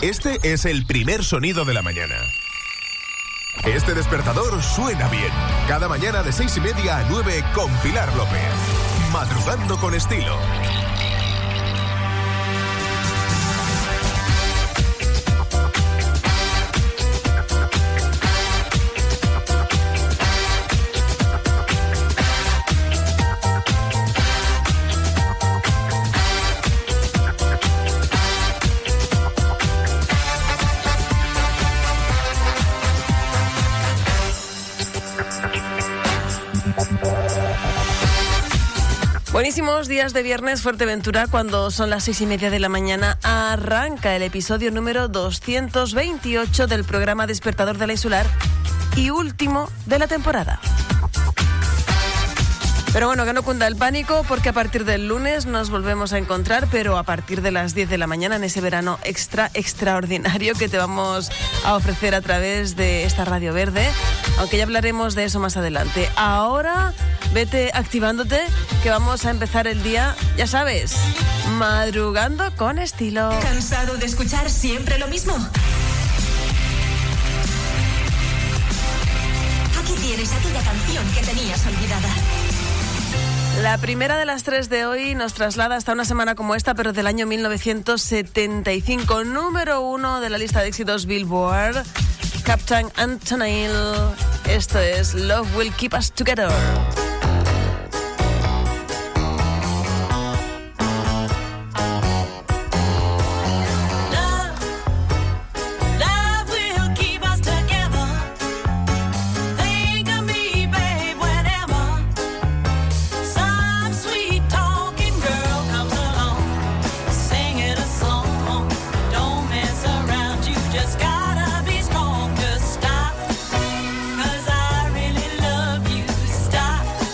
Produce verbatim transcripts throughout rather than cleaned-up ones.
Este es el primer sonido de la mañana. Este despertador suena bien. Cada mañana de seis y media a nueve con Pilar López. Madrugando con estilo. Buenísimos días de viernes, Fuerteventura, cuando son las seis y media de la mañana. Arranca el episodio número doscientos veintiocho del programa Despertador de la Insular y último de la temporada. Pero bueno, que no cunda el pánico, porque a partir del lunes nos volvemos a encontrar, pero a partir de las diez de la mañana, en ese verano extra, extraordinario que te vamos a ofrecer a través de esta Radio Verde, aunque ya hablaremos de eso más adelante. Ahora, vete activándote, que vamos a empezar el día, ya sabes, madrugando con estilo. ¿Cansado de escuchar siempre lo mismo? Aquí tienes aquella canción que tenías olvidada. La primera de las tres de hoy nos traslada hasta una semana como esta, pero del año mil novecientos setenta y cinco, número uno de la lista de éxitos Billboard, Captain Antonil. Esto es Love Will Keep Us Together. Stop, 'cause I really love you. Stop.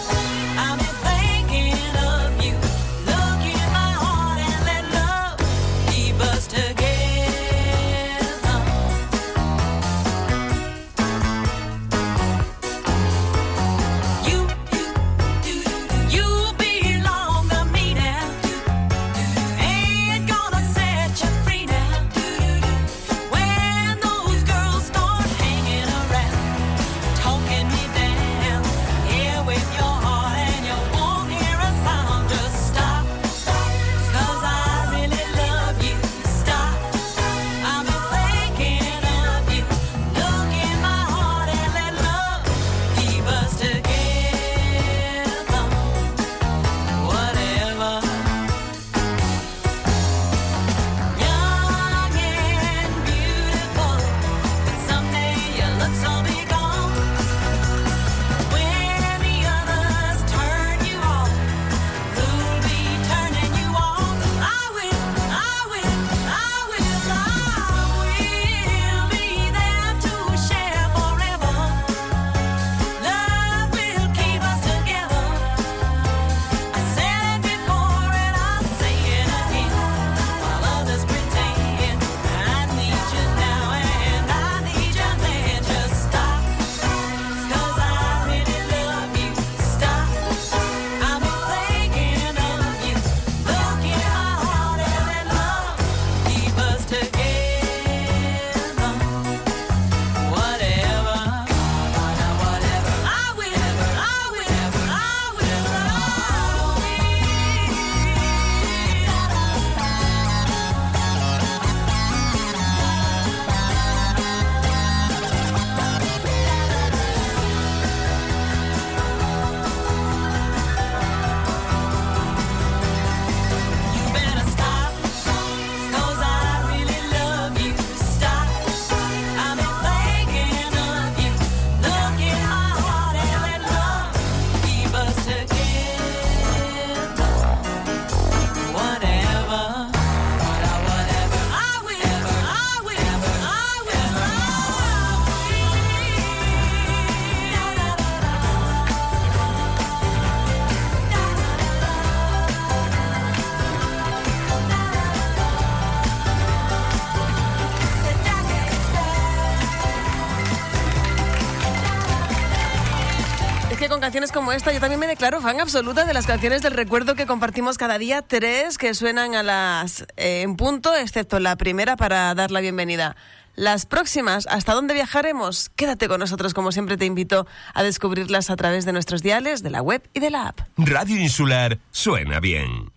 canciones como esta, yo también me declaro fan absoluta de las canciones del recuerdo que compartimos cada día, tres que suenan a las eh, en punto, excepto la primera para dar la bienvenida. Las próximas, ¿hasta dónde viajaremos? Quédate con nosotros, como siempre te invito a descubrirlas a través de nuestros diales, de la web y de la app. Radio Insular suena bien.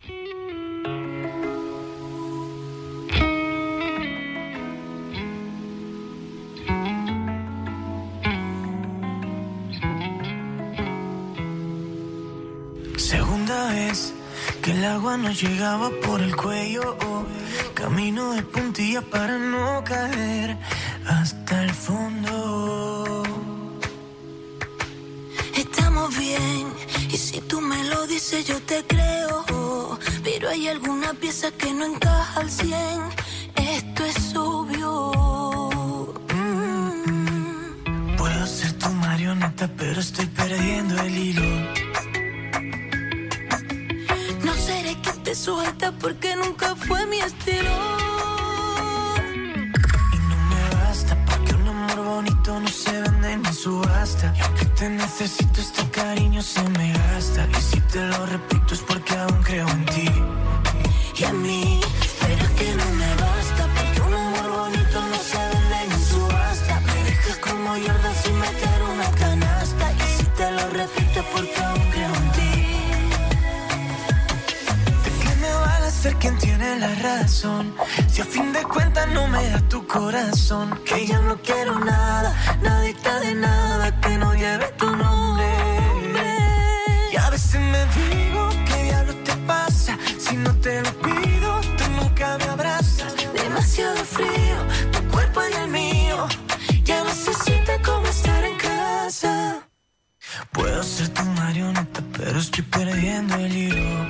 Segunda vez que el agua nos llegaba por el cuello, oh, camino de puntillas para no caer hasta el fondo. Estamos bien, y si tú me lo dices yo te creo, oh, pero hay alguna pieza que no encaja al cien, esto es obvio. Mm. Puedo ser tu marioneta, pero estoy perdiendo el hilo. No seré que te sujeta porque nunca fue mi estilo. Y no me basta porque un amor bonito no se vende ni subasta. Y aunque te necesito, este cariño se me gasta. Y si te lo repito es porque aún creo en ti y en mí. Pero es que no me basta porque un amor bonito no se vende ni subasta. Me dejas como Jordan sin meter una canasta. Y si te lo repito es porque aún creo en ti. Ser quien tiene la razón, si a fin de cuentas no me da tu corazón. Que yo no quiero nada, nadita de nada que no lleve tu nombre. Y a veces me digo, ¿qué diablo te pasa? Si no te lo pido, tú nunca me abrazas. Demasiado frío, tu cuerpo y el mío. Ya no se siente como estar en casa. Puedo ser tu marioneta, pero estoy perdiendo el hilo.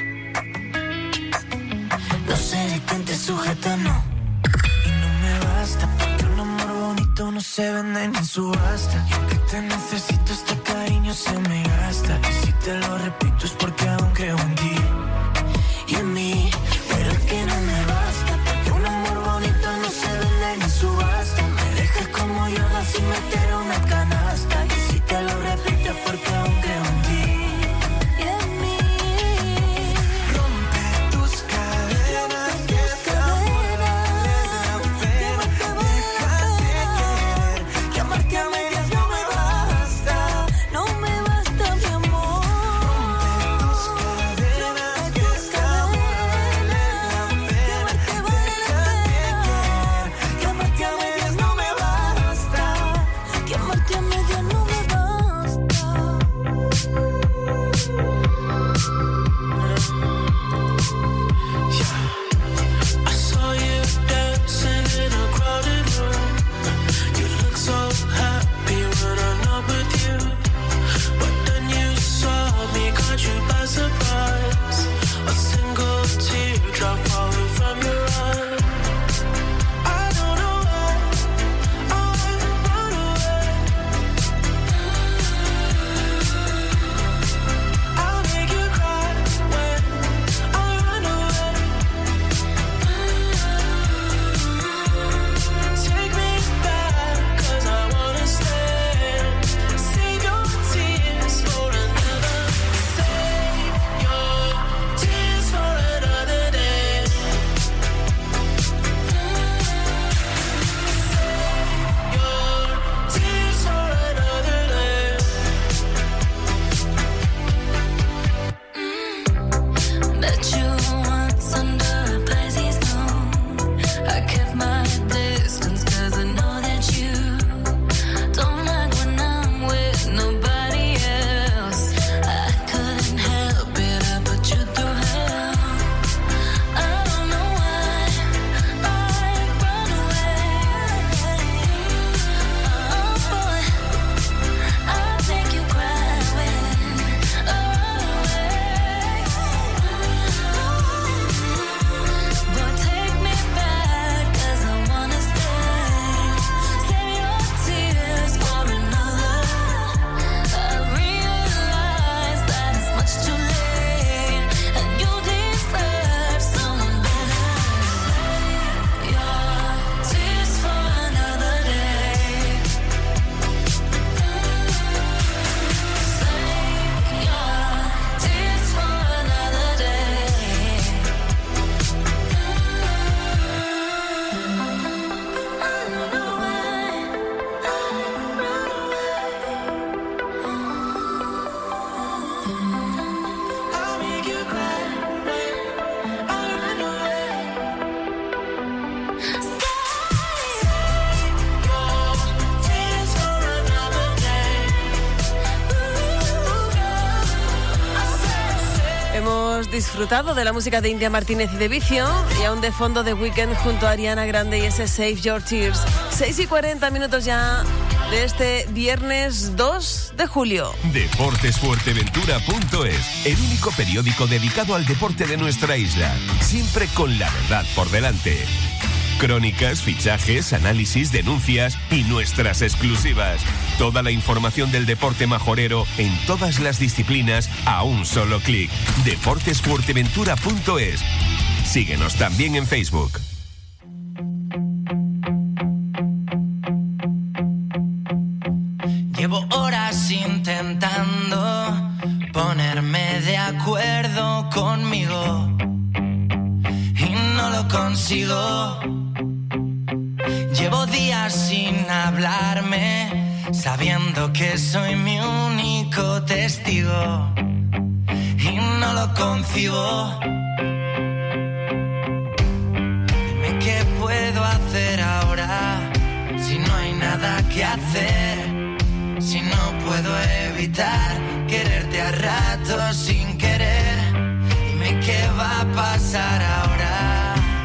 No seré quien te sujeta, no. Y no me basta porque un amor bonito no se vende ni en subasta. Y aunque te necesito, este cariño se me gasta. Y si te lo repito es porque aún creo en ti y en mí. Pero es que no me basta porque un amor bonito no se vende ni en subasta. Me dejas como Jordan sin meter una canasta. Y si te lo repito es porque aún creo en ti. Hemos disfrutado de la música de India Martínez y de Vicio, y aún de fondo de Weekend junto a Ariana Grande y ese Save Your Tears. seis y cuarenta minutos ya de este viernes dos de julio. Deportes Fuerteventura punto es, el único periódico dedicado al deporte de nuestra isla, siempre con la verdad por delante. Crónicas, fichajes, análisis, denuncias y nuestras exclusivas. Toda la información del deporte majorero en todas las disciplinas a un solo clic. Deportes Fuerteventura punto es. Síguenos también en Facebook. Llevo horas intentando ponerme de acuerdo conmigo y no lo consigo. Llevo días sin hablarme, sabiendo que soy mi único testigo y no lo concibo. Dime qué puedo hacer ahora si no hay nada que hacer, si no puedo evitar quererte a ratos sin querer. Dime qué va a pasar ahora.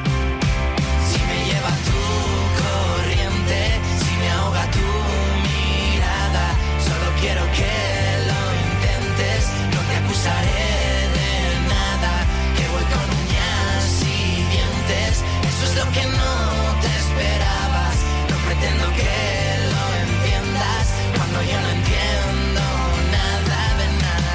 Quiero que lo intentes, no te acusaré de nada, que voy con uñas y dientes, eso es lo que no te esperabas, no pretendo que lo entiendas, cuando yo no entiendo nada de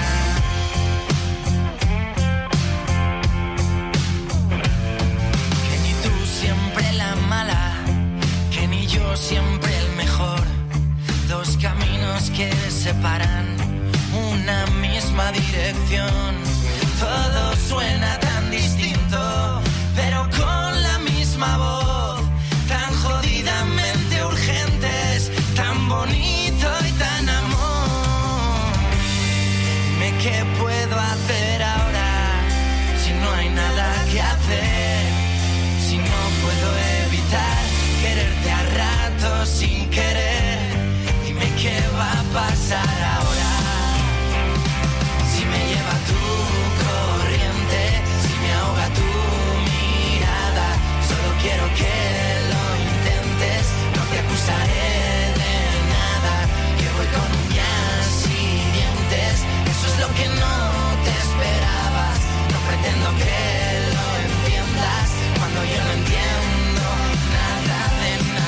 nada. Que ni tú siempre la mala, que ni yo siempre el mejor. Dos caminos que separan una misma dirección. Todo suena tan distinto, pero con la misma voz. Tan jodidamente urgentes, tan bonito y tan amor. Dime qué puedo hacer ahora, si no hay nada que hacer. Si no puedo evitar quererte a ratos sin querer. ¿Qué va a pasar ahora? Si me lleva tu corriente, si me ahoga tu mirada, solo quiero que lo intentes, no te acusaré de nada, que voy con uñas y dientes, eso es lo que no te esperabas, no pretendo que lo entiendas, cuando yo no entiendo nada de nada.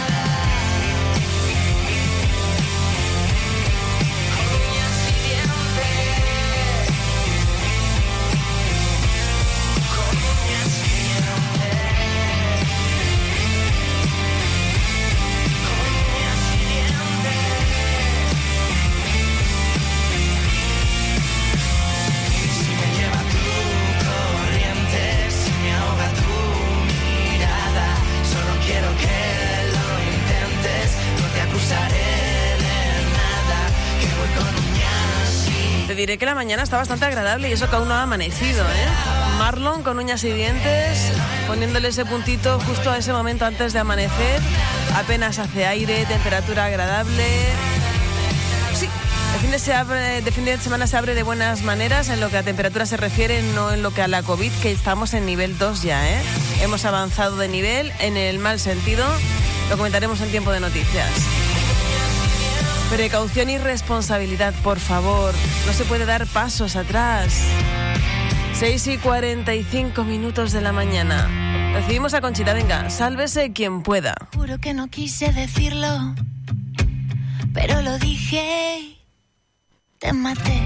Te diré que la mañana está bastante agradable y eso que aún no ha amanecido, ¿eh? Marlon con uñas y dientes, poniéndole ese puntito justo a ese momento antes de amanecer. Apenas hace aire, temperatura agradable. Sí, el fin de, se abre, de fin de semana se abre de buenas maneras en lo que a temperatura se refiere, no en lo que a la COVID, que estamos en nivel dos ya, ¿eh? Hemos avanzado de nivel en el mal sentido. Lo comentaremos en tiempo de noticias. Precaución y responsabilidad, por favor. No se puede dar pasos atrás. seis y cuarenta y cinco minutos de la mañana. Recibimos a Conchita. Venga, sálvese quien pueda. Juro que no quise decirlo, pero lo dije y te maté.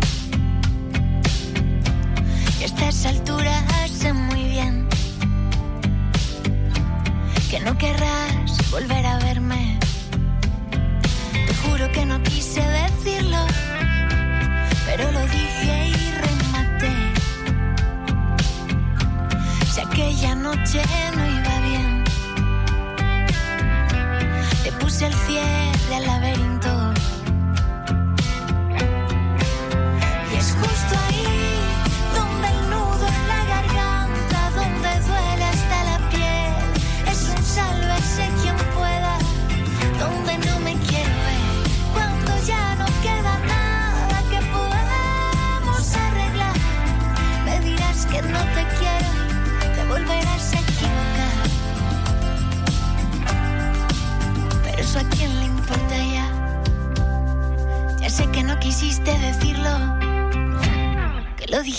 Y a estas alturas sé muy bien que no querrás volver a verme. Te juro que no quise decirlo, pero lo dije y rematé. Si aquella noche no iba bien, te puse el cierre al laberinto. Y es justo ahí donde el nudo en la garganta, donde duele hasta la piel. Es un sálvese quien pueda, donde no me quiero ver. Cuando ya no queda nada que podamos arreglar, me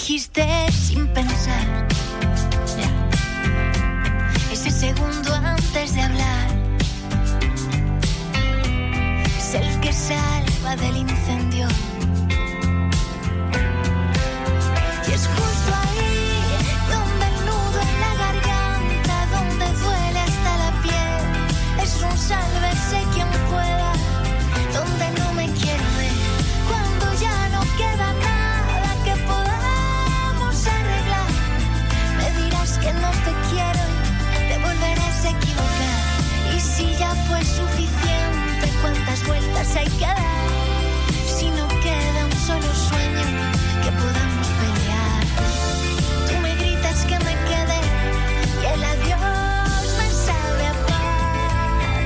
dijiste sin pensar. Yeah. Ese segundo antes de hablar es el que salva del incendio. Y es justo ahí donde el nudo en la garganta, donde duele hasta la piel, es un sálvese quien pueda, donde no me quiero ver, cuando ya no queda nada que podamos arreglar. Me dirás que no te quiero y te volverás a equivocar. Y si ya fue suficiente, ¿cuántas vueltas hay que dar? Si no queda un solo sueño que podamos pelear. Tú me gritas que me quede y el adiós me sabe a paz.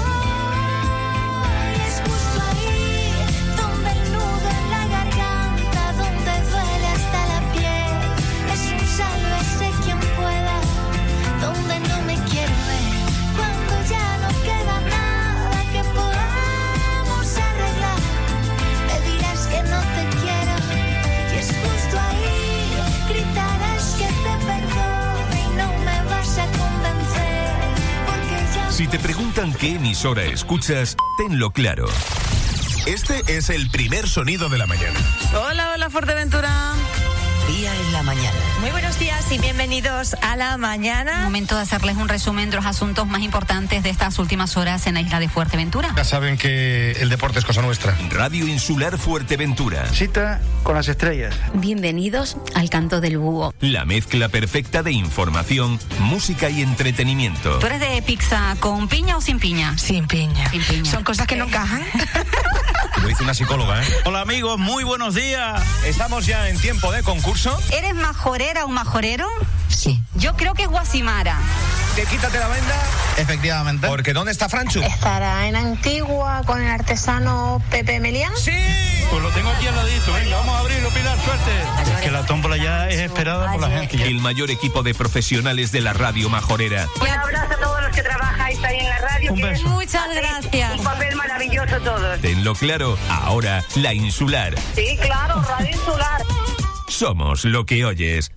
Oh, y es justo ahí donde el nudo en la garganta, donde duele hasta la piel, es un sálvese quien pueda, donde no me quiero ver, cuando ya no queda nada que podamos arreglar. Me dirás que no te quiero y es justo ahí, gritarás que te perdono y no me vas a convencer, porque ya... Si te preguntan qué emisora escuchas, tenlo claro. Este es el primer sonido de la mañana. Hola, hola, Fuerteventura. Día en la mañana. Muy buenos días y bienvenidos a la mañana. Momento de hacerles un resumen de los asuntos más importantes de estas últimas horas en la isla de Fuerteventura. Ya saben que el deporte es cosa nuestra. Radio Insular Fuerteventura. Cita con las estrellas. Bienvenidos al Canto del Búho. La mezcla perfecta de información, música y entretenimiento. ¿Tú eres de pizza con piña o sin piña? Sin piña. Sin piña. Son cosas que no encajan. Lo dice una psicóloga, ¿eh? Hola amigos, muy buenos días. Estamos ya en tiempo de concurso. ¿Eres majorera o majorero? Sí. Yo creo que es Guasimara. ¿Te quítate la venda? Efectivamente. Porque ¿dónde está Franchu? ¿Estará en Antigua con el artesano Pepe Melián? ¡Sí! Pues lo tengo aquí al ladito, venga, vamos a abrirlo, Pilar, suerte. Es que la tómbola ya es esperada por la gente. Ya. El mayor equipo de profesionales de la radio majorera. Un abrazo a todos los que trabajáis ahí en la radio. Un beso. Muchas gracias. Un papel maravilloso todos. Tenlo claro, ahora la Insular. Sí, claro, Radio Insular. Somos lo que oyes.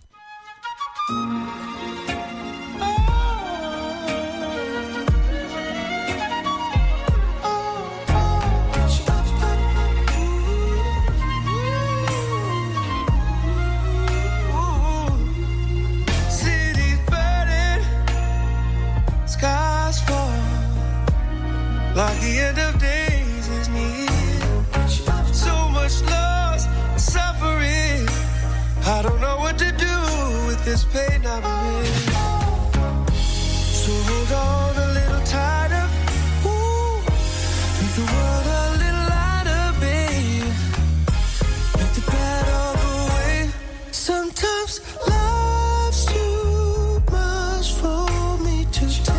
Like the end of days is near. So much loss and suffering. I don't know what to do with this pain I'm in. So hold on a little tighter. Ooh, make the world a little lighter, babe. Make the bad all go away. Sometimes life's too much for me to take.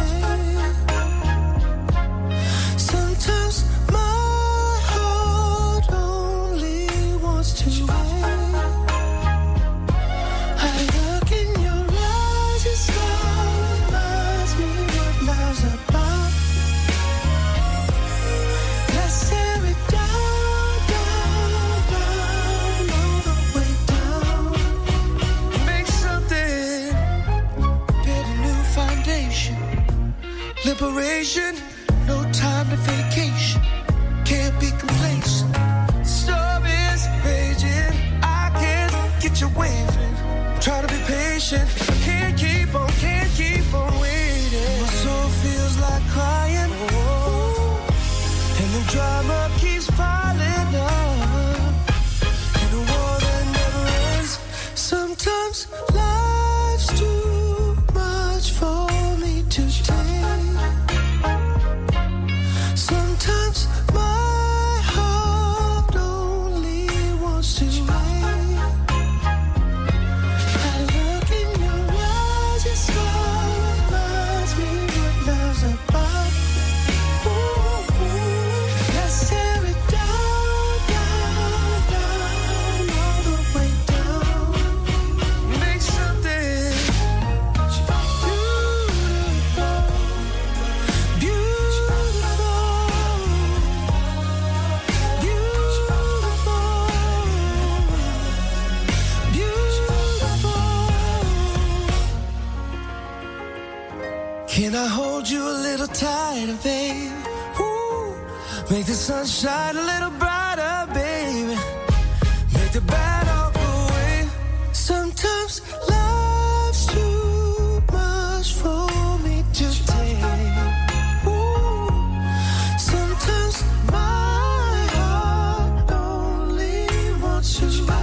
Liberation, no time to vacation. Can't be complacent. The storm is raging. I can't get you waving. Try to be patient. Can't keep on, can't keep on waiting. My soul feels like crying. Oh, and the drama keeps piling up. In a war that never ends. Sometimes life's too much for me to take. Sometimes my heart only wants to wait. I look in your eyes, your smile reminds me what love's about. Ooh, ooh. Let's tear it down, down, down, all the way down. Make some Can I hold you a little tighter, babe? Ooh, make the sun shine a little brighter, baby. Make the bad all go away. Sometimes love's too much for me to take. Ooh, sometimes my heart only wants you back.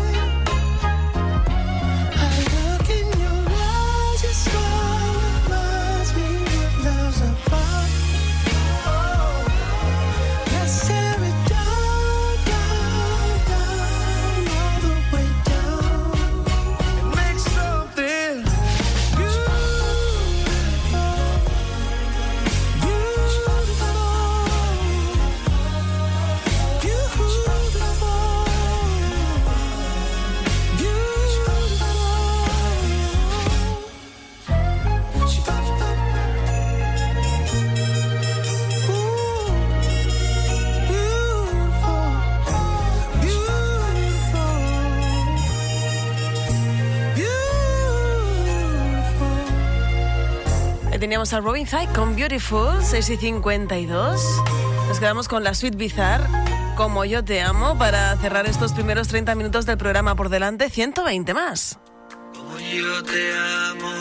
Teníamos a Robin Thicke con Beautiful, seis y cincuenta y dos. Nos quedamos con la Suite Bizarre, Como yo te amo, para cerrar estos primeros treinta minutos del programa. Por delante, ciento veinte más. Como yo te amo,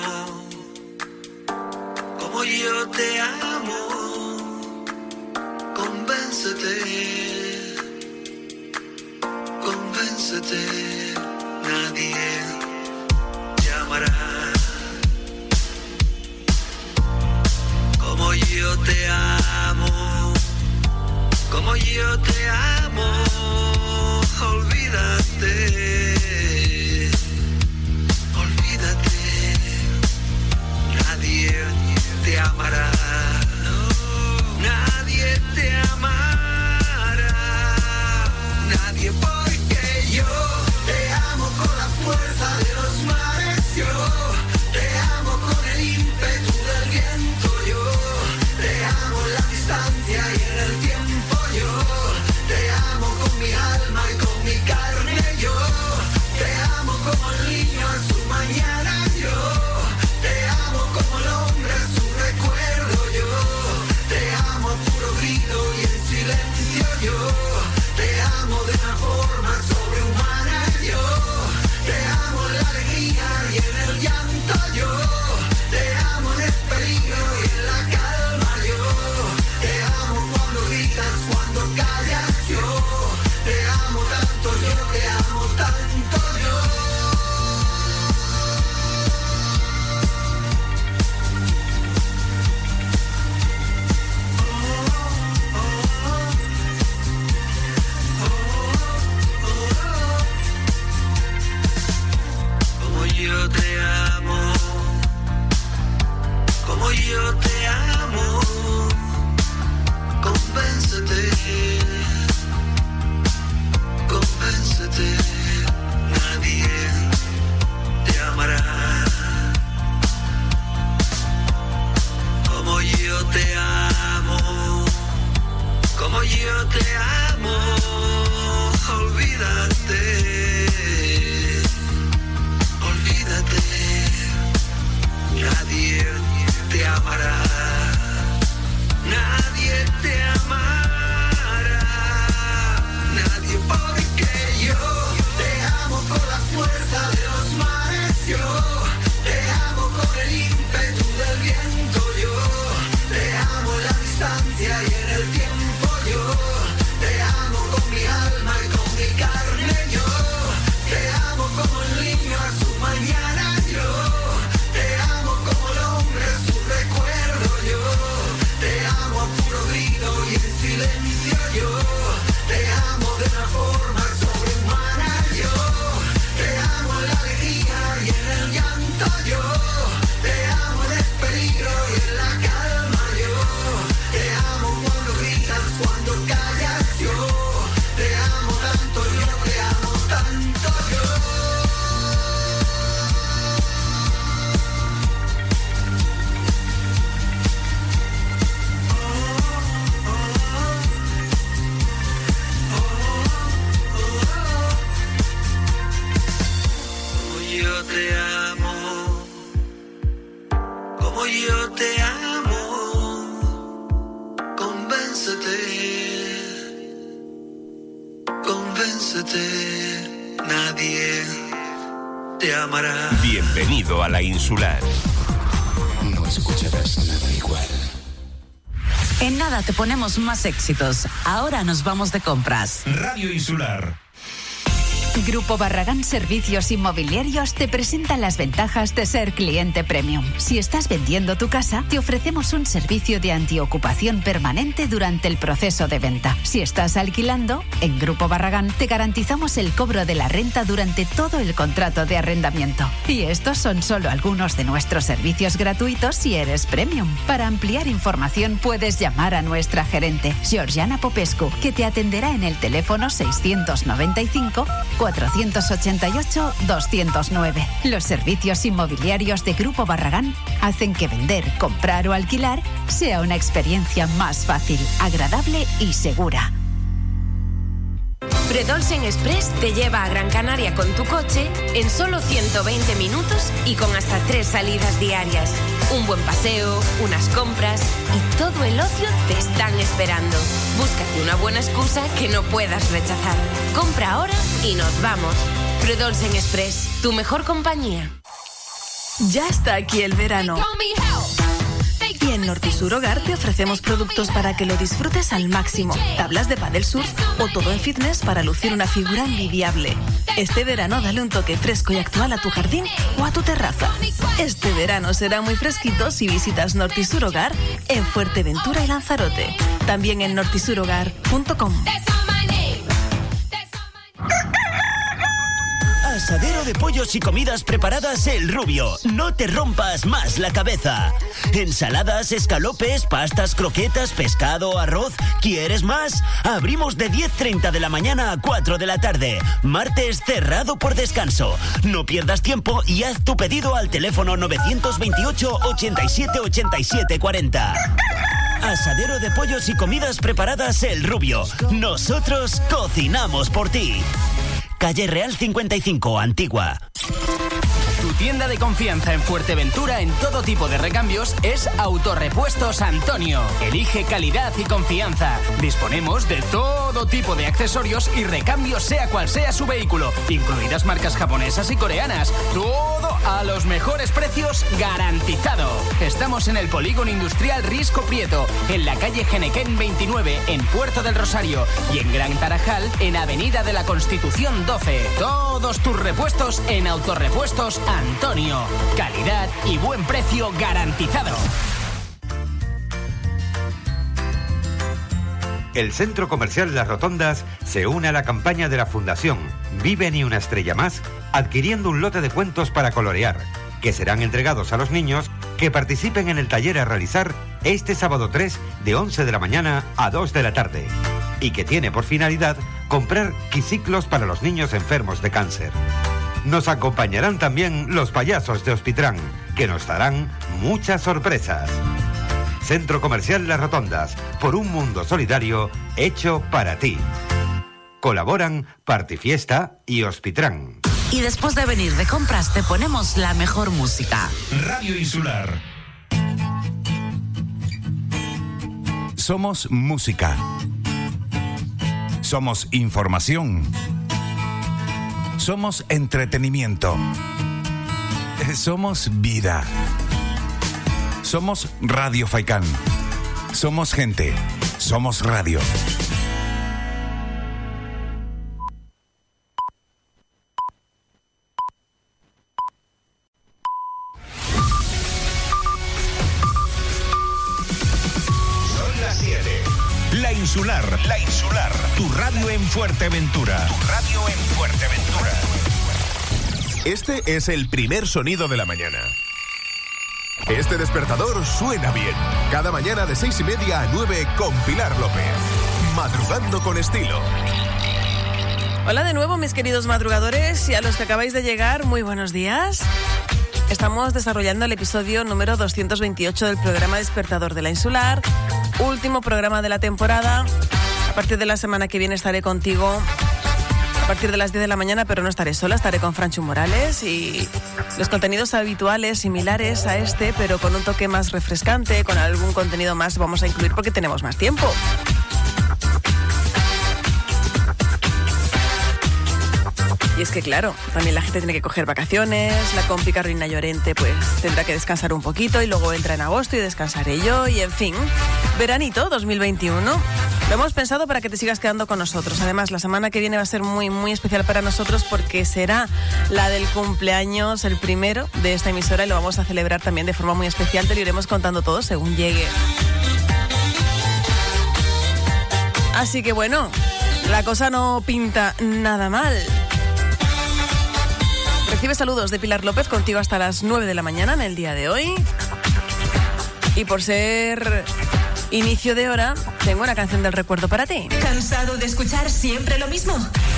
como yo te amo, convéncete, convéncete, nadie te amará. Como yo te amo, como yo te amo, olvídate, olvídate, nadie te amará, nadie te amará, nadie, porque yo te amo con la fuerza de los mares, yo te amo con el ímpetu del viento. Te amo en la distancia y en el tiempo, yo te amo con mi alma y con mi carne, yo te amo como el niño a su mañana, yo te amo como el hombre a su recuerdo, yo te amo a puro grito y en silencio, yo te amo de una forma sobrehumana, yo te amo en la alegría y en el llanto, yo te amo en el peligro y en la calma. Cuando callas, yo te amo tanto, yo te amo tanto, yo. Como yo te amo, como yo te amo, convéncete, convéncete, nadie te amará. Como yo te amo, como yo te amo, olvídate, olvídate, nadie te amará. Nadie te amará, nadie, porque yo te amo con la fuerza de los mares, yo te amo con el ímpetu del viento, yo te amo en la distancia y en el tiempo, yo te amo con mi alma y con mi carne, yo te amo como el niño a su mañana, yo te amo como el hombre a su recuerdo, yo te amo a puro grito y en silencio, yo te amo de una forma sobrehumana, yo te amo en la alegría y en el llanto, yo te amo en el peligro y en la calma, yo te amo cuando gritas, cuando callas, yo te amo tanto, yo te amo tanto, yo. Yo te amo, como yo te amo. nadie te amará. Bienvenido a La Insular. No escucharás nada igual. En nada te ponemos más éxitos. Ahora nos vamos de compras. Radio Insular. Grupo Barragán Servicios Inmobiliarios te presenta las ventajas de ser cliente premium. Si estás vendiendo tu casa, te ofrecemos un servicio de antiocupación permanente durante el proceso de venta. Si estás alquilando, en Grupo Barragán te garantizamos el cobro de la renta durante todo el contrato de arrendamiento. Y estos son solo algunos de nuestros servicios gratuitos si eres premium. Para ampliar información puedes llamar a nuestra gerente, Georgiana Popescu, que te atenderá en el teléfono seiscientos noventa y cinco, cuatrocientos ochenta y ocho, doscientos nueve. Los servicios inmobiliarios de Grupo Barragán hacen que vender, comprar o alquilar sea una experiencia más fácil, agradable y segura. Predolsen Express te lleva a Gran Canaria con tu coche en solo ciento veinte minutos y con hasta tres salidas diarias. Un buen paseo, unas compras y todo el ocio te están esperando. Búscate una buena excusa que no puedas rechazar. Compra ahora y nos vamos. Predolsen Express, tu mejor compañía. Ya está aquí el verano. Y en Nortisur Hogar te ofrecemos productos para que lo disfrutes al máximo. Tablas de pádel surf o todo en fitness para lucir una figura envidiable. Este verano dale un toque fresco y actual a tu jardín o a tu terraza. Este verano será muy fresquito si visitas Nortisur Hogar en Fuerteventura y Lanzarote. También en nortisur hogar punto com. Asadero de pollos y comidas preparadas El Rubio. No te rompas más la cabeza. Ensaladas, escalopes, pastas, croquetas, pescado, arroz. ¿Quieres más? Abrimos de diez treinta de la mañana a cuatro de la tarde. Martes cerrado por descanso. No pierdas tiempo y haz tu pedido al teléfono novecientos veintiocho, ochenta y siete, ochenta y siete, cuarenta. Asadero de pollos y comidas preparadas El Rubio. Nosotros cocinamos por ti. Calle Real cincuenta y cinco, Antigua. Tu tienda de confianza en Fuerteventura en todo tipo de recambios es Autorepuestos Antonio. Elige calidad y confianza. Disponemos de todo tipo de accesorios y recambios sea cual sea su vehículo, incluidas marcas japonesas y coreanas. Todo a los mejores precios garantizado. Estamos en el Polígono Industrial Risco Prieto, en la calle Genequén veintinueve, en Puerto del Rosario, y en Gran Tarajal, en Avenida de la Constitución doce. Todos tus repuestos en Autorepuestos Antonio. Calidad y buen precio garantizado. El Centro Comercial Las Rotondas se une a la campaña de la Fundación Vive ni una estrella más, adquiriendo un lote de cuentos para colorear, que serán entregados a los niños que participen en el taller a realizar este sábado tres de once de la mañana a dos de la tarde, y que tiene por finalidad comprar quiciclos para los niños enfermos de cáncer. Nos acompañarán también los payasos de Hospitrán, que nos darán muchas sorpresas. Centro Comercial Las Rotondas, por un mundo solidario hecho para ti. Colaboran Partifiesta y Hospitrán. Y después de venir de compras te ponemos la mejor música. Radio Insular. Somos música. Somos información. Somos entretenimiento. Somos vida. Somos Radio Faikán. Somos gente. Somos radio. Son las siete. La Insular. La Insular. Tu radio en Fuerteventura. Tu radio en Fuerteventura. Este es el primer sonido de la mañana. Este despertador suena bien. Cada mañana de seis y media a nueve con Pilar López. Madrugando con estilo. Hola de nuevo, mis queridos madrugadores, y a los que acabáis de llegar, muy buenos días. Estamos desarrollando el episodio número doscientos veintiocho del programa Despertador de la Insular. Último programa de la temporada. A partir de la semana que viene estaré contigo a partir de las diez de la mañana, pero no estaré sola, estaré con Franchu Morales y los contenidos habituales similares a este, pero con un toque más refrescante, con algún contenido más vamos a incluir porque tenemos más tiempo. Y es que claro, también la gente tiene que coger vacaciones, la compi Carolina Llorente pues tendrá que descansar un poquito y luego entra en agosto y descansaré yo y en fin, veranito dos mil veintiuno. Lo hemos pensado para que te sigas quedando con nosotros. Además, la semana que viene va a ser muy, muy especial para nosotros porque será la del cumpleaños, el primero de esta emisora y lo vamos a celebrar también de forma muy especial. Te lo iremos contando todo según llegue. Así que bueno, la cosa no pinta nada mal. Recibe saludos de Pilar López contigo hasta las nueve de la mañana en el día de hoy. Y por ser inicio de hora, tengo una canción del recuerdo para ti. ¿Cansado de escuchar siempre lo mismo?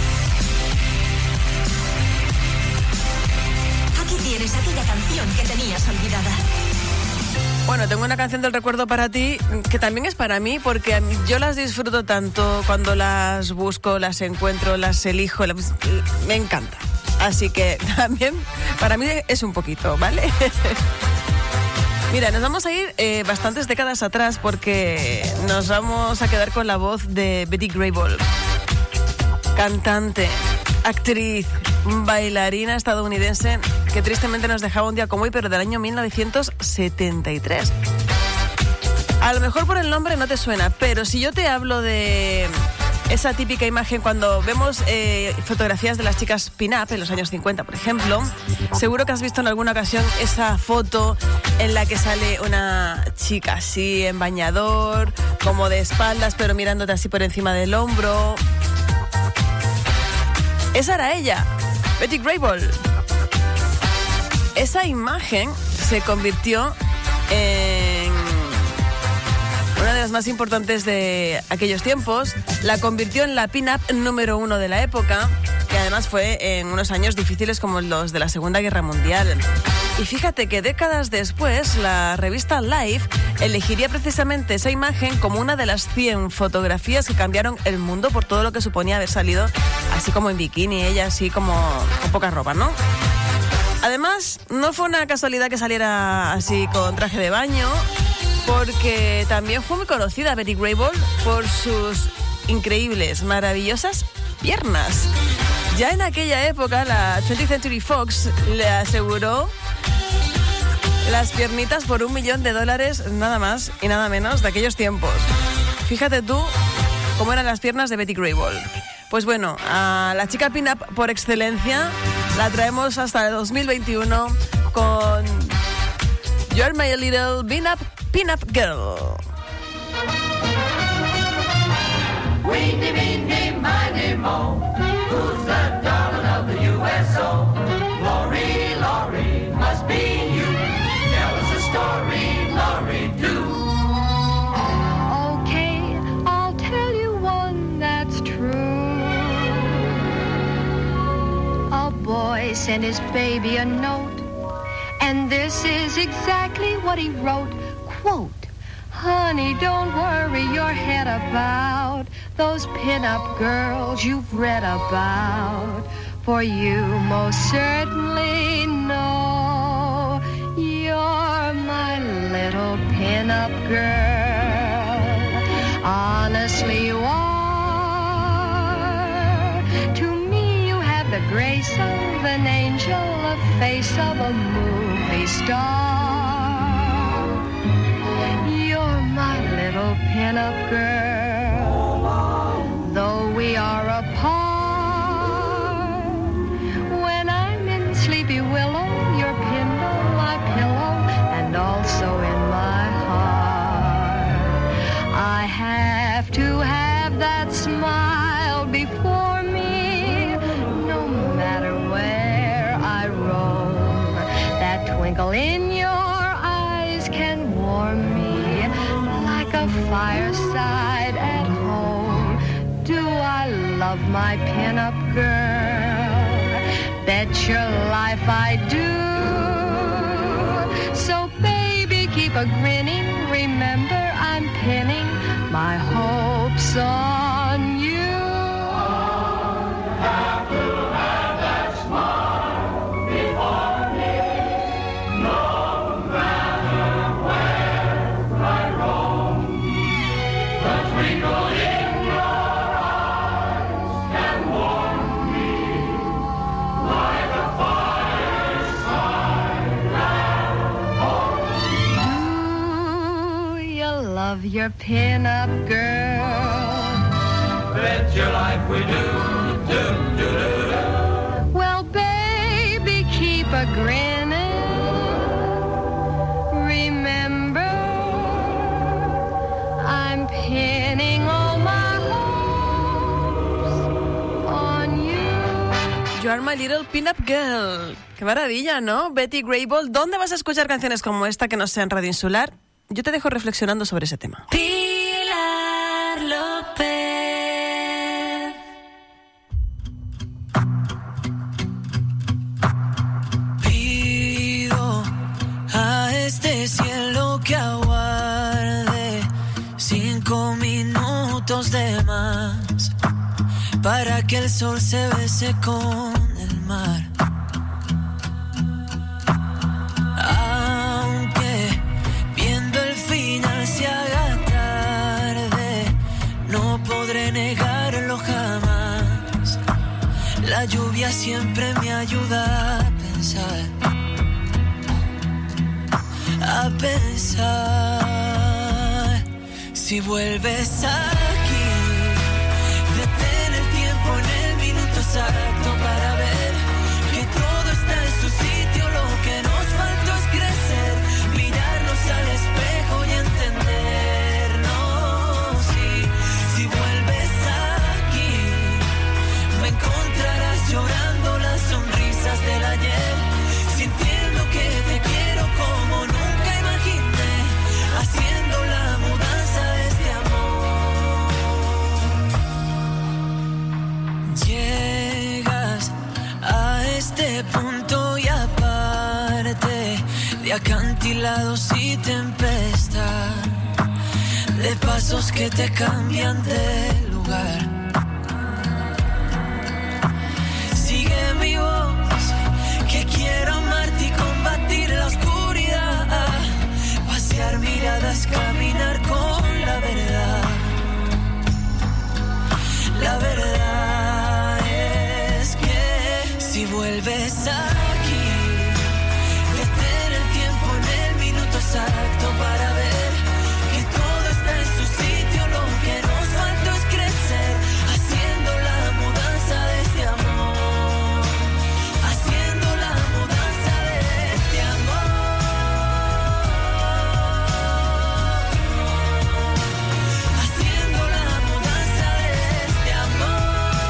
Aquí tienes aquella canción que tenías olvidada. Bueno, tengo una canción del recuerdo para ti que también es para mí porque yo las disfruto tanto cuando las busco, las encuentro, las elijo, las... me encanta. Así que también para mí es un poquito, ¿vale? Mira, nos vamos a ir eh, bastantes décadas atrás porque nos vamos a quedar con la voz de Betty Grable, cantante, actriz, bailarina estadounidense que tristemente nos dejaba un día como hoy, pero del año mil novecientos setenta y tres. A lo mejor por el nombre no te suena, pero si yo te hablo de esa típica imagen cuando vemos eh, fotografías de las chicas pin-up en los años cincuenta, por ejemplo, seguro que has visto en alguna ocasión esa foto en la que sale una chica así en bañador, como de espaldas, pero mirándote así por encima del hombro. Esa era ella, Betty Grable. Esa imagen se convirtió en una de las más importantes de aquellos tiempos. La convirtió en la pin-up número uno de la época, que además fue en unos años difíciles como los de la Segunda Guerra Mundial. Y fíjate que décadas después, la revista Life elegiría precisamente esa imagen como una de las cien fotografías que cambiaron el mundo por todo lo que suponía haber salido así como en bikini, ella así como con poca ropa, ¿no? Además, no fue una casualidad que saliera así con traje de baño, porque también fue muy conocida Betty Grable por sus increíbles, maravillosas piernas. Ya en aquella época, la twentieth Century Fox le aseguró las piernitas por un millón de dólares, nada más y nada menos, de aquellos tiempos. Fíjate tú cómo eran las piernas de Betty Grable. Pues bueno, a la chica pin-up por excelencia la traemos hasta el dos mil veintiuno con You're My Little Pin-Up, Pin-Up Girl. Weenie, meenie, miny, mo. Who's the darling of the U S O? Laurie, Laurie, must be you. Tell us a story, Laurie, do. Okay, I'll tell you one that's true. A boy sent his baby a note, and this is exactly what he wrote. Quote, honey, don't worry your head about those pin-up girls you've read about, for you most certainly know you're my little pin-up girl. Honestly you are. To me you have the grace of an angel, a face of a movie star. You're my little pin-up girl. Though we are apart, when I'm in Sleepy Willow, you're pinned on my pillow and also in my heart. I have to have that smile before me, no matter where I roam. That twinkle in your eyes can warm me like a fireside at home. Do I love my pin-up girl? Bet your life I do. So baby, keep a grinning. Remember, I'm pinning my hopes on you. Have to have that smile before me, no matter where I roam. The twinkle in your eyes can warm me your pin-up girl. Bet your life we do, do, do, do, do. Well, baby, keep a grinning. Remember, I'm pinning all my hopes on you. You are my little pin-up girl. Qué maravilla, ¿no? Betty Grable. ¿Dónde vas a escuchar canciones como esta que no sean Radio Insular? Yo te dejo reflexionando sobre ese tema. Pilar López. Pido a este cielo que aguarde cinco minutos de más para que el sol se bese con el mar. Aunque viendo el final se haga tarde, no podré negarlo jamás. La lluvia siempre me ayuda a pensar, a pensar. Si vuelves aquí, detén el tiempo en el minuto exacto para ver que todo está en su sitio. Lo que nos faltó es crecer, mirarnos al espejo y entendernos. Sí, si vuelves aquí, me encontrarás llorando las sonrisas del ayer, sintiendo que te quiero como nunca imaginé, haciendo la mudanza de este amor. Llegas a este punto y aparte de acantilados y tempestad, de pasos que te cambian de lugar. Sigue mi voz, que quiero amarte y combatir la oscuridad, pasear miradas, caminar con la verdad. La verdad es que si vuelves aquí, detén el tiempo en el minuto exacto para ver que todo está en su sitio. Lo que nos faltó es crecer, haciendo la mudanza de este amor, haciendo la mudanza de este amor, haciendo la mudanza de este amor.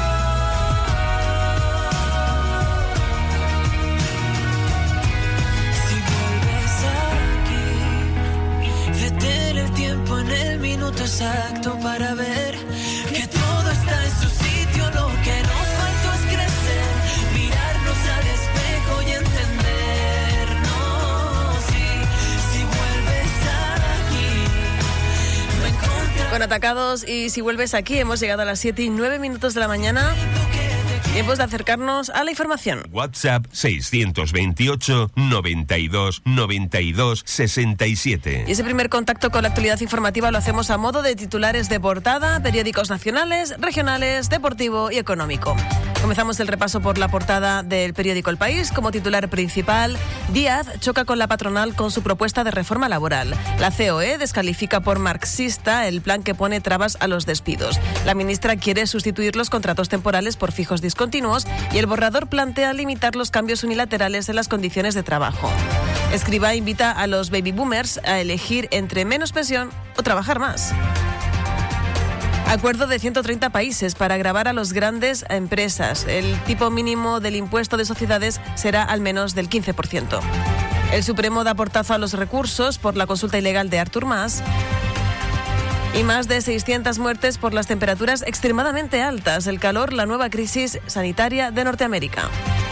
Si vuelves aquí, detén el tiempo en el minuto exacto para ver que todo está en su sitio. Lo que nos faltó es crecer, mirarnos al espejo y entendernos. Sí, si vuelves aquí, me encontrarás. Con Atacados y Si vuelves aquí, hemos llegado a las siete y nueve minutos de la mañana. Tiempos de acercarnos a la información. WhatsApp seiscientos veintiocho, noventa y dos, noventa y dos, sesenta y siete. Y ese primer contacto con la actualidad informativa lo hacemos a modo de titulares de portada, periódicos nacionales, regionales, deportivo y económico. Comenzamos el repaso por la portada del periódico El País. Como titular principal, Díaz choca con la patronal con su propuesta de reforma laboral. La C O E descalifica por marxista el plan que pone trabas a los despidos. La ministra quiere sustituir los contratos temporales por fijos discontinuos y el borrador plantea limitar los cambios unilaterales en las condiciones de trabajo. Escrivá invita a los baby boomers a elegir entre menos pensión o trabajar más. Acuerdo de ciento treinta países para gravar a las grandes empresas. El tipo mínimo del impuesto de sociedades será al menos del quince por ciento. El Supremo da portazo a los recursos por la consulta ilegal de Artur Mas. Y más de seiscientas muertes por las temperaturas extremadamente altas, el calor, la nueva crisis sanitaria de Norteamérica.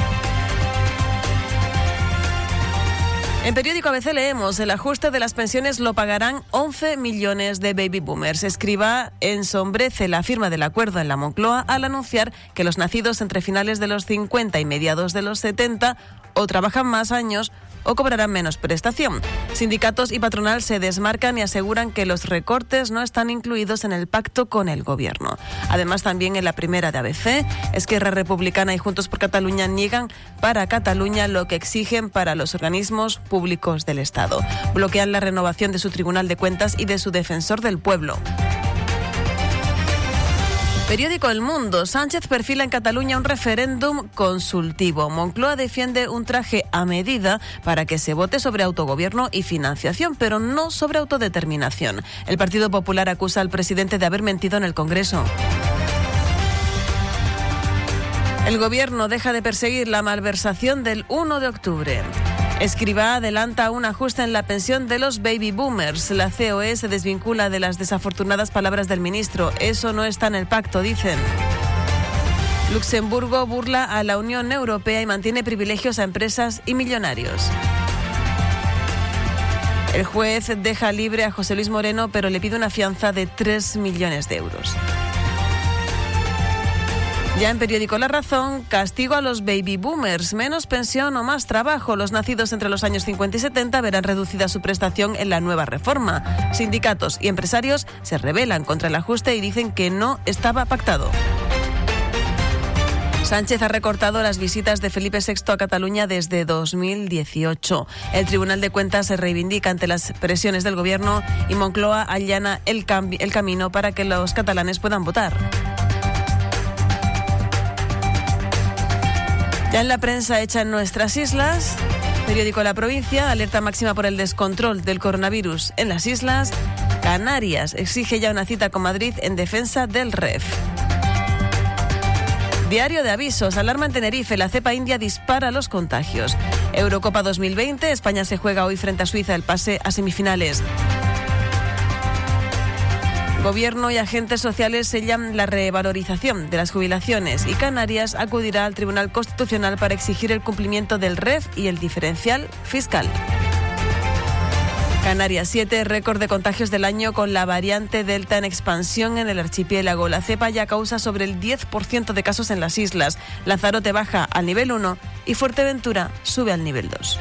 En periódico A B C leemos, el ajuste de las pensiones lo pagarán once millones de baby boomers. Escrivá ensombrece la firma del acuerdo en la Moncloa al anunciar que los nacidos entre finales de los cincuenta y mediados de los setenta o trabajan más años o cobrarán menos prestación. Sindicatos y patronal se desmarcan y aseguran que los recortes no están incluidos en el pacto con el gobierno. Además, también en la primera de A B C, Esquerra Republicana y Juntos por Cataluña niegan para Cataluña lo que exigen para los organismos públicos del Estado. Bloquean la renovación de su Tribunal de Cuentas y de su Defensor del Pueblo. Periódico El Mundo. Sánchez perfila en Cataluña un referéndum consultivo. Moncloa defiende un traje a medida para que se vote sobre autogobierno y financiación, pero no sobre autodeterminación. El Partido Popular acusa al presidente de haber mentido en el Congreso. El gobierno deja de perseguir la malversación del uno de octubre. Escrivá adelanta un ajuste en la pensión de los baby boomers. La C O E se desvincula de las desafortunadas palabras del ministro. Eso no está en el pacto, dicen. Luxemburgo burla a la Unión Europea y mantiene privilegios a empresas y millonarios. El juez deja libre a José Luis Moreno, pero le pide una fianza de tres millones de euros. Ya en periódico La Razón, castigo a los baby boomers, menos pensión o más trabajo. Los nacidos entre los años cincuenta y setenta verán reducida su prestación en la nueva reforma. Sindicatos y empresarios se rebelan contra el ajuste y dicen que no estaba pactado. Sánchez ha recortado las visitas de Felipe sexto a Cataluña desde dos mil dieciocho. El Tribunal de Cuentas se reivindica ante las presiones del gobierno y Moncloa allana el, cam- el camino para que los catalanes puedan votar. Ya en la prensa hecha en nuestras islas, periódico La Provincia, alerta máxima por el descontrol del coronavirus en las islas. Canarias exige ya una cita con Madrid en defensa del R E F. Diario de Avisos, alarma en Tenerife, la cepa india dispara los contagios. Eurocopa dos mil veinte, España se juega hoy frente a Suiza el pase a semifinales. Gobierno y agentes sociales sellan la revalorización de las jubilaciones y Canarias acudirá al Tribunal Constitucional para exigir el cumplimiento del R E F y el diferencial fiscal. Canarias siete, récord de contagios del año con la variante Delta en expansión en el archipiélago. La cepa ya causa sobre el diez por ciento de casos en las islas. Lanzarote baja al nivel uno y Fuerteventura sube al nivel dos.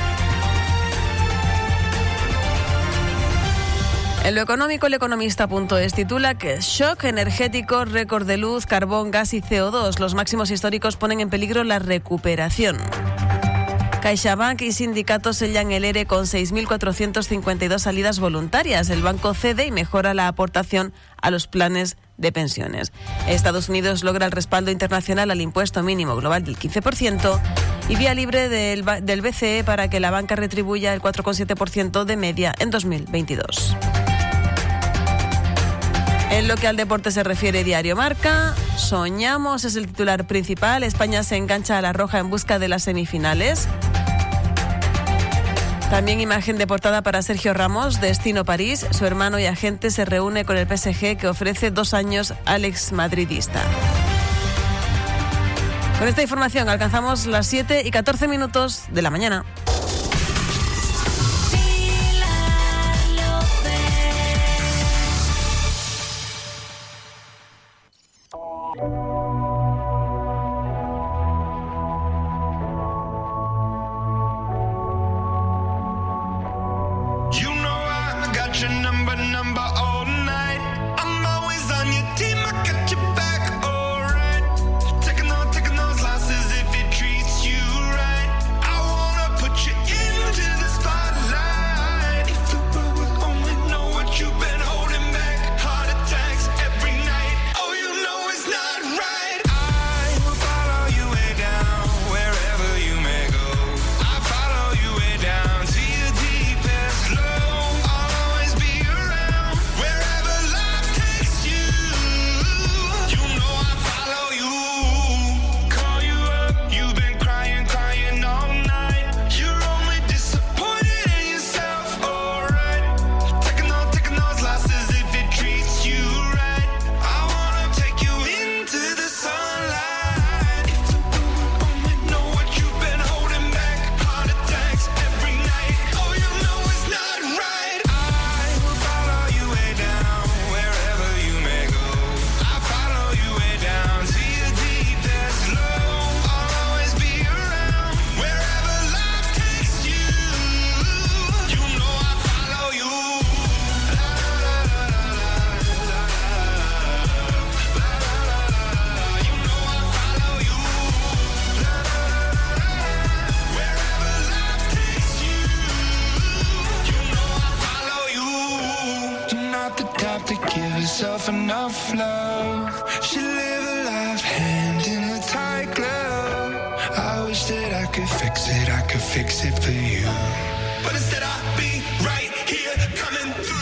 En lo económico, el economista punto es titula que shock energético, récord de luz, carbón, gas y C O dos. Los máximos históricos ponen en peligro la recuperación. CaixaBank y sindicatos sellan el ERE con seis mil cuatrocientas cincuenta y dos salidas voluntarias. El banco cede y mejora la aportación a los planes de pensiones. Estados Unidos logra el respaldo internacional al impuesto mínimo global del quince por ciento y vía libre del, del B C E para que la banca retribuya el cuatro coma siete por ciento de media en dos mil veintidós. En lo que al deporte se refiere, Diario Marca, soñamos es el titular principal. España se engancha a la roja en busca de las semifinales. También imagen de portada para Sergio Ramos, destino París. Su hermano y agente se reúne con el P S G que ofrece dos años al exmadridista. Con esta información alcanzamos las siete y catorce minutos de la mañana. Where herself enough love. She live a life hand in a tight glove. I wish that I could fix it, I could fix it for you. But instead I'll be right here coming through.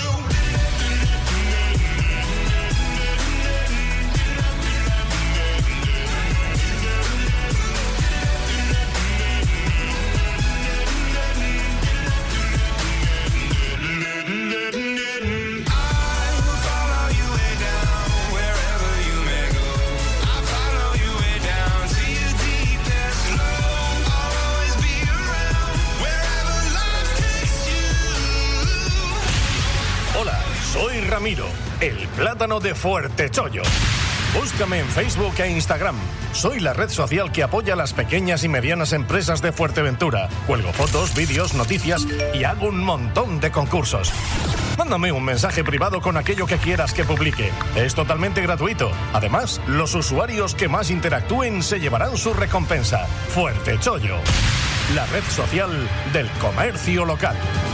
Soy Ramiro, el plátano de Fuerte Chollo. Búscame en Facebook e Instagram. Soy la red social que apoya a las pequeñas y medianas empresas de Fuerteventura. Cuelgo fotos, vídeos, noticias y hago un montón de concursos. Mándame un mensaje privado con aquello que quieras que publique. Es totalmente gratuito. Además, los usuarios que más interactúen se llevarán su recompensa. Fuerte Chollo, la red social del comercio local.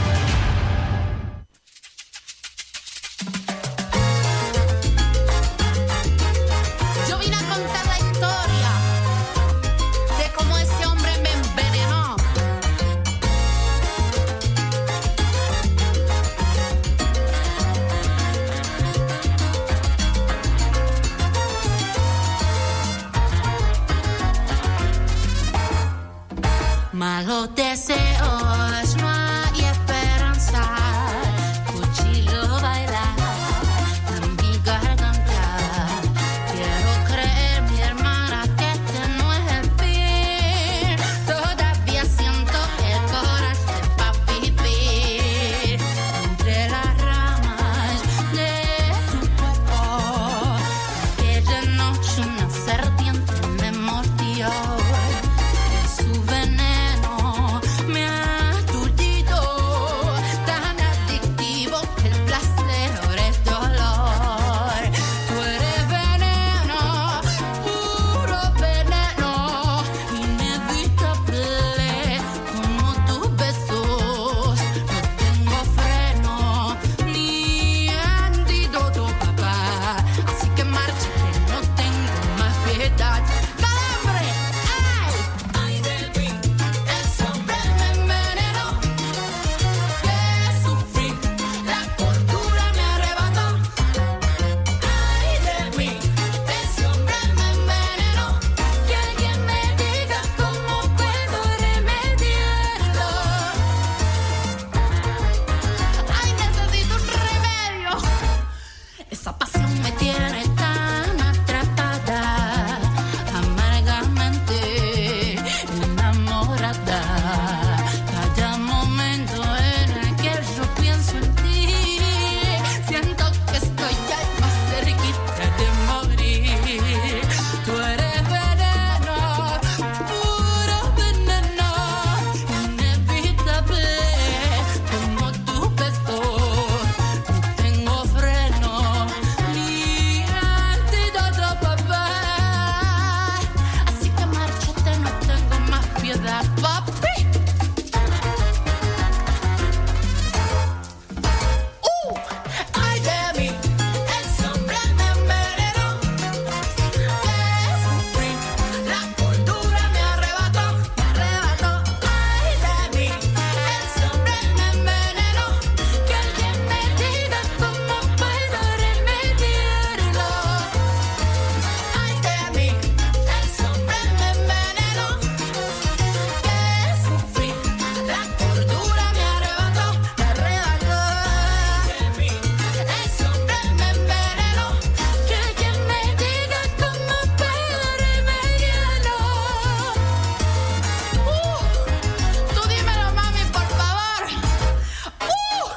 Malos deseos, no hay esperanza. Cuchillo bailar en mi garganta. Quiero creer, mi hermana, que este no es el fin. Todavía siento el coraje para vivir entre las ramas de tu cuerpo. Aquella noche una serpiente me mordió. Su veneno me ha aturdido, tan adictivo que el placer ahora es dolor. Tú eres veneno, puro veneno, inevitable como tus besos. No tengo freno ni antídoto, papá, así que márchate, no tengo más piedad. ¡Calambre! ¡Ay! Esa pasión me tiene tan atrapada, amargamente enamorada. Cada momento en el que yo pienso en ti, siento que estoy ya más cerquita de morir. Tú eres veneno, puro veneno, inevitable como tu beso. No tengo freno ni antídoto, papá, así que márchate, no tengo más piedad, papi. Uh, ay de mí, ese hombre me envenenó. Que sufrí, la cordura me arrebató, me arrebató. Ay de mí, ese hombre me envenenó. Que alguien me diga cómo puedo remediarlo. Ay de mí, ese hombre me envenenó. Que sufrí, la cordura me arrebató, me arrebató. De mí, ese hombre me envenenó. Que alguien me diga cómo puedo remediarlo. Uh, tú dímelo, mami, por favor. Uh,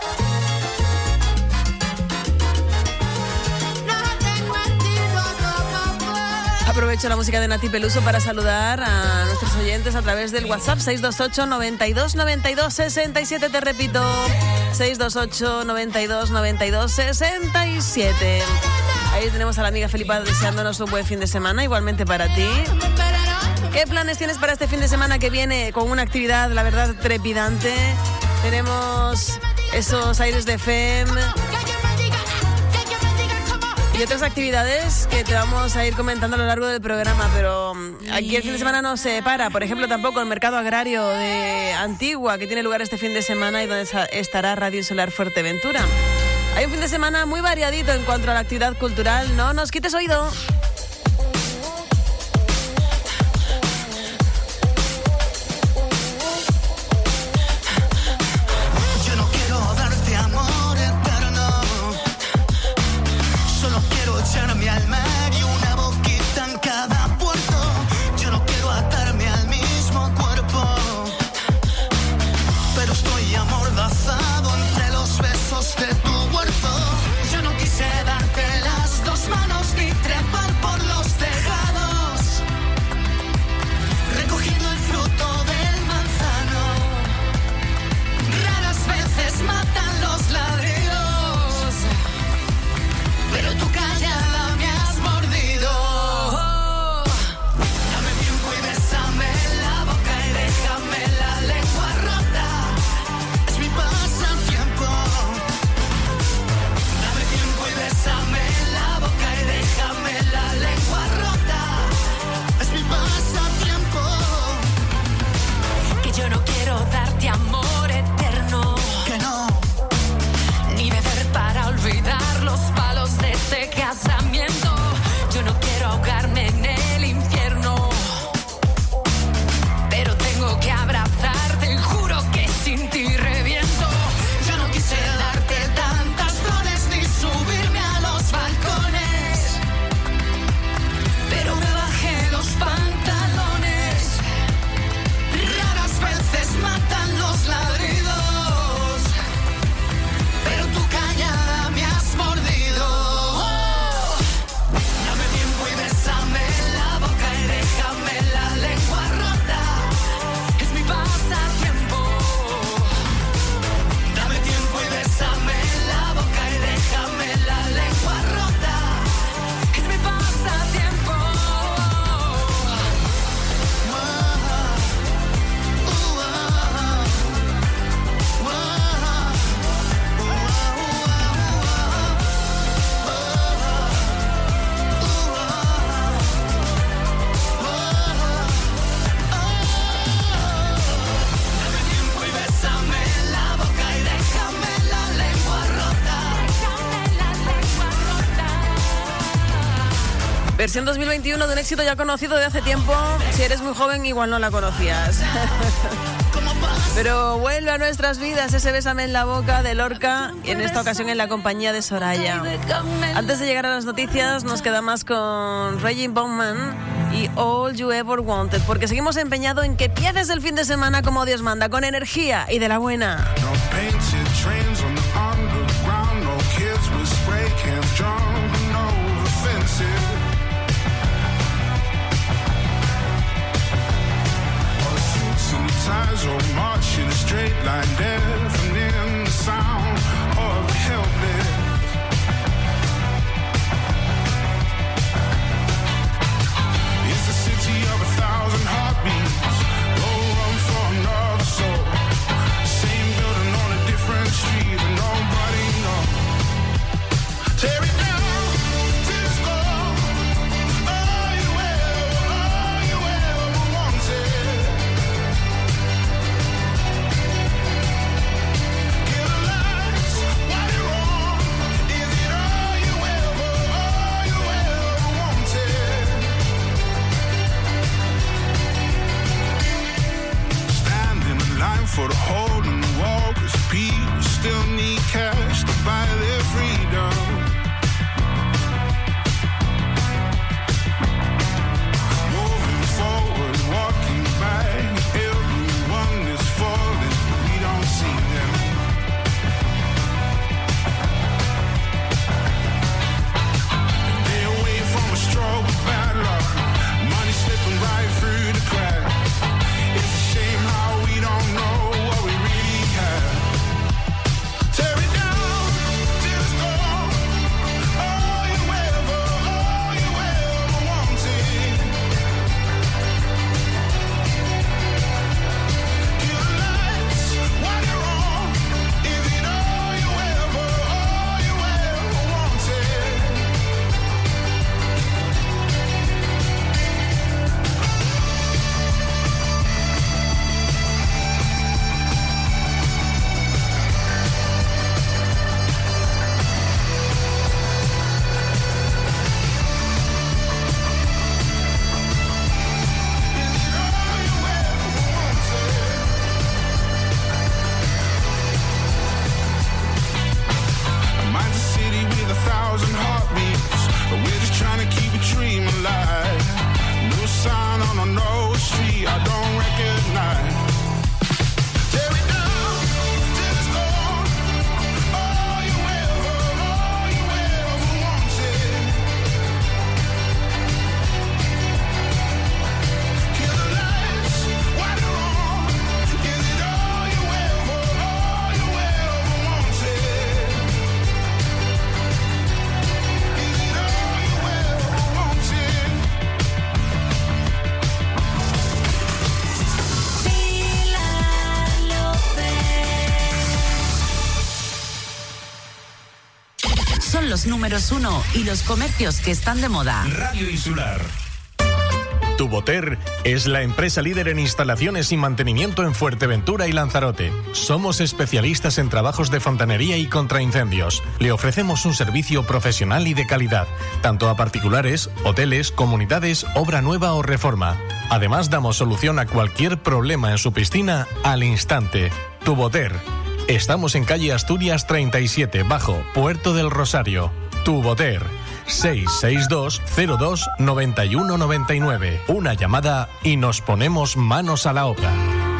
no tengo antídoto, papá. Aprovecho la música de Nati Peluso para saludar a nuestros oyentes a través del WhatsApp seis dos ocho, noventa y dos, noventa y dos, sesenta y siete. Te repito, seis dos ocho, noventa y dos, noventa y dos, sesenta y siete. Ahí tenemos a la amiga Felipa deseándonos un buen fin de semana, igualmente para ti. ¿Qué planes tienes para este fin de semana que viene con una actividad, la verdad, trepidante? Tenemos esos aires de F E M, Y otras actividades que te vamos a ir comentando a lo largo del programa, pero aquí el fin de semana no se para. Por ejemplo, tampoco el mercado agrario de Antigua, que tiene lugar este fin de semana y donde estará Radio Insular Fuerteventura. Hay un fin de semana muy variadito en cuanto a la actividad cultural. No nos quites oído. Echarme al mar y una boquita en cada puerto. Yo no quiero atarme al mismo cuerpo, pero estoy amordazado entre los besos de tu huerto. Yo no quise darte las dos manos ni trepar por los tejados, recogiendo el fruto del manzano. Raras veces matan los ladridos, pero tú callada me has mordido. Oh, dame tiempo y bésame la boca y déjame la lengua rota. Es mi pasatiempo. Dame tiempo y bésame la boca y déjame la lengua rota. Es mi pasatiempo. Que yo no quiero darte amor eterno. Que no. Ni beber para olvidar los palos de este casamiento. Yo no quiero ahogarme en el infierno, pero tengo que abrazarte y juro que sin ti reviento. Yo no quise darte tantas flores ni subirme a los balcones, Pero me bajé los pantalones. raras veces matan los ladridos, pero tú callada me has mordido. Oh, dame tiempo y bésame la boca y déjame la lengua rota. Es mi pasatiempo. Dame tiempo y bésame la boca y déjame la lengua rota. Es mi pasatiempo. Dame tiempo y bésame la boca y déjame la lengua rota. Versión dos mil veintiuno de un éxito ya conocido de hace tiempo. Si eres muy joven, igual no la conocías. Pero vuelve a nuestras vidas ese Bésame en la boca de Lorca, y en esta ocasión en la compañía de Soraya. Antes de llegar a las noticias, nos queda más con Regine Bowman y All You Ever Wanted, porque seguimos empeñados en que empieces el fin de semana como Dios manda, con energía y de la buena. No painted trains on the underground, no kids with spray cans jumping over fences. All the suits and ties all march in a straight line, deafening the sound of the helpless. It's a city of a thousand heartbeats, no room for another soul. Same building on a different street, but nobody knows. Tear it down to the score. All you ever, all you ever wanted. son los números uno y los comercios que están de moda. Radio Insular. Tuboter es la empresa líder en instalaciones y mantenimiento en Fuerteventura y Lanzarote. Somos especialistas en trabajos de fontanería y contraincendios. Le ofrecemos un servicio profesional y de calidad, tanto a particulares, hoteles, comunidades, obra nueva o reforma. Además, damos solución a cualquier problema en su piscina al instante. Tuboter. Estamos en calle Asturias treinta y siete, bajo Puerto del Rosario. Tuboter. seis seis dos cero dos nueve uno nueve nueve. Una llamada y nos ponemos manos a la obra.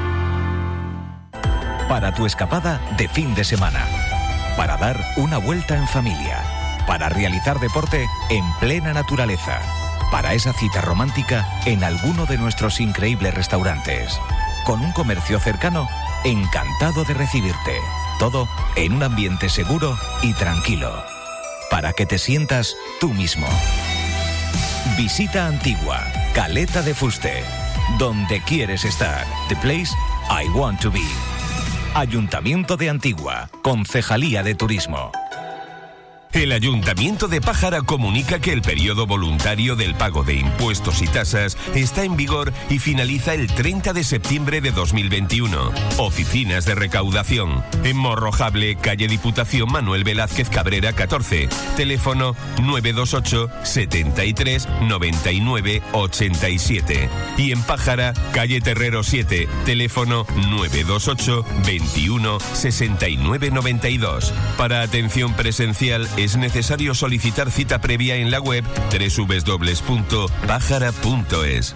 Para tu escapada de fin de semana. Para dar una vuelta en familia. Para realizar deporte en plena naturaleza. Para esa cita romántica en alguno de nuestros increíbles restaurantes. Con un comercio cercano, encantado de recibirte. Todo en un ambiente seguro y tranquilo. Para que te sientas tú mismo. Visita Antigua, Caleta de Fuste, donde quieres estar. The place I want to be. Ayuntamiento de Antigua, Concejalía de Turismo. El Ayuntamiento de Pájara comunica que el periodo voluntario del pago de impuestos y tasas está en vigor y finaliza el treinta de septiembre de dos mil veintiuno. Oficinas de recaudación. En Morrojable, calle Diputación Manuel Velázquez Cabrera catorce. Teléfono nueve dos ocho, setenta y tres, noventa y nueve, ochenta y siete. Y en Pájara, calle Terrero siete. Teléfono nueve dos ocho, veintiuno, sesenta y nueve, noventa y dos. Para atención presencial, es necesario solicitar cita previa en la web doble u doble u doble u punto pájara punto es.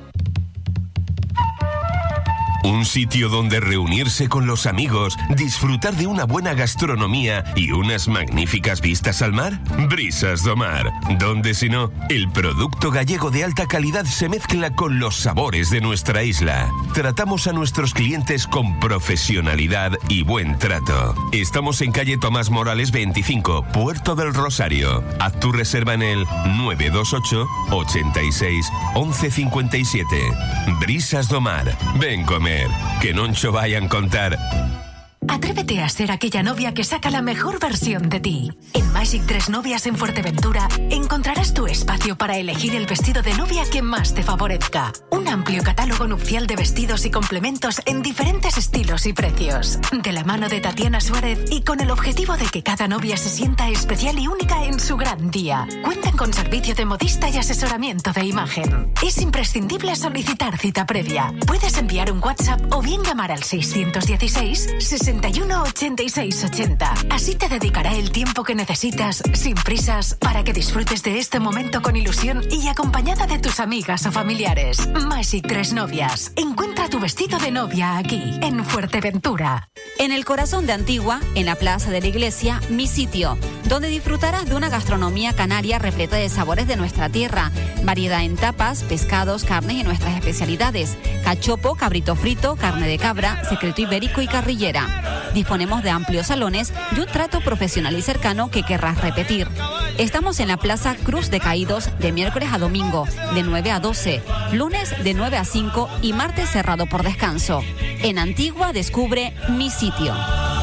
Un sitio donde reunirse con los amigos, disfrutar de una buena gastronomía y unas magníficas vistas al mar. Brisas do Mar. Donde si no, el producto gallego de alta calidad se mezcla con los sabores de nuestra isla. Tratamos a nuestros clientes con profesionalidad y buen trato. Estamos en calle Tomás Morales veinticinco, Puerto del Rosario. Haz tu reserva en el nueve dos ocho, ochenta y seis, once cincuenta y siete. Brisas do Mar. Ven comer. Que non cho vayan contar. Atrévete a ser aquella novia que saca la mejor versión de ti. En Magic Tres Novias en Fuerteventura encontrarás tu espacio para elegir el vestido de novia que más te favorezca. Un amplio catálogo nupcial de vestidos y complementos en diferentes estilos y precios. De la mano de Tatiana Suárez y con el objetivo de que cada novia se sienta especial y única en su gran día. Cuentan con servicio de modista y asesoramiento de imagen. Es imprescindible solicitar cita previa. Puedes enviar un WhatsApp o bien llamar al seiscientos dieciséis, sesenta y uno, ochenta y seis, ochenta. Así te dedicará el tiempo que necesitas, sin prisas, para que disfrutes de este momento con ilusión y acompañada de tus amigas o familiares. Magic Tres Novias. Encuentra tu vestido de novia aquí, en Fuerteventura. En el corazón de Antigua, en la plaza de la iglesia, Mi Sitio, donde disfrutarás de una gastronomía canaria repleta de sabores de nuestra tierra, variedad en tapas, pescados, carnes y nuestras especialidades, cachopo, cabrito frito, carne de cabra, secreto ibérico y carrillera. Disponemos de amplios salones y un trato profesional y cercano que querrás repetir. Estamos en la Plaza Cruz de Caídos de miércoles a domingo, de nueve a doce, lunes de nueve a cinco y martes cerrado por descanso. En Antigua descubre Mi Sitio.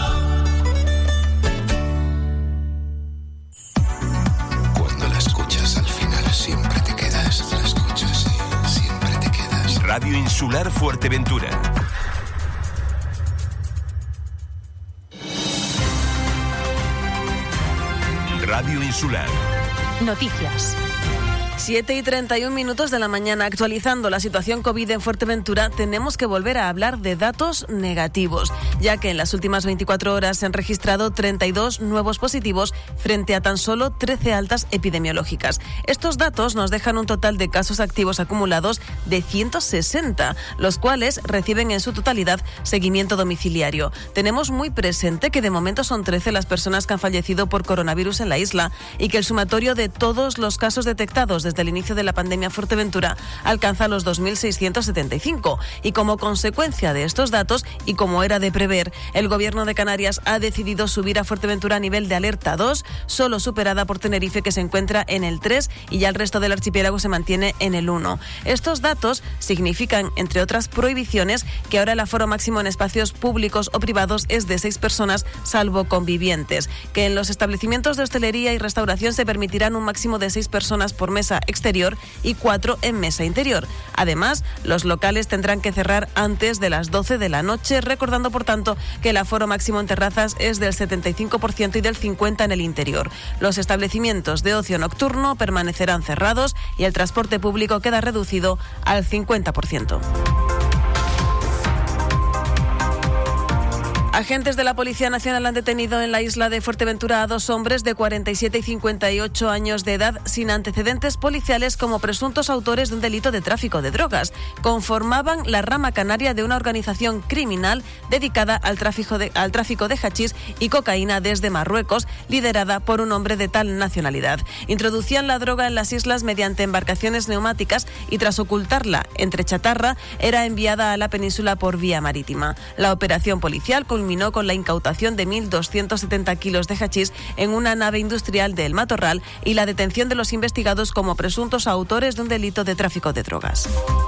Cuando la escuchas al final siempre te quedas. La escuchas y siempre te quedas. Radio Insular Fuerteventura. Radio Insular. Noticias. siete y treinta y un minutos de la mañana, actualizando la situación COVID en Fuerteventura, tenemos que volver a hablar de datos negativos, ya que en las últimas veinticuatro horas se han registrado treinta y dos nuevos positivos frente a tan solo trece altas epidemiológicas. Estos datos nos dejan un total de casos activos acumulados de ciento sesenta, los cuales reciben en su totalidad seguimiento domiciliario. Tenemos muy presente que de momento son trece las personas que han fallecido por coronavirus en la isla y que el sumatorio de todos los casos detectados desde desde el inicio de la pandemia, Fuerteventura alcanza los dos mil seiscientos setenta y cinco. Y como consecuencia de estos datos, y como era de prever, el Gobierno de Canarias ha decidido subir a Fuerteventura a nivel de alerta dos, solo superada por Tenerife, que se encuentra en el tres, y ya el resto del archipiélago se mantiene en el uno. Estos datos significan, entre otras prohibiciones, que ahora el aforo máximo en espacios públicos o privados es de seis personas, salvo convivientes, que en los establecimientos de hostelería y restauración se permitirán un máximo de seis personas por mesa exterior y cuatro en mesa interior. Además, los locales tendrán que cerrar antes de las doce de la noche, recordando, por tanto, que el aforo máximo en terrazas es del setenta y cinco por ciento y del cincuenta por ciento en el interior. Los establecimientos de ocio nocturno permanecerán cerrados y el transporte público queda reducido al cincuenta por ciento. Agentes de la Policía Nacional han detenido en la isla de Fuerteventura a dos hombres de cuarenta y siete y cincuenta y ocho años de edad sin antecedentes policiales como presuntos autores de un delito de tráfico de drogas. Conformaban la rama canaria de una organización criminal dedicada al tráfico de, al tráfico de hachís y cocaína desde Marruecos, liderada por un hombre de tal nacionalidad. Introducían la droga en las islas mediante embarcaciones neumáticas y, tras ocultarla entre chatarra, era enviada a la península por vía marítima. La operación policial culminó con la incautación de mil doscientos setenta kilos de hachís en una nave industrial de El Matorral y la detención de los investigados como presuntos autores de un delito de tráfico de drogas.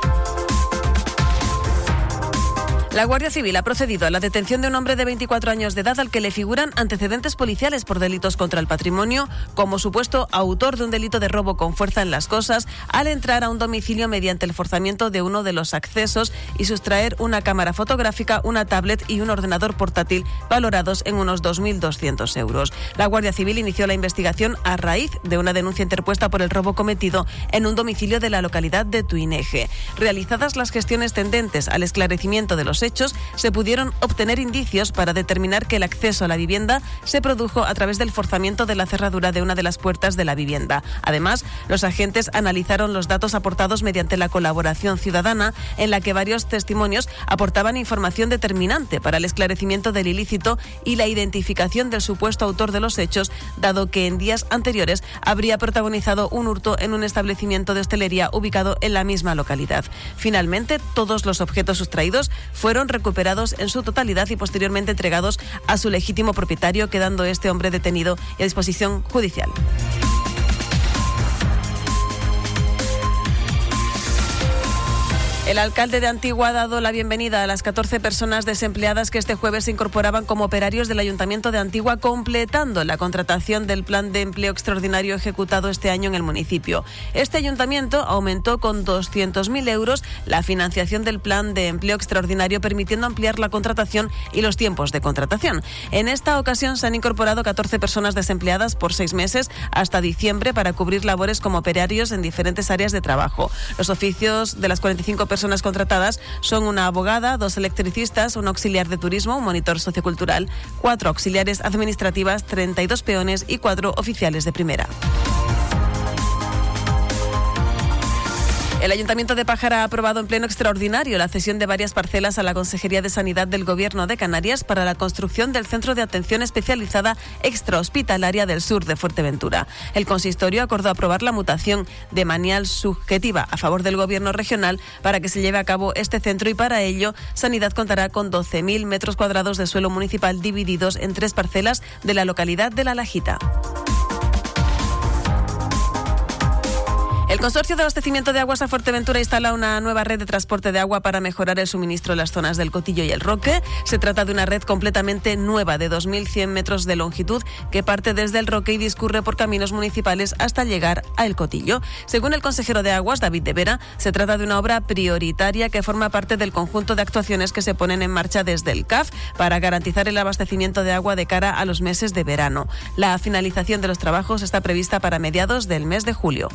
La Guardia Civil ha procedido a la detención de un hombre de veinticuatro años de edad al que le figuran antecedentes policiales por delitos contra el patrimonio como supuesto autor de un delito de robo con fuerza en las cosas al entrar a un domicilio mediante el forzamiento de uno de los accesos y sustraer una cámara fotográfica, una tablet y un ordenador portátil valorados en unos dos mil doscientos euros. La Guardia Civil inició la investigación a raíz de una denuncia interpuesta por el robo cometido en un domicilio de la localidad de Tuineje. Realizadas las gestiones tendentes al esclarecimiento de los hechos, se pudieron obtener indicios para determinar que el acceso a la vivienda se produjo a través del forzamiento de la cerradura de una de las puertas de la vivienda. Además, los agentes analizaron los datos aportados mediante la colaboración ciudadana, en la que varios testimonios aportaban información determinante para el esclarecimiento del ilícito y la identificación del supuesto autor de los hechos, dado que en días anteriores habría protagonizado un hurto en un establecimiento de hostelería ubicado en la misma localidad. Finalmente, todos los objetos sustraídos fueron recuperados en su totalidad y posteriormente entregados a su legítimo propietario, quedando este hombre detenido y a disposición judicial. El alcalde de Antigua ha dado la bienvenida a las catorce personas desempleadas que este jueves se incorporaban como operarios del Ayuntamiento de Antigua, completando la contratación del plan de empleo extraordinario ejecutado este año en el municipio. Este ayuntamiento aumentó con doscientos mil euros la financiación del plan de empleo extraordinario, permitiendo ampliar la contratación y los tiempos de contratación. En esta ocasión se han incorporado catorce personas desempleadas por seis meses hasta diciembre para cubrir labores como operarios en diferentes áreas de trabajo. Los oficios de las cuarenta y cinco personas contratadas son una abogada, dos electricistas, un auxiliar de turismo, un monitor sociocultural, cuatro auxiliares administrativas, treinta y dos peones y cuatro oficiales de primera. El Ayuntamiento de Pájara ha aprobado en pleno extraordinario la cesión de varias parcelas a la Consejería de Sanidad del Gobierno de Canarias para la construcción del Centro de Atención Especializada Extrahospitalaria del Sur de Fuerteventura. El consistorio acordó aprobar la mutación de manial subjetiva a favor del Gobierno regional para que se lleve a cabo este centro, y para ello Sanidad contará con doce mil metros cuadrados de suelo municipal divididos en tres parcelas de la localidad de La Lajita. El Consorcio de Abastecimiento de Aguas a Fuerteventura instala una nueva red de transporte de agua para mejorar el suministro en las zonas del Cotillo y el Roque. Se trata de una red completamente nueva de dos mil cien metros de longitud que parte desde el Roque y discurre por caminos municipales hasta llegar a El Cotillo. Según el consejero de Aguas, David de Vera, se trata de una obra prioritaria que forma parte del conjunto de actuaciones que se ponen en marcha desde el C A F para garantizar el abastecimiento de agua de cara a los meses de verano. La finalización de los trabajos está prevista para mediados del mes de julio.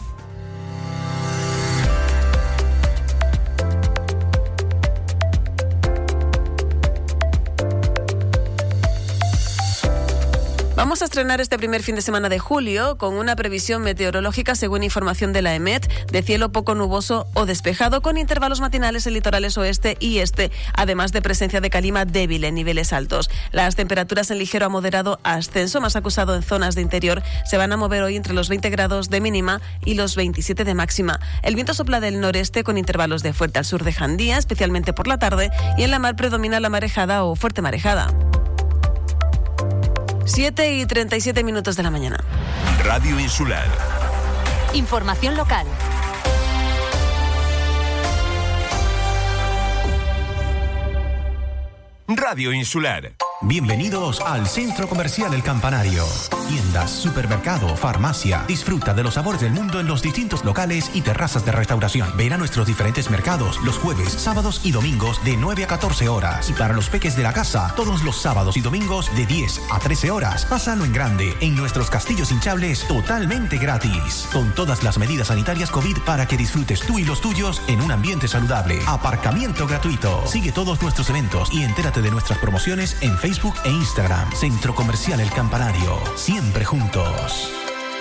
Vamos a estrenar este primer fin de semana de julio con una previsión meteorológica según información de la EMET de cielo poco nuboso o despejado con intervalos matinales en litorales oeste y este, además de presencia de calima débil en niveles altos. Las temperaturas en ligero a moderado ascenso, más acusado en zonas de interior, se van a mover hoy entre los veinte grados de mínima y los veintisiete de máxima. El viento sopla del noreste con intervalos de fuerte al sur de Jandía, especialmente por la tarde, y en la mar predomina la marejada o fuerte marejada. siete y treinta y siete minutos de la mañana. Radio Insular. Información local. Radio Insular. Bienvenidos al Centro Comercial El Campanario. Tiendas, supermercado, farmacia. Disfruta de los sabores del mundo en los distintos locales y terrazas de restauración. Ven a nuestros diferentes mercados los jueves, sábados y domingos de nueve a catorce horas. Y para los peques de la casa, todos los sábados y domingos de diez a trece horas. Pásalo en grande en nuestros castillos hinchables totalmente gratis. Con todas las medidas sanitarias COVID para que disfrutes tú y los tuyos en un ambiente saludable. Aparcamiento gratuito. Sigue todos nuestros eventos y entérate de nuestras promociones en Facebook. Facebook e Instagram. Centro Comercial El Campanario. Siempre juntos.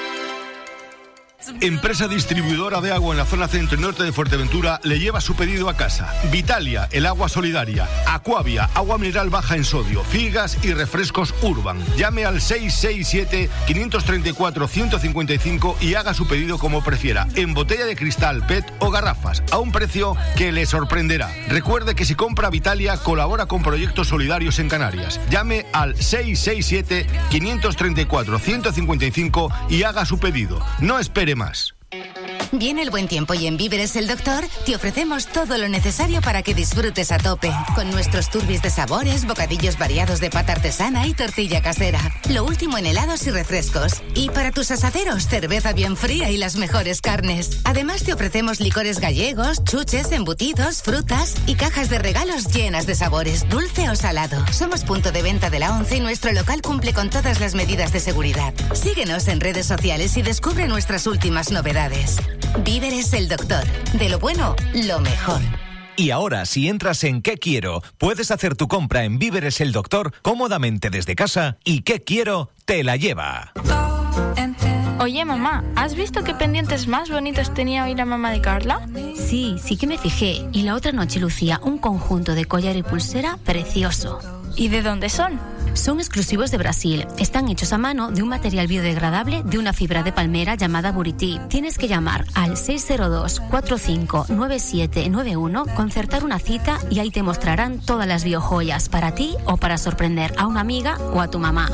Empresa distribuidora de agua en la zona centro y norte de Fuerteventura le lleva su pedido a casa. Vitalia, el agua solidaria. Aquavia, agua mineral baja en sodio. Figas y refrescos Urban. Llame al seis seis siete, cinco tres cuatro, uno cinco cinco y haga su pedido como prefiera, en botella de cristal, P E T o garrafas, a un precio que le sorprenderá. Recuerde que si compra Vitalia, colabora con proyectos solidarios en Canarias. Llame al seis seis siete, cinco tres cuatro, uno cinco cinco y haga su pedido. No espere más. Viene el buen tiempo y en Víveres El Doctor te ofrecemos todo lo necesario para que disfrutes a tope. Con nuestros turbis de sabores, bocadillos variados de pata artesana y tortilla casera. Lo último en helados y refrescos. Y para tus asaderos, cerveza bien fría y las mejores carnes. Además te ofrecemos licores gallegos, chuches, embutidos, frutas y cajas de regalos llenas de sabores, dulce o salado. Somos punto de venta de la ONCE y nuestro local cumple con todas las medidas de seguridad. Síguenos en redes sociales y descubre nuestras últimas novedades. Víveres El Doctor. De lo bueno, lo mejor. Y ahora, si entras en ¿Qué quiero?, puedes hacer tu compra en Víveres El Doctor cómodamente desde casa y ¿Qué quiero?, te la lleva. Oye, mamá, ¿has visto qué pendientes más bonitos tenía hoy la mamá de Carla? Sí, sí que me fijé. Y la otra noche lucía un conjunto de collar y pulsera precioso. ¿Y de dónde son? Son exclusivos de Brasil. Están hechos a mano de un material biodegradable de una fibra de palmera llamada Buriti. Tienes que llamar al seis cero dos, cuatro cinco nueve siete nueve uno, concertar una cita y ahí te mostrarán todas las biojoyas para ti o para sorprender a una amiga o a tu mamá.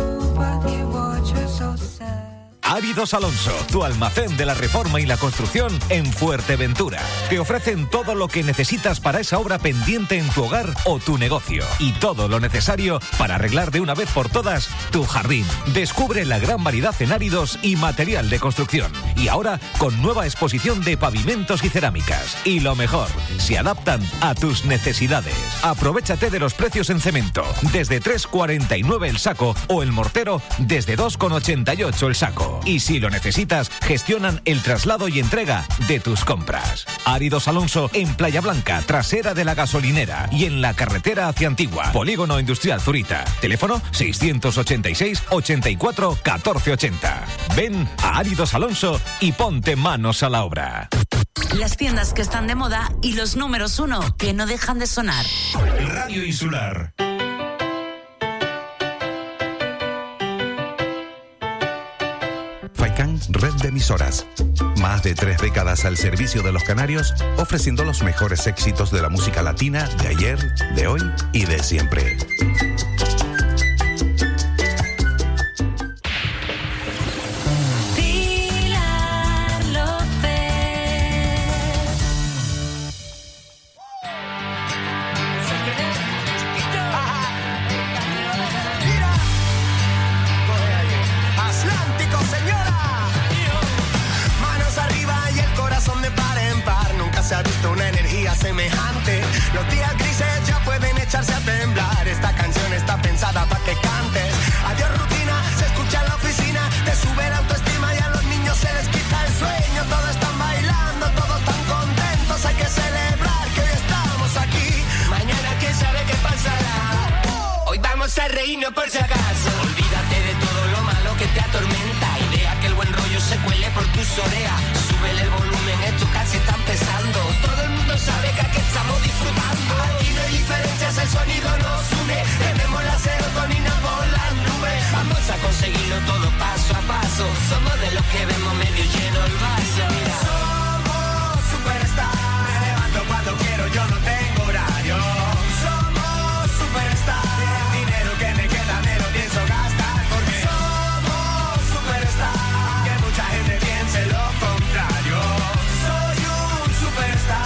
Áridos Alonso, tu almacén de la reforma y la construcción en Fuerteventura. Te ofrecen todo lo que necesitas para esa obra pendiente en tu hogar o tu negocio. Y todo lo necesario para arreglar de una vez por todas tu jardín. Descubre la gran variedad en áridos y material de construcción. Y ahora con nueva exposición de pavimentos y cerámicas. Y lo mejor, se adaptan a tus necesidades. Aprovechate de los precios en cemento. Desde tres cuarenta y nueve el saco o el mortero desde dos ochenta y ocho el saco. Y si lo necesitas, gestionan el traslado y entrega de tus compras. Áridos Alonso en Playa Blanca, trasera de la gasolinera y en la carretera hacia Antigua. Polígono Industrial Zurita. Teléfono seiscientos ochenta y seis, ochenta y cuatro, catorce ochenta. Ven a Áridos Alonso y ponte manos a la obra. Las tiendas que están de moda y los números uno que no dejan de sonar. Radio Insular. Faikan, red de emisoras. Más de tres décadas al servicio de los canarios, ofreciendo los mejores éxitos de la música latina de ayer, de hoy y de siempre. Pilar López. Atlántico, señora. Manos arriba y el corazón de par en par. Nunca se ha visto una energía semejante. Los días grises ya pueden echarse a temblar. Esta canción está pensada para que cantes. Adiós rutina, se escucha en la oficina. Te sube la autoestima y a los niños se les quita el sueño. Todos están bailando, todos están contentos. Hay que celebrar que hoy estamos aquí. Mañana quién sabe qué pasará. Hoy vamos a reírnos. camino por si acaso. Olvídate de todo lo malo que te atormenta y deja que el buen rollo se cuele por tus orejas. Súbele el volumen, estos casi están pesando. Todo el mundo sabe que aquí estamos disfrutando. Aquí no hay diferencias, el sonido nos une. Tenemos la serotonina por las nubes. Vamos a conseguirlo todo paso a paso. Somos de los que vemos medio lleno el vaso. Mira. Somos superstars. Me levanto cuando quiero, yo no tengo horario. Somos superstars. El dinero que me queda me lo pienso gastar porque somos superstars. Aunque mucha gente piense lo contrario, soy un superstar.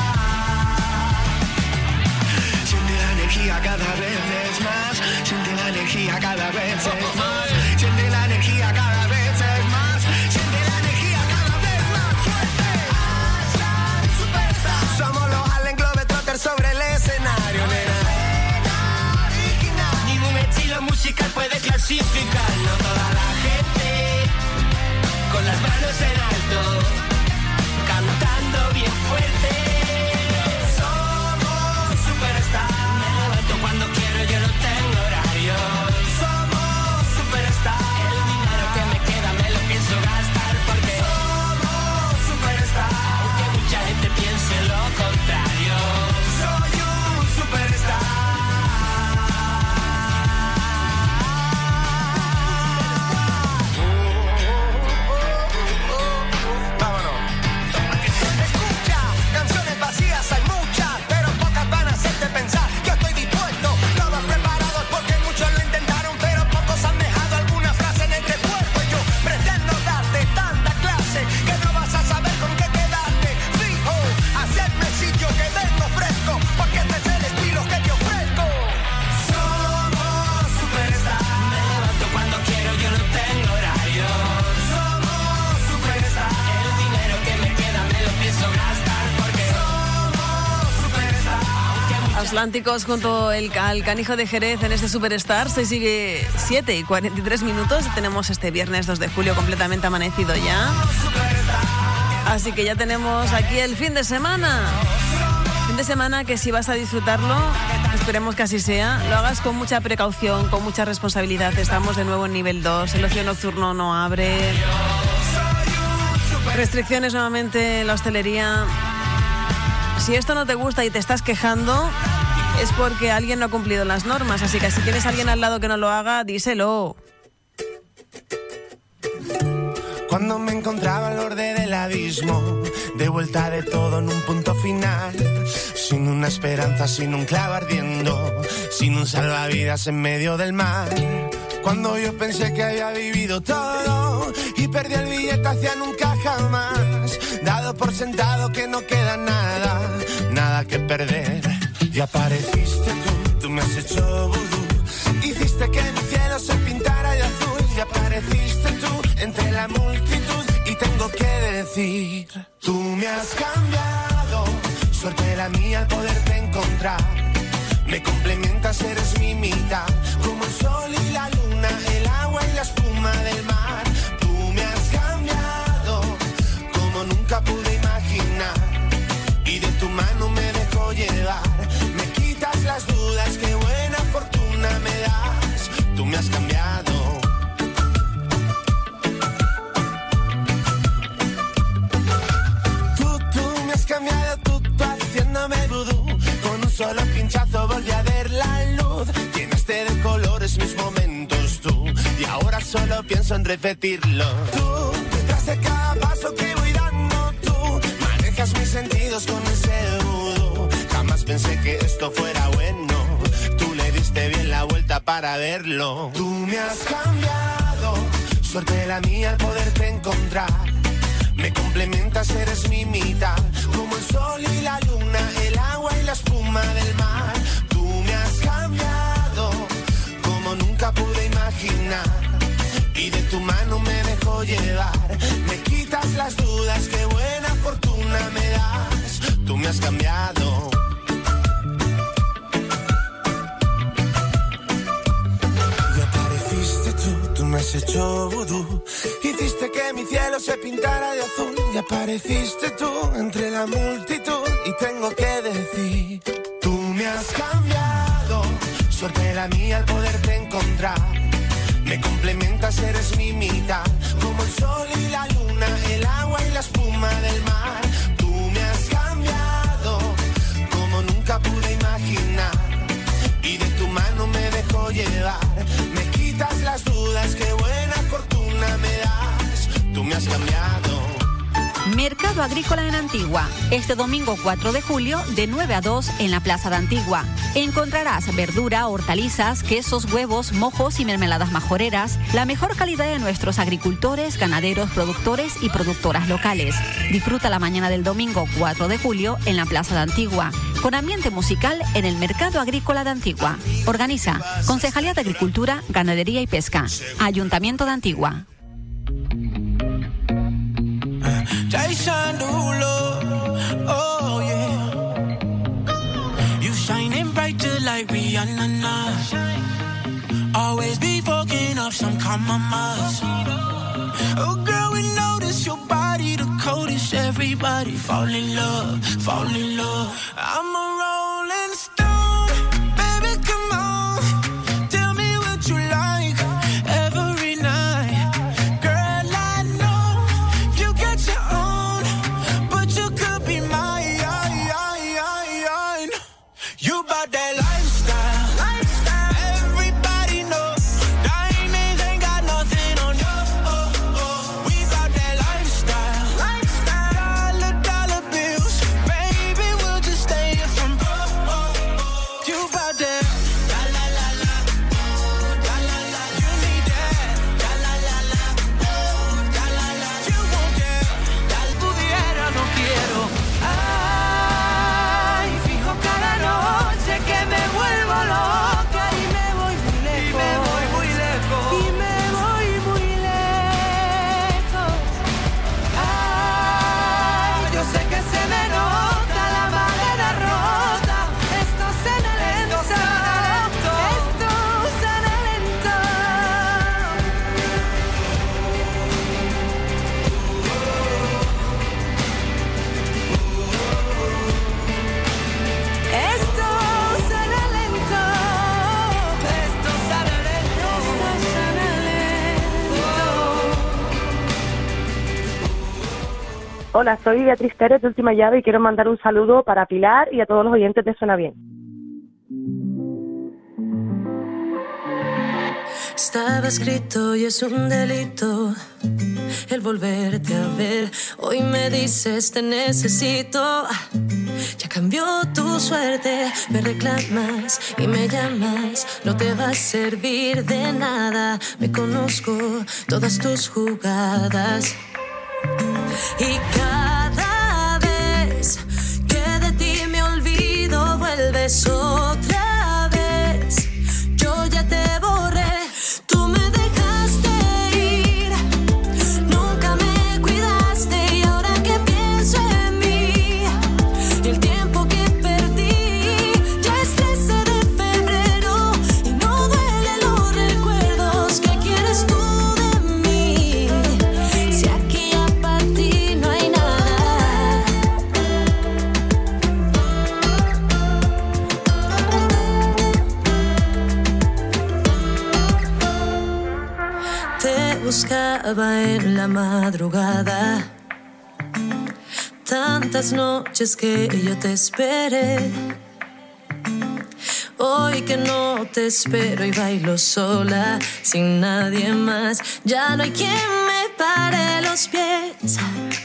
Siente la energía cada vez es más. Siente la energía cada vez es más. Siente la energía cada vez es más. Siente la energía cada vez más fuerte. Aslan Superstar. Somos los Harlem Globetrotters sobre el escenario, nena. Ningún estilo musical puede clasificarnos. Toda la gente con las manos en alto, cantando bien fuerte. Somos superstars. Me levanto cuando quiero, yo no tengo horario. Somos superstars. El dinero que me queda me lo pienso gastar porque somos superstars. Aunque mucha gente piense lo contrario, soy un superstar. Escucha, canciones vacías hay muchas, pero pocas van a hacerte pensar que estoy dispuesto. Todos preparados porque muchos lo intentaron, pero pocos han dejado alguna frase en el recuerdo. Yo pretendo darte tanta clase que no vas a saber con qué quedarte. Fijo, hacerme sitio que vengo fresco, porque este es el estilo que te ofrezco. Somos superstars. Me levanto cuando quiero, yo no tengo horario. Somos superstars. El dinero que me queda me lo pienso gastar porque somos superstars. Aunque mucha Atlánticos junto el, al Canijo de Jerez en este Superstar. Se sigue siete y cuarenta y tres minutos. Tenemos este viernes dos de julio completamente amanecido ya. Así que ya tenemos aquí el fin de semana. Fin de semana que si vas a disfrutarlo, esperemos que así sea, lo hagas con mucha precaución, con mucha responsabilidad. Estamos de nuevo en nivel dos. El ocio nocturno no abre. Restricciones nuevamente en la hostelería. Si esto no te gusta y te estás quejando, es porque alguien no ha cumplido las normas. Así que si tienes a alguien al lado que no lo haga, díselo. Cuando me encontraba al borde del abismo, de vuelta de todo en un punto final, sin una esperanza, sin un clavo ardiendo, sin un salvavidas en medio del mar. Cuando yo pensé que había vivido todo y perdí el billete hacia nunca jamás, dado por sentado que no queda nada, nada que perder. Y apareciste tú, tú me has hecho vudú, hiciste que mi cielo se pintara de azul. Y apareciste tú entre la multitud y tengo que decir, tú me has cambiado, suerte la mía al poderte encontrar. Me complementas, eres mi mitad, como el sol y la luna, el agua y la espuma del mar. Tú me has cambiado, como nunca pude imaginar, y de tu mano me dejo llevar. Me quitas las dudas, qué buena fortuna me das. Tú me has cambiado. Tú, tú me has cambiado, tú, tú haciéndome vudú. Con un solo pinchazo volví a ver la luz. Llenaste de colores mis momentos tú, y ahora solo pienso en repetirlo. Tú, detrás de cada paso que voy dando tú, manejas mis sentidos con ese vudú. Jamás pensé que esto fuera bueno, tú le diste bien la vuelta para verlo. Tú me has cambiado, suerte la mía al poderte encontrar. Me complementas, eres mi mitad, como el sol y la luna, el agua y la espuma del mar. Tú me has cambiado, como nunca pude imaginar, y de tu mano me dejo llevar. Me quitas las dudas, qué buena fortuna me das. Tú me has cambiado. Y apareciste tú, tú me has hecho vudú, hiciste que mi cielo se pintara de azul. Y apareciste tú entre la multitud y tengo que decir, tú me has cambiado, suerte la mía al poderte encontrar. Me complementas, eres mi mitad, como el sol y la luna, el agua y la espuma del mar. Tú me has cambiado como nunca pude imaginar, y de tu mano me dejo llevar. Me quitas las dudas, qué buena fortuna me das. Tú me has cambiado. Mercado Agrícola en Antigua. Este domingo cuatro de julio de nueve a dos en la Plaza de Antigua. Encontrarás verdura, hortalizas, quesos, huevos, mojos y mermeladas majoreras. La mejor calidad de nuestros agricultores, ganaderos, productores y productoras locales. Disfruta la mañana del domingo cuatro de julio en la Plaza de Antigua, con ambiente musical en el Mercado Agrícola de Antigua. Organiza Concejalía de Agricultura, Ganadería y Pesca. Ayuntamiento de Antigua. Jason Derulo, oh yeah. You shining brighter like Rihanna now. Always be fucking up some compromise. Oh girl, we notice your body the coldest. Everybody fall in love, fall in love. I'm a rolling stone, baby, come on. Tell me what you like every night. Girl, I know you got your own, but you could be mine. You bout that lifestyle, lifestyle. Everybody know diamonds ain't got nothing on you. Oh, oh. We bout that lifestyle, lifestyle. Dollar, dollar bills, baby, we'll just stay here from. Oh, oh, oh. You bout that. La la la la, oh, la la la. You need that. La la la la, oh, la la la. You want that. Tal pudiera, no quiero. Ay, fijo cada noche que me vuelvo loca y me voy muy lejos. Y me voy muy lejos. Y me voy muy lejos. Ay, yo sé que se me nota la madera rota. Esto suena lento. Esto suena lento. Esto suena lento. Esto suena lento. Esto suena lento. Hola, soy Beatriz Pérez de Última Llave y quiero mandar un saludo para Pilar y a todos los oyentes de Suena Bien. Estaba escrito y es un delito el volverte a ver. Hoy me dices te necesito. Ya cambió tu suerte, me reclamas y me llamas. No te va a servir de nada. Me conozco todas tus jugadas. Y cada vez que de ti me olvido, vuelves otra vez. Yo ya te borré. Tú me dejaste ir, nunca me cuidaste y ahora que pienso en mí, el tiempo que perdí, ya es trece de febrero y no duelen los recuerdos. ¿Qué quieres tú de mí? Si aquí ya para ti no hay nada. Te buscaba en la madrugada, tantas noches que yo te esperé. Hoy que no te espero y bailo sola, sin nadie más, ya no hay quien me pare los pies.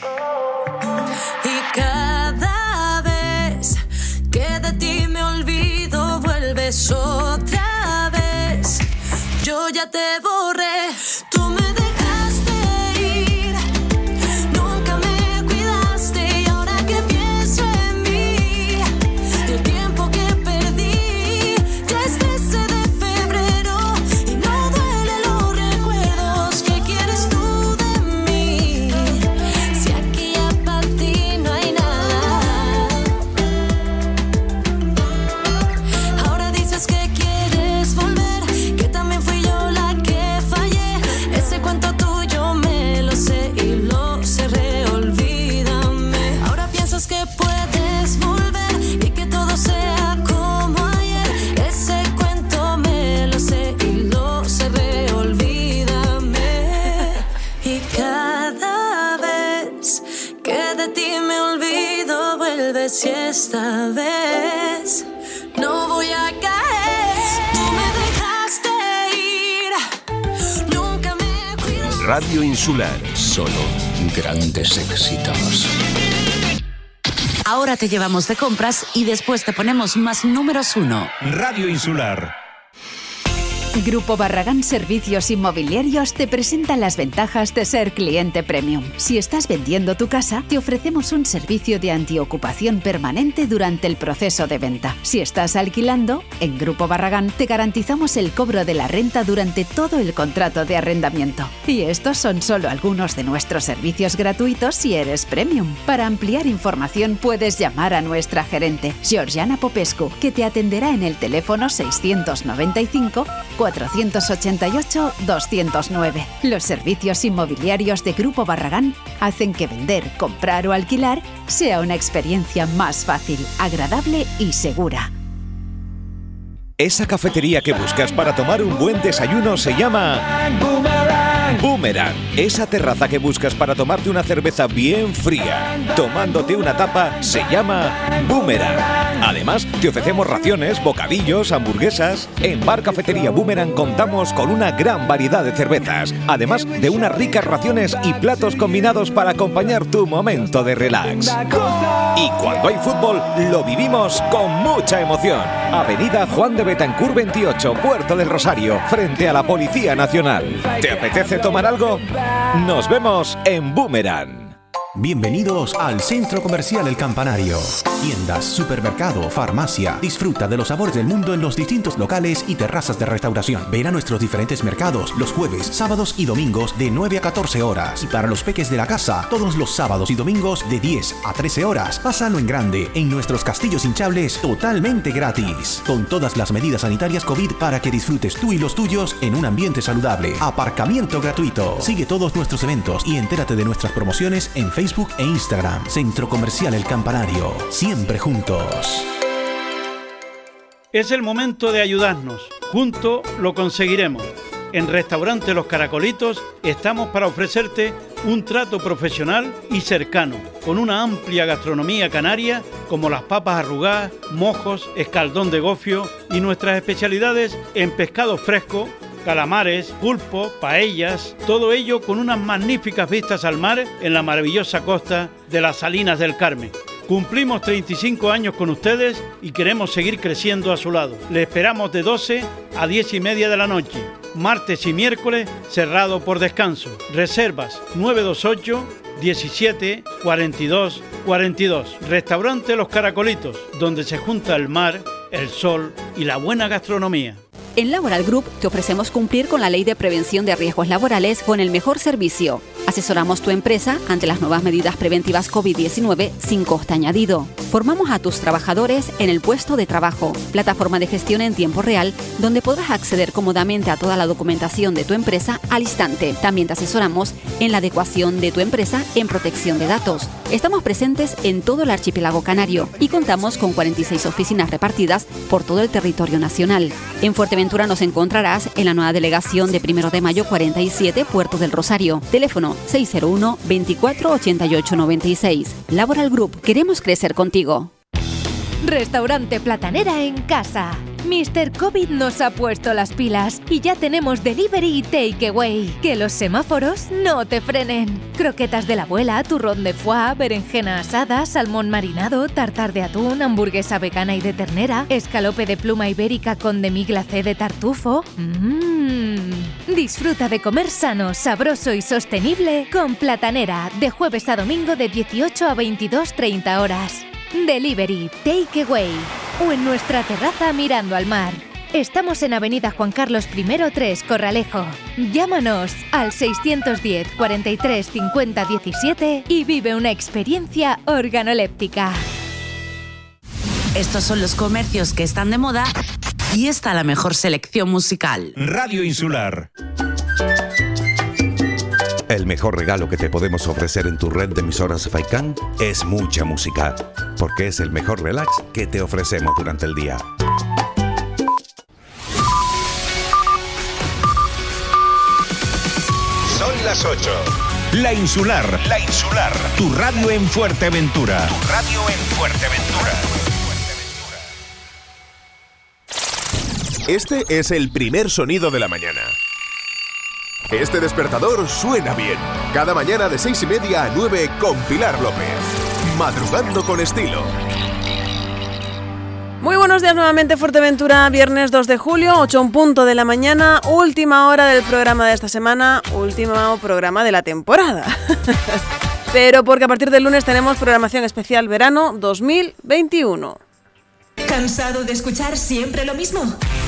Y cada vez que de ti me olvido, vuelves otra vez. Yo ya te borré. Tú me dejaste ir, nunca me cuidaste y ahora que pienso en mí, el tiempo que perdí, ya es trece de febrero y no duelen los recuerdos. ¿Qué quieres tú de mí? Si aquí ya para ti no hay nada. Ahora dices que quieres volver, que también fui yo la que fallé. si esta vez no voy a caer. Tú me dejaste ir, nunca me cuidaste. Radio Insular. Solo grandes éxitos. Ahora te llevamos de compras y después te ponemos más números uno. Radio Insular. Grupo Barragán Servicios Inmobiliarios te presenta las ventajas de ser cliente premium. Si estás vendiendo tu casa, te ofrecemos un servicio de antiocupación permanente durante el proceso de venta. Si estás alquilando, en Grupo Barragán te garantizamos el cobro de la renta durante todo el contrato de arrendamiento. Y estos son solo algunos de nuestros servicios gratuitos si eres premium. Para ampliar información puedes llamar a nuestra gerente, Georgiana Popescu, que te atenderá en el teléfono seiscientos noventa y cinco, cuatrocientos ochenta y ocho, doscientos nueve. Los servicios inmobiliarios de Grupo Barragán hacen que vender, comprar o alquilar sea una experiencia más fácil, agradable y segura. Esa cafetería que buscas para tomar un buen desayuno se llama Boomerang. Esa terraza que buscas para tomarte una cerveza bien fría, tomándote una tapa, se llama Boomerang. Además, te ofrecemos raciones, bocadillos, hamburguesas. En Bar Cafetería Boomerang contamos con una gran variedad de cervezas, además de unas ricas raciones y platos combinados para acompañar tu momento de relax. Y cuando hay fútbol, lo vivimos con mucha emoción. Avenida Juan de Betancourt veintiocho, Puerto del Rosario, frente a la Policía Nacional. ¿Te apetece tomar algo? Nos vemos en Boomerang. Bienvenidos al Centro Comercial El Campanario. Tiendas, supermercado, farmacia. Disfruta de los sabores del mundo en los distintos locales y terrazas de restauración. Ven a nuestros diferentes mercados los jueves, sábados y domingos de nueve a catorce horas. Y para los peques de la casa, todos los sábados y domingos de diez a trece horas. Pásalo en grande en nuestros castillos hinchables totalmente gratis. Con todas las medidas sanitarias COVID para que disfrutes tú y los tuyos en un ambiente saludable. Aparcamiento gratuito. Sigue todos nuestros eventos y entérate de nuestras promociones en Facebook. Facebook e Instagram. Centro Comercial El Campanario. Siempre juntos. Es el momento de ayudarnos. Juntos lo conseguiremos. En Restaurante Los Caracolitos estamos para ofrecerte un trato profesional y cercano, con una amplia gastronomía canaria como las papas arrugadas, mojos, escaldón de gofio y nuestras especialidades en pescado fresco, calamares, pulpo, paellas, todo ello con unas magníficas vistas al mar en la maravillosa costa de las Salinas del Carmen. Cumplimos treinta y cinco años con ustedes y queremos seguir creciendo a su lado. Le esperamos de doce a diez y media de la noche, martes y miércoles cerrado por descanso. Reservas nueve dos ocho, diecisiete, cuarenta y dos, cuarenta y dos. Restaurante Los Caracolitos, donde se junta el mar, el sol y la buena gastronomía. En Laboral Group te ofrecemos cumplir con la Ley de Prevención de Riesgos Laborales con el mejor servicio. Asesoramos tu empresa ante las nuevas medidas preventivas COVID diecinueve sin coste añadido. Formamos a tus trabajadores en el puesto de trabajo, plataforma de gestión en tiempo real, donde podrás acceder cómodamente a toda la documentación de tu empresa al instante. También te asesoramos en la adecuación de tu empresa en protección de datos. Estamos presentes en todo el archipiélago canario y contamos con cuarenta y seis oficinas repartidas por todo el territorio nacional. En Fuerteventura nos encontrarás en la nueva delegación de Primero de Mayo cuarenta y siete, Puerto del Rosario. Teléfono seis cero uno, veinticuatro, ochenta y ocho, noventa y seis. Laboral Group, queremos crecer contigo. Restaurante Platanera en casa. míster COVID nos ha puesto las pilas y ya tenemos delivery y takeaway. Que los semáforos no te frenen. Croquetas de la abuela, turrón de foie, berenjena asada, salmón marinado, tartar de atún, hamburguesa vegana y de ternera, escalope de pluma ibérica con demi-glacé de tartufo. Mmm. Disfruta de comer sano, sabroso y sostenible con Platanera, de jueves a domingo de dieciocho a veintidós treinta horas. Delivery, takeaway o en nuestra terraza mirando al mar. Estamos en Avenida Juan Carlos primero tres, Corralejo. Llámanos al seiscientos diez, cuarenta y tres, cincuenta, diecisiete y vive una experiencia organoléptica. Estos son los comercios que están de moda y está la mejor selección musical. Radio Insular. El mejor regalo que te podemos ofrecer en tu red de emisoras Faikan es mucha música, porque es el mejor relax que te ofrecemos durante el día. Son las ocho. La Insular. La Insular. Tu radio en Fuerteventura. Tu radio en Fuerteventura. Este es el primer sonido de la mañana. Este despertador suena bien. Cada mañana de seis y media a nueve con Pilar López. Madrugando con estilo. Muy buenos días nuevamente, Fuerteventura, viernes dos de julio, ocho en punto de la mañana, última hora del programa de esta semana, último programa de la temporada. Pero porque a partir del lunes tenemos programación especial verano dos mil veintiuno. ¿Cansado de escuchar siempre lo mismo?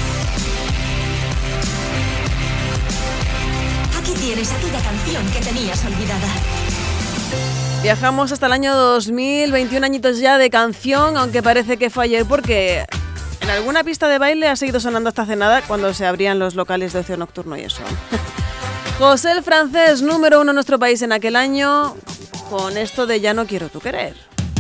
Aquí tienes aquella canción que tenías olvidada. Viajamos hasta el año dos mil, veintiún añitos ya de canción, aunque parece que fue ayer porque en alguna pista de baile ha seguido sonando hasta hace nada cuando se abrían los locales de ocio nocturno y eso. José el Francés, número uno en nuestro país en aquel año, con esto de Ya no quiero tu querer.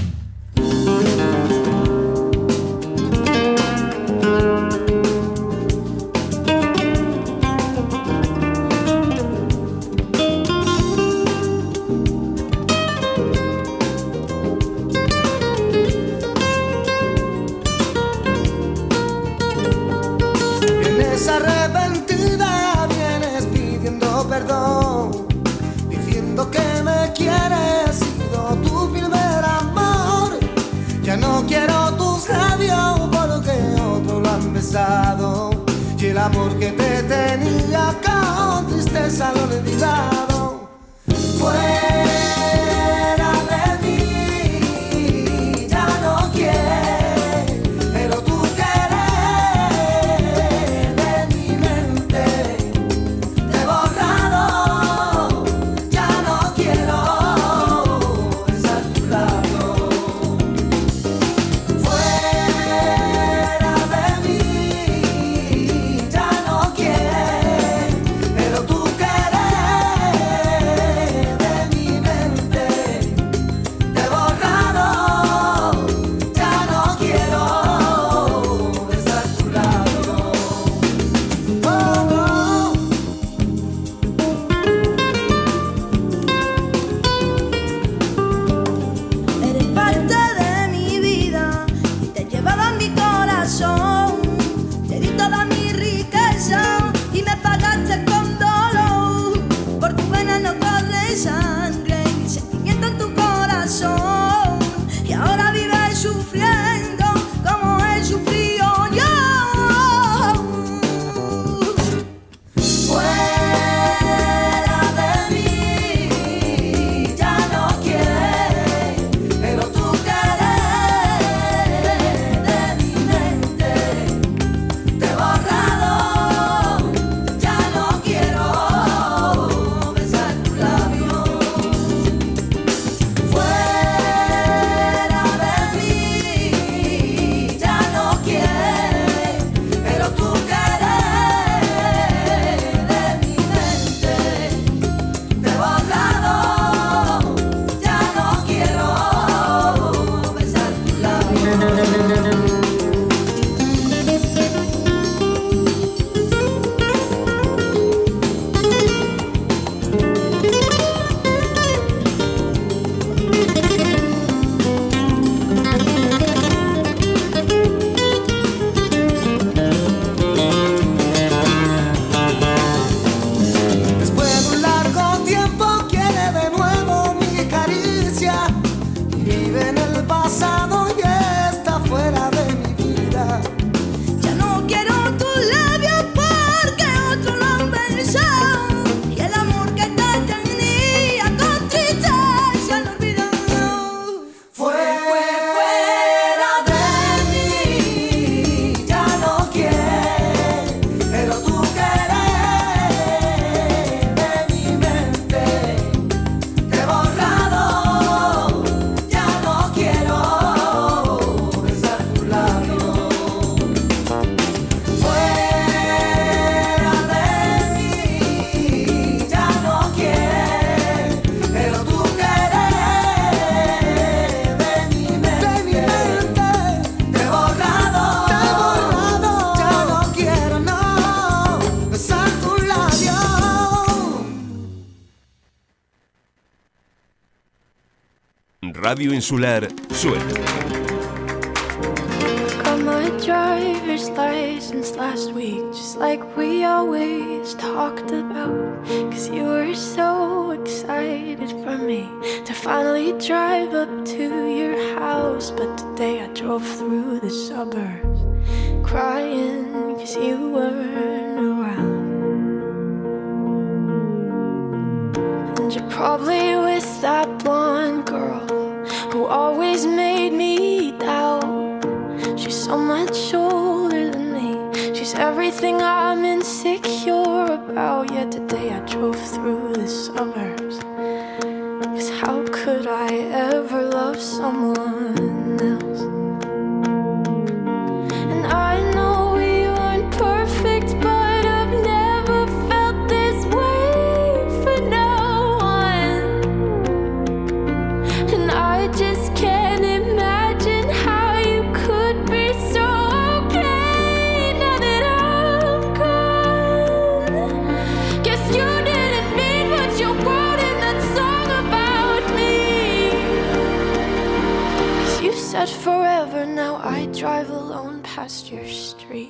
Arrepentida vienes pidiendo perdón, diciendo que me quieres, sido tu primer amor. Ya no quiero tus labios porque otro lo han besado, y el amor que te tenía con tristeza lo he olvidado. Fuera de mí, ya no quiero, pero tú De Radio Insular suena. Got my driver's license last week, just like we always talked about. Cause you were so excited for me to finally drive up to your house. But today I drove through the suburbs crying cause you weren't around. And you're probably with that blonde girl who always made me doubt. She's so much older than me. She's everything I'm insecure about. Yet today I drove through the suburbs. Cause how could I ever love someone else? And I know we aren't perfect, but I've never felt this way for no one. And I just can't imagine how you could be so okay now that I'm gone. Guess you didn't mean what you wrote in that song about me. 'Cause you said forever, now I drive alone past your street.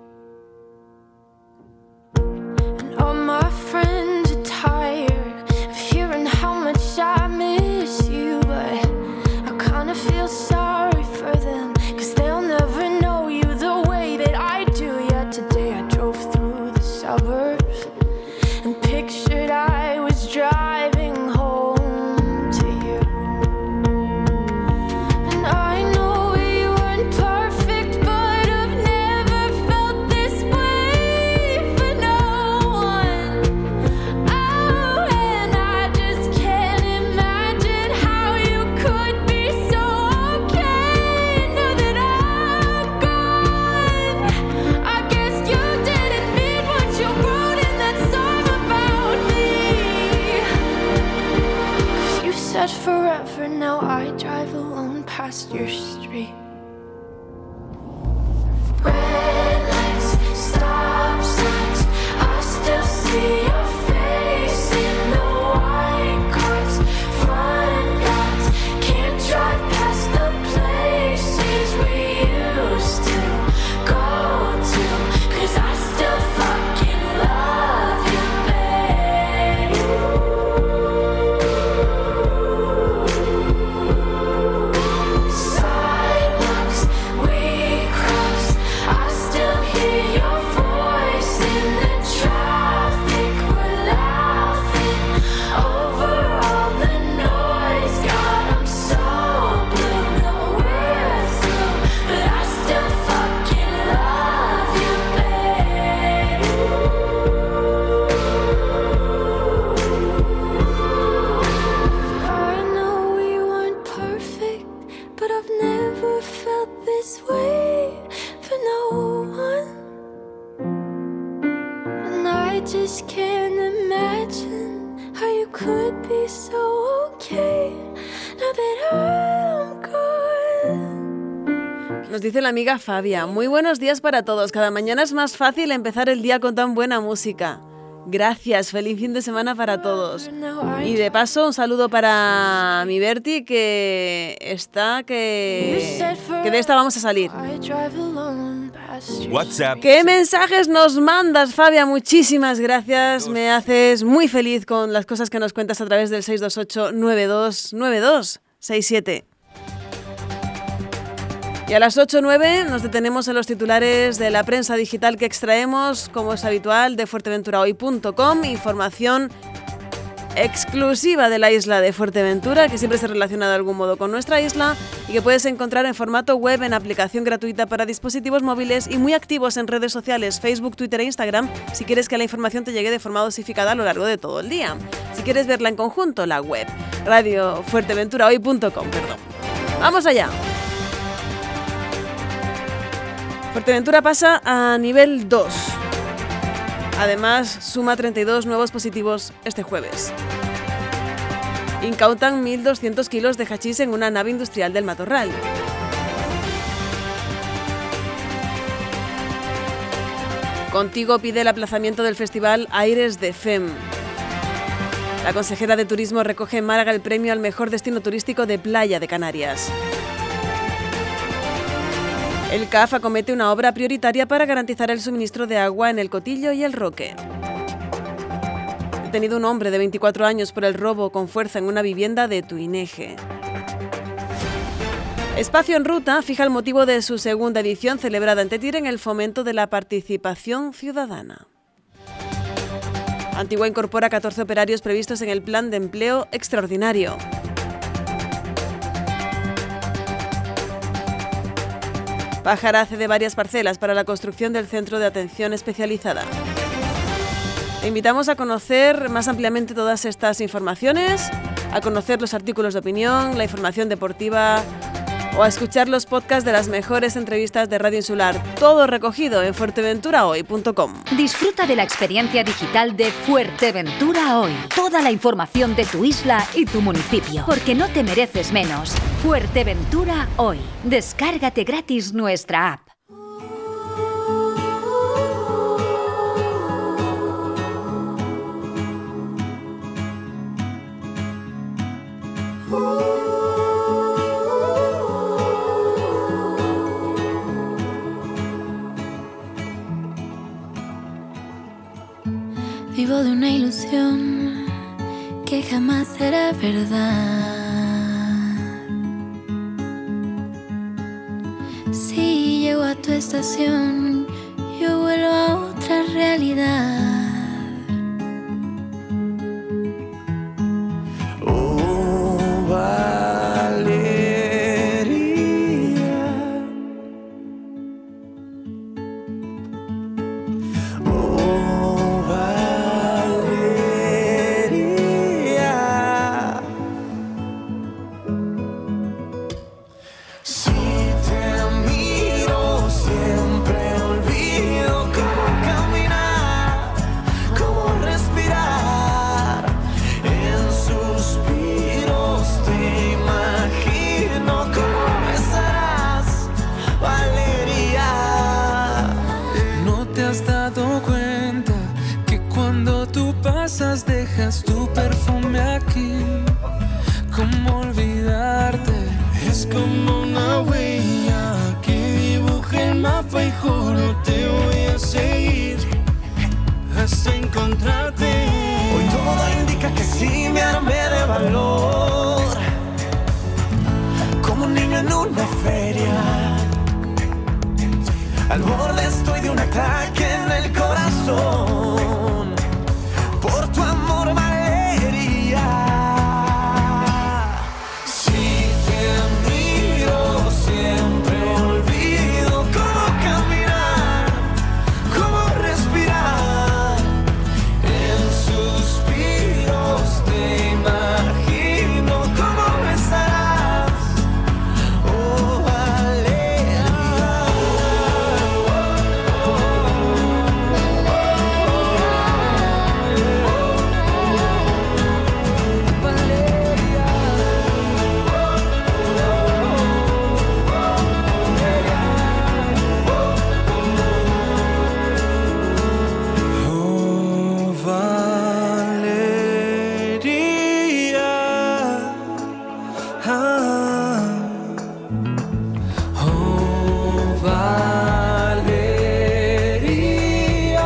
And all my friends are tired of hearing how much I miss you, but I kinda feel sorry for them, 'cause they'll never know you the way that I do. Yet today I drove through the suburbs and pictured I was driving home to you. And I know we weren't perfect, but I've never felt this way for no one. Oh, and I just can't imagine how you could be so okay now that I'm gone. I guess you didn't mean what you wrote in that song about me. 'Cause you said forever, now I drive alone past your street. Red lights, stop signs, I still see your face in the white cars, front yards. Can't drive past the places we used to go to, 'cause I still fucking love you, babe. Sidewalks we cross, I still hear your voice in the traffic. We're laughing over all the noise. God, I'm so blue, no we're through, but I still fucking love you, babe. I know we weren't perfect, but I've never felt this way for no one. And I just can't imagine how you could be so okay now that I'm gone. Nos dice la amiga Fabia, muy buenos días para todos. Cada mañana es más fácil empezar el día con tan buena música. Gracias, feliz fin de semana para todos. Y de paso, un saludo para mi Berti, que está, que, que de esta vamos a salir. WhatsApp. ¿Qué mensajes nos mandas, Fabia? Muchísimas gracias. Me haces muy feliz con las cosas que nos cuentas a través del seis dos ocho, nueve dos nueve dos seis siete. Y a las ocho o nueve nos detenemos en los titulares de la prensa digital que extraemos, como es habitual, de fuerteventura hoy punto com, información exclusiva de la isla de Fuerteventura, que siempre se relaciona de algún modo con nuestra isla y que puedes encontrar en formato web, en aplicación gratuita para dispositivos móviles y muy activos en redes sociales, Facebook, Twitter e Instagram, si quieres que la información te llegue de forma dosificada a lo largo de todo el día. Si quieres verla en conjunto, la web, radio fuerteventura hoy punto com, perdón. ¡Vamos allá! Fuerteventura pasa a nivel dos. Además, suma treinta y dos nuevos positivos este jueves. Incautan mil doscientos kilos de hachís en una nave industrial del Matorral. Contigo pide el aplazamiento del festival Aires de F E M. La consejera de Turismo recoge en Málaga el premio al mejor destino turístico de playa de Canarias. El C A F acomete una obra prioritaria para garantizar el suministro de agua en El Cotillo y El Roque. Detenido un hombre de veinticuatro años por el robo con fuerza en una vivienda de Tuineje. Espacio en Ruta fija el motivo de su segunda edición celebrada en Tetir en el fomento de la participación ciudadana. Antigua incorpora catorce operarios previstos en el plan de empleo extraordinario. Pájara cede varias parcelas para la construcción del centro de atención especializada. Te invitamos a conocer más ampliamente todas estas informaciones, a conocer los artículos de opinión, la información deportiva o a escuchar los podcasts de las mejores entrevistas de Radio Insular. Todo recogido en fuerteventura hoy punto com. Disfruta de la experiencia digital de Fuerteventura Hoy. Toda la información de tu isla y tu municipio. Porque no te mereces menos. Fuerteventura Hoy. Descárgate gratis nuestra app. Vivo de una ilusión que jamás será verdad. Si llego a tu estación, yo vuelvo a otra realidad. Oh, Valeria. Oh, Valeria. Si te miro siempre olvido cómo caminar, cómo respirar. En suspiros te imagino cómo besarás, Valeria. ¿No te has dado cuenta que cuando tú pasas dejas tu perfume aquí? ¿Cómo olvidarte? Es como una huella que dibuja el mapa y juro te voy a seguir hasta encontrarte. Hoy todo indica que sí me armé de valor, como un niño en una feria. Al borde estoy de un ataque en el corazón, por tu amor, Valeria. Si te miro siempre olvido cómo caminar, cómo respirar. En suspiros te imagino cómo besarás, oh, Valeria. Oh, Valeria. Ah. Oh, Valeria.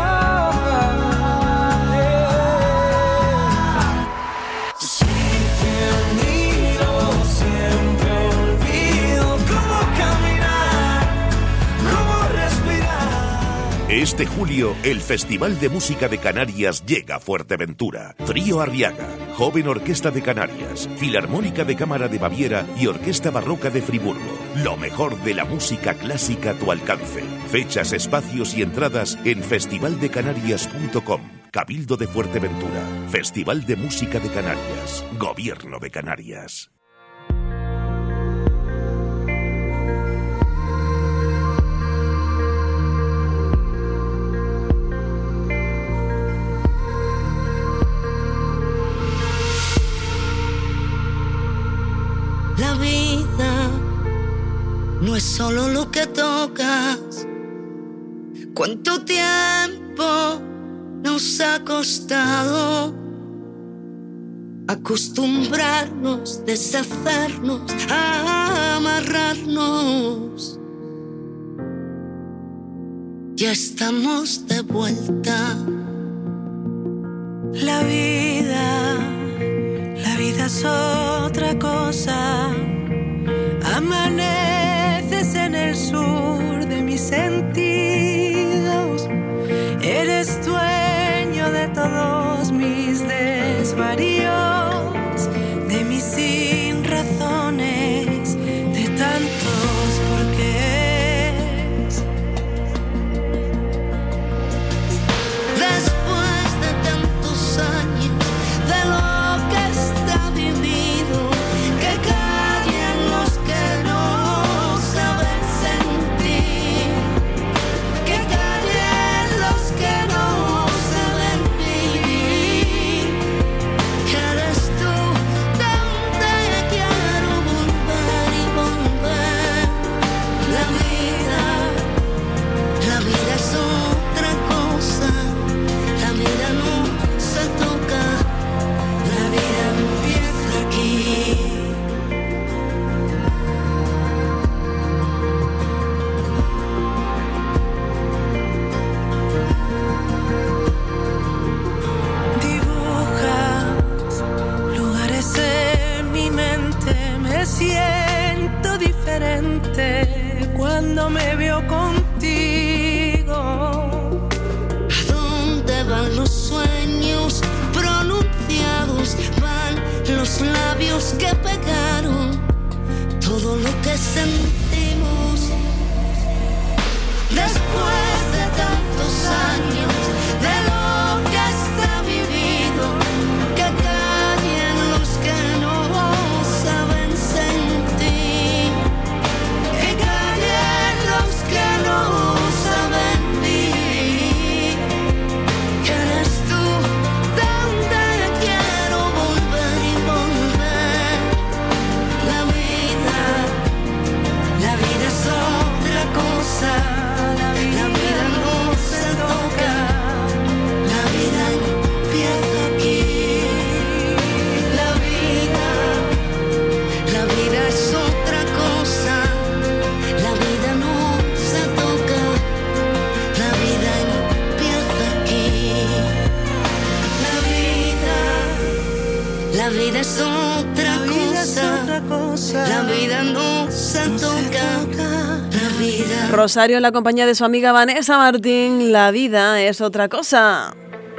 Si te miro siempre olvido cómo caminar, cómo respirar. Este julio, el Festival de Música de Canarias llega a Fuerteventura. Trío Arriaga, Joven Orquesta de Canarias, Filarmónica de Cámara de Baviera y Orquesta Barroca de Friburgo. Lo mejor de la música clásica a tu alcance. Fechas, espacios y entradas en festival de canarias punto com. Cabildo de Fuerteventura. Festival de Música de Canarias. Gobierno de Canarias. La vida no es solo lo que tocas. ¿Cuánto tiempo? tiempo nos ha costado. acostumbrarnos, deshacernos, amarrarnos. Ya estamos de vuelta. La vida, la vida es otra cosa. Amaneces en el sur de mis sentidos. Eres dueño de todos mis desvaríos, de mis sin razones, de tantos porqués. Después de tantos años de lo que está vivido, que callen los que no saben sentir, que callen los que no saben vivir. Que eres tú, donde quiero volver y volver. La vida, la vida es otra cosa. La vida no se toca, la vida empieza aquí. Dibujas lugares en mi mente, me siento diferente cuando me veo contigo. ¿A dónde van los sueños pronunciados? Van los labios que pegaron todo lo que sentimos. Después de tantos años de lo que está vivido, que callen los que no saben sentir, que callen los que no saben vivir. Que eres tú, donde quiero volver y volver. La vida, la vida es otra cosa. La vida no se toca, la vida empieza aquí. La vida, la vida es otra cosa. La vida no se toca, la vida empieza aquí. La vida, la vida es otra cosa. La vida no se toca, la vida. Rosario en la compañía de su amiga Vanessa Martín, la vida es otra cosa.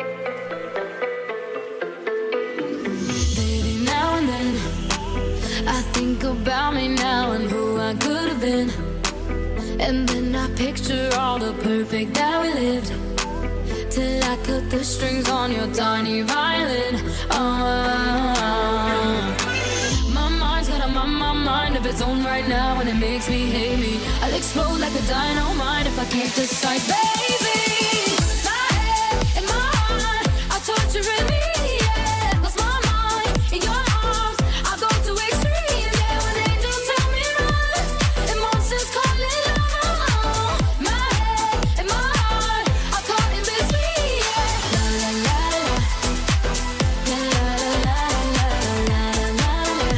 Baby, now and then I think about me now and who I could have been. And then I picture all the perfect that we lived, till I cut the strings on your tiny violin. Oh, my mind's got a my, my mind of its own right now, and it makes me hate me. I'll explode like a dynamite if I can't decide, baby. My head and my heart are torturing me. Yeah, lost my mind in your arms. I go to extremes. Yeah, when angels tell me run and monsters call it love. My head and my heart are caught in between. Yeah, la la la la, la la la la la la la.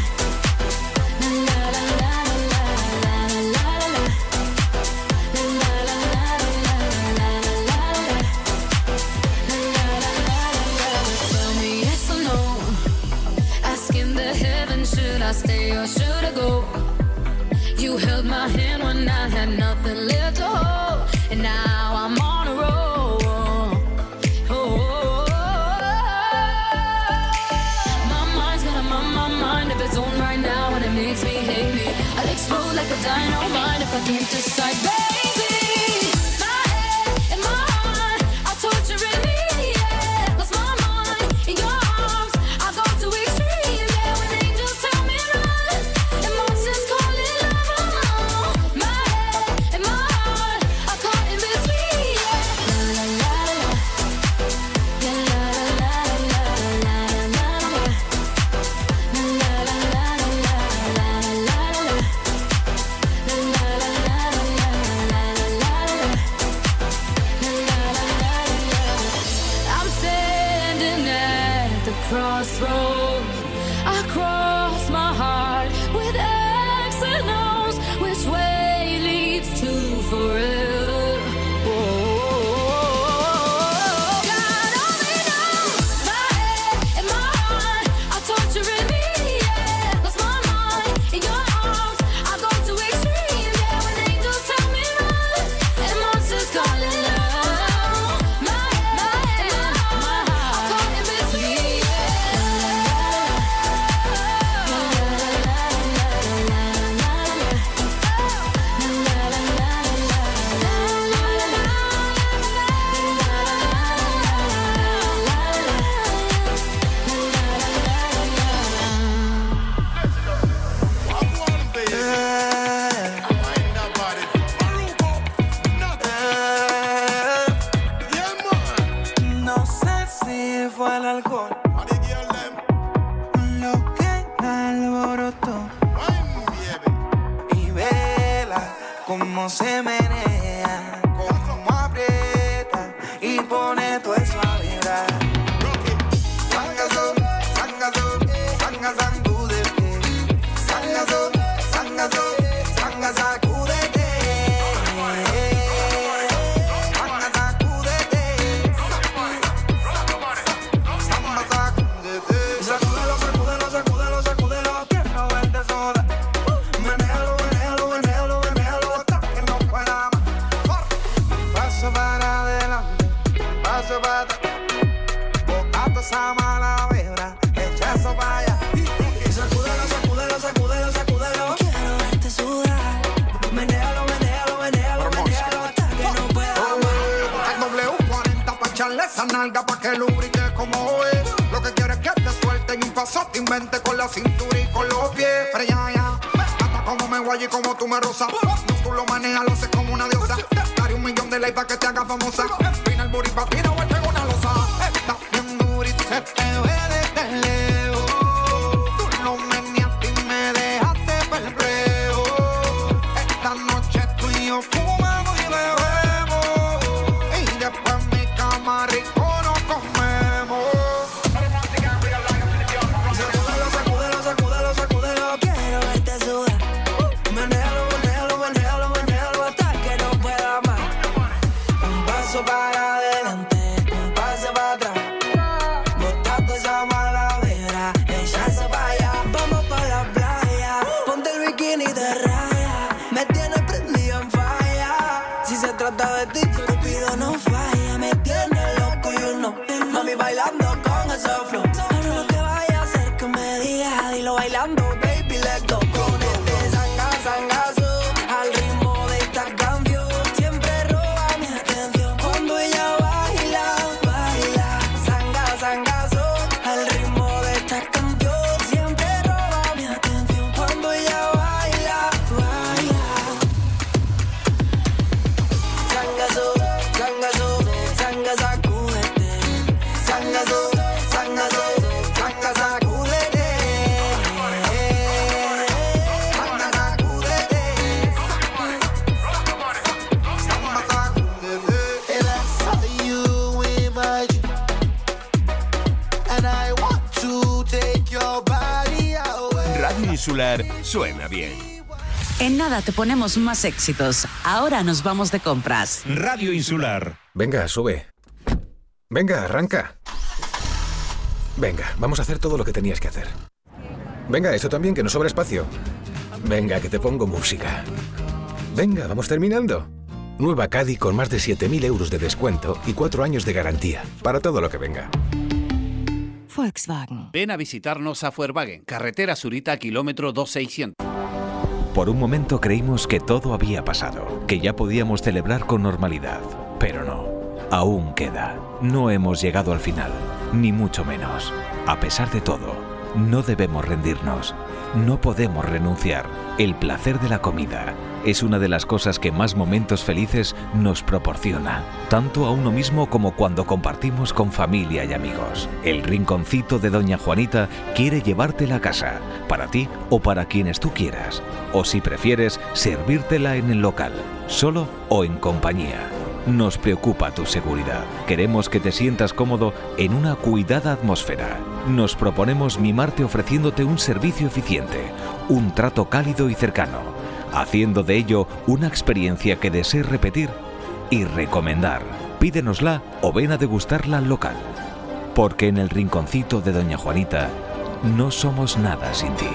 I stay or should I go? You held my hand when I had nothing left to hold, and now I'm on a roll. Oh, my mind's got a my, my mind of its own right now, and it makes me hate me. I'll explode like a dynamite if I can't decide, baby. My head and my heart are torturing me. Yeah, lost my mind in your arms. I go to extremes. Yeah, when angels tell me run and monsters call it love. My head and my heart are caught in between. Yeah, la la la la, la la la la la la la, la la la la la la la la. the crossroads. I cross my heart with X and O's. Which way leads to forever? Whoa. God only knows my head and my heart are torturing me. Yeah, lost my mind in your arms. I go to extremes. Yeah, when angels tell me run and monsters calling out. My head, my head, my heart are caught in between. No sé si fue el alcohol lo que alborotó. Y vela como se menea, como aprieta y pone todo eso a vibrar. Sangazo, sangazo, sanga sangúdete. Sangazo, sangazo, sanga sacúdete. Sanga sacúdete. Samba sacúdete. Sacúdelo, sacúdelo, sacúdelo, sacúdelo. Quiero verte sola. Menéalo, menéalo, menéalo, menéalo hasta que no pueda más. Paso para adelante, paso para atrás. Bota toda esa mala vibra, echa eso para allá. Y sacúdelo, sacúdelo, sacúdelo, sacúdelo. Quiero verte sudar. Menéalo, menéalo, menéalo, menéalo hasta que no pueda más. El W cuarenta pa' echarle esa nalga pa' que lubrique como es. Lo que quieres es que te suelten y un paso te invente con la cintura y con los pies. Pero ya, ya, hasta como me guay y como tú me rozas. No, tú lo manejas, lo haces como una diosa. Daré un millón de likes pa' que te haga famosa. Final booty pa' ti, no vuelve en una losa. Está bien dura y se te ve desde lejos. Tú lo meneaste y me dejaste perplejo. Esta noche tú y yo fumamos y bebemos. Y después en mi cama rico nos comemos. Sacúdelo, sacúdelo, sacúdelo, sacúdelo. Quiero verte sudar. Menéalo, menéalo, menéalo, menéalo hasta que no pueda más. Un paso para adelante, un paso para atrás. Bota toda esa mala vibra, echa eso para allá. Vamos pa' la playa, ponte el bikini de raya. Me tienes prendido en falla. Si se trata de ti, Cupido no falla. Me tienes loco y uno, mami bailando con ese flow. Ahora lo que vaya a hacer que me digas, dilo bailando, baby, let's go. Con este sanga, sangazo, al ritmo de esta canción, siempre roba mi atención. Cuando ella baila, baila, sanga, sangazo, al ritmo de esta canción, siempre roba mi atención. Cuando ella baila, baila. Sangazo, sangazo, sanga sacúdete. Sangazo, sangazo, sanga sacúdete. Sanga sacúdete. Samba sacúdete. And I saw you in my dream, and I want to take your body away. Radio Insular suena bien. En nada te ponemos más éxitos. Ahora nos vamos de compras. Radio Insular. Venga, sube. Venga, arranca. Venga, vamos a hacer todo lo que tenías que hacer. Venga, eso también, que nos sobra espacio. Venga, que te pongo música. Venga, vamos terminando. Nueva Caddy con más de siete mil euros de descuento y cuatro años de garantía. Para todo lo que venga. Volkswagen. Ven a visitarnos a Fuerwagen, carretera Zurita, kilómetro dos mil seiscientos. Por un momento creímos que todo había pasado, que ya podíamos celebrar con normalidad, pero no. Aún queda. No hemos llegado al final, ni mucho menos. A pesar de todo, no debemos rendirnos. No podemos renunciar. El placer de la comida es una de las cosas que más momentos felices nos proporciona, tanto a uno mismo como cuando compartimos con familia y amigos. El rinconcito de Doña Juanita quiere llevártela a casa, para ti o para quienes tú quieras, o si prefieres, servírtela en el local, solo o en compañía. Nos preocupa tu seguridad. Queremos que te sientas cómodo en una cuidada atmósfera. Nos proponemos mimarte ofreciéndote un servicio eficiente, un trato cálido y cercano, haciendo de ello una experiencia que desees repetir y recomendar. Pídenosla o ven a degustarla al local. Porque en el rinconcito de Doña Juanita no somos nada sin ti.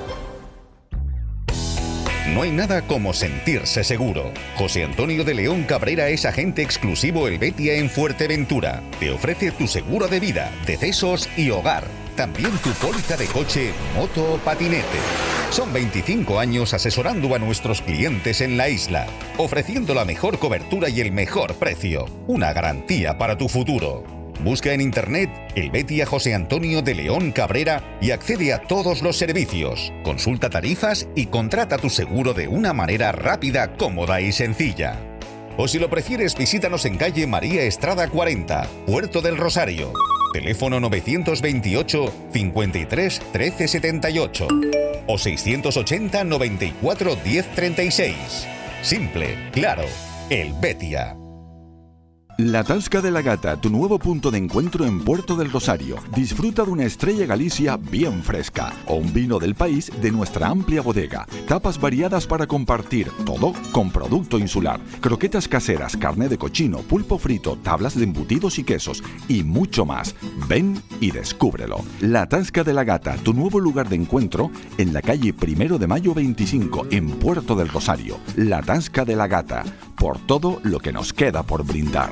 No hay nada como sentirse seguro. José Antonio de León Cabrera es agente exclusivo Helvetia en Fuerteventura. Te ofrece tu seguro de vida, decesos y hogar. También tu póliza de coche, moto o patinete. Son veinticinco años asesorando a nuestros clientes en la isla, ofreciendo la mejor cobertura y el mejor precio. Una garantía para tu futuro. Busca en internet Helvetia José Antonio de León Cabrera y accede a todos los servicios. Consulta tarifas y contrata tu seguro de una manera rápida, cómoda y sencilla. O si lo prefieres, visítanos en calle María Estrada cuarenta, Puerto del Rosario. Teléfono novecientos veintiocho, cincuenta y tres, trece setenta y ocho o seiscientos ochenta, noventa y cuatro, diez treinta y seis. Simple, claro, Helvetia. La Tasca de la Gata, tu nuevo punto de encuentro en Puerto del Rosario. Disfruta de una Estrella Galicia bien fresca o un vino del país de nuestra amplia bodega. Tapas variadas para compartir, todo con producto insular. Croquetas caseras, carne de cochino, pulpo frito, tablas de embutidos y quesos y mucho más. Ven y descúbrelo. La Tasca de la Gata, tu nuevo lugar de encuentro en la calle Primero de Mayo veinticinco en Puerto del Rosario. La Tasca de la Gata, por todo lo que nos queda por brindar.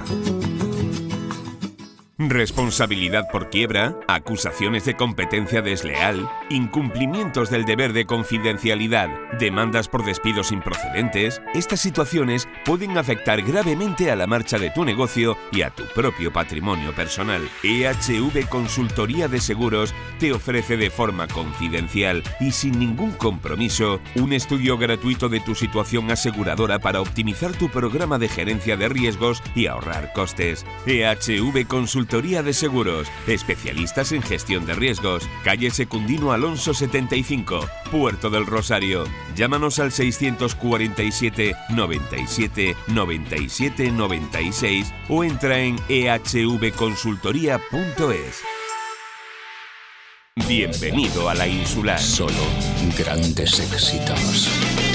Responsabilidad por quiebra, acusaciones de competencia desleal, incumplimientos del deber de confidencialidad, demandas por despidos improcedentes. Estas situaciones pueden afectar gravemente a la marcha de tu negocio y a tu propio patrimonio personal. E H V Consultoría de Seguros te ofrece de forma confidencial y sin ningún compromiso un estudio gratuito de tu situación aseguradora para optimizar tu programa de gerencia de riesgos y ahorrar costes. E H V Consultoría de Seguros, especialistas en gestión de riesgos. Calle Secundino Alonso setenta y cinco, Puerto del Rosario. Llámanos al seiscientos cuarenta y siete, noventa y siete, noventa y siete, noventa y seis o entra en e h v consultoría punto es. Bienvenido a la Insular. Solo grandes éxitos.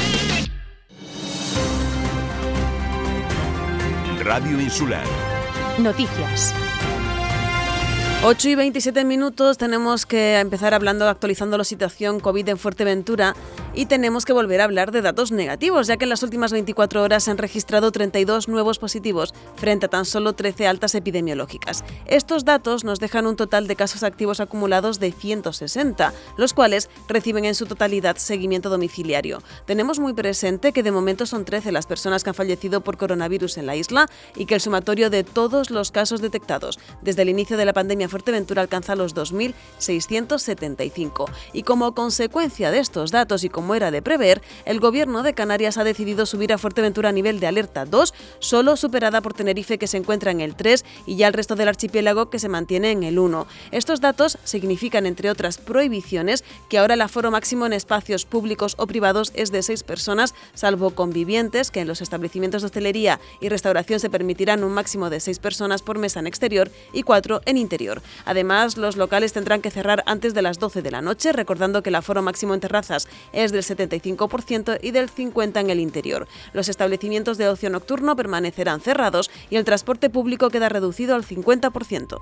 Radio Insular. Noticias. ocho y veintisiete minutos, tenemos que empezar hablando, actualizando la situación COVID en Fuerteventura y tenemos que volver a hablar de datos negativos, ya que en las últimas veinticuatro horas se han registrado treinta y dos nuevos positivos frente a tan solo trece altas epidemiológicas. Estos datos nos dejan un total de casos activos acumulados de ciento sesenta, los cuales reciben en su totalidad seguimiento domiciliario. Tenemos muy presente que de momento son trece las personas que han fallecido por coronavirus en la isla y que el sumatorio de todos los casos detectados desde el inicio de la pandemia en Fuerteventura alcanza los dos mil seiscientos setenta y cinco. Y como consecuencia de estos datos y como era de prever, el Gobierno de Canarias ha decidido subir a Fuerteventura a nivel de alerta dos, solo superada por Tenerife, que se encuentra en el tres, y ya el resto del archipiélago, que se mantiene en el uno. Estos datos significan, entre otras prohibiciones, que ahora el aforo máximo en espacios públicos o privados es de seis personas, salvo convivientes, que en los establecimientos de hostelería y restauración se permitirán un máximo de seis personas por mesa en exterior y cuatro en interior. Además, los locales tendrán que cerrar antes de las doce de la noche, recordando que el aforo máximo en terrazas es del setenta y cinco por ciento y del cincuenta por ciento en el interior. Los establecimientos de ocio nocturno permanecerán cerrados y el transporte público queda reducido al cincuenta por ciento.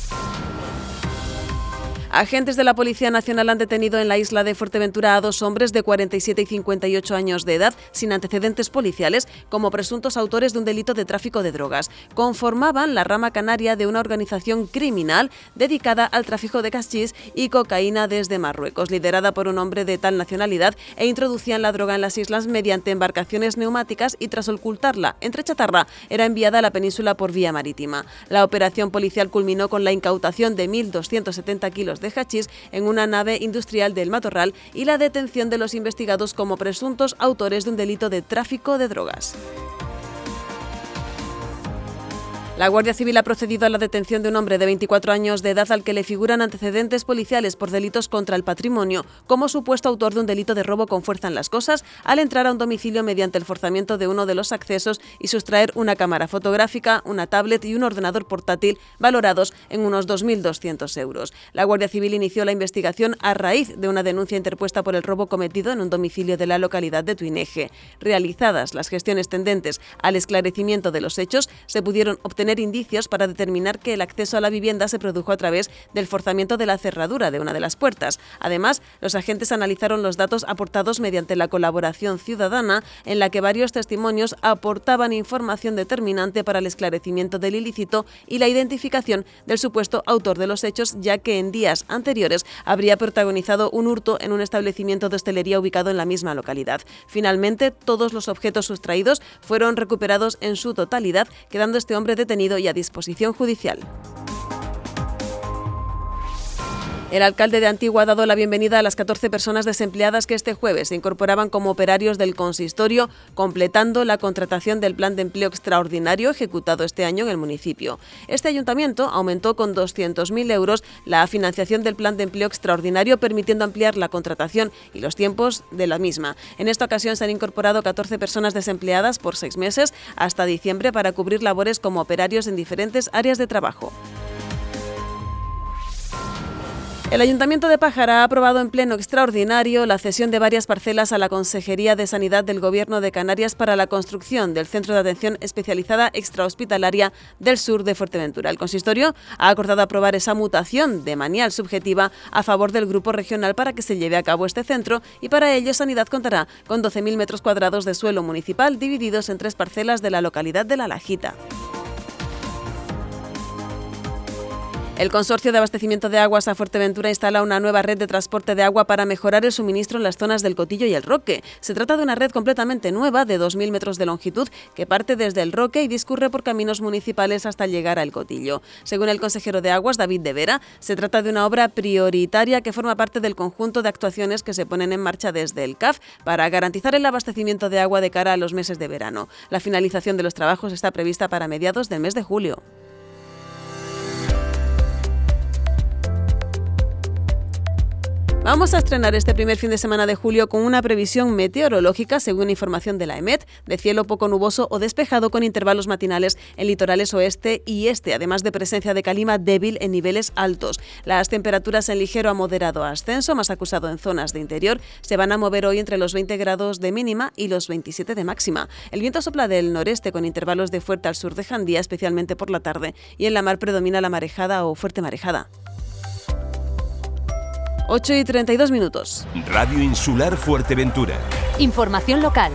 Agentes de la Policía Nacional han detenido en la isla de Fuerteventura a dos hombres de cuarenta y siete y cincuenta y ocho años de edad, sin antecedentes policiales, como presuntos autores de un delito de tráfico de drogas. Conformaban la rama canaria de una organización criminal dedicada al tráfico de hachís y cocaína desde Marruecos, liderada por un hombre de tal nacionalidad, e introducían la droga en las islas mediante embarcaciones neumáticas y, tras ocultarla entre chatarra, era enviada a la península por vía marítima. La operación policial culminó con la incautación de mil doscientos setenta kilos de hachís en una nave industrial del Matorral y la detención de los investigados como presuntos autores de un delito de tráfico de drogas. La Guardia Civil ha procedido a la detención de un hombre de veinticuatro años de edad al que le figuran antecedentes policiales por delitos contra el patrimonio, como supuesto autor de un delito de robo con fuerza en las cosas, al entrar a un domicilio mediante el forzamiento de uno de los accesos y sustraer una cámara fotográfica, una tablet y un ordenador portátil valorados en unos dos mil doscientos euros. La Guardia Civil inició la investigación a raíz de una denuncia interpuesta por el robo cometido en un domicilio de la localidad de Tuineje. Realizadas las gestiones tendentes al esclarecimiento de los hechos, se pudieron obtener indicios para determinar que el acceso a la vivienda se produjo a través del forzamiento de la cerradura de una de las puertas. Además, los agentes analizaron los datos aportados mediante la colaboración ciudadana, en la que varios testimonios aportaban información determinante para el esclarecimiento del ilícito y la identificación del supuesto autor de los hechos, ya que en días anteriores habría protagonizado un hurto en un establecimiento de hostelería ubicado en la misma localidad. Finalmente, todos los objetos sustraídos fueron recuperados en su totalidad, quedando este hombre detenido y a disposición judicial. El alcalde de Antigua ha dado la bienvenida a las catorce personas desempleadas que este jueves se incorporaban como operarios del consistorio, completando la contratación del plan de empleo extraordinario ejecutado este año en el municipio. Este ayuntamiento aumentó con doscientos mil euros la financiación del plan de empleo extraordinario, permitiendo ampliar la contratación y los tiempos de la misma. En esta ocasión se han incorporado catorce personas desempleadas por seis meses hasta diciembre para cubrir labores como operarios en diferentes áreas de trabajo. El Ayuntamiento de Pájara ha aprobado en pleno extraordinario la cesión de varias parcelas a la Consejería de Sanidad del Gobierno de Canarias para la construcción del Centro de Atención Especializada Extrahospitalaria del Sur de Fuerteventura. El consistorio ha acordado aprobar esa mutación de manial subjetiva a favor del Grupo Regional para que se lleve a cabo este centro, y para ello Sanidad contará con doce mil metros cuadrados de suelo municipal divididos en tres parcelas de la localidad de La Lajita. El Consorcio de Abastecimiento de Aguas a Fuerteventura instala una nueva red de transporte de agua para mejorar el suministro en las zonas del Cotillo y el Roque. Se trata de una red completamente nueva de dos mil metros de longitud que parte desde el Roque y discurre por caminos municipales hasta llegar al Cotillo. Según el consejero de Aguas, David de Vera, se trata de una obra prioritaria que forma parte del conjunto de actuaciones que se ponen en marcha desde el C A F para garantizar el abastecimiento de agua de cara a los meses de verano. La finalización de los trabajos está prevista para mediados del mes de julio. Vamos a estrenar este primer fin de semana de julio con una previsión meteorológica, según información de la EMET, de cielo poco nuboso o despejado con intervalos matinales en litorales oeste y este, además de presencia de calima débil en niveles altos. Las temperaturas en ligero a moderado ascenso, más acusado en zonas de interior, se van a mover hoy entre los veinte grados de mínima y los veintisiete de máxima. El viento sopla del noreste con intervalos de fuerte al sur de Jandía, especialmente por la tarde, y en la mar predomina la marejada o fuerte marejada. ocho y treinta y dos minutos. Radio Insular Fuerteventura. Información local.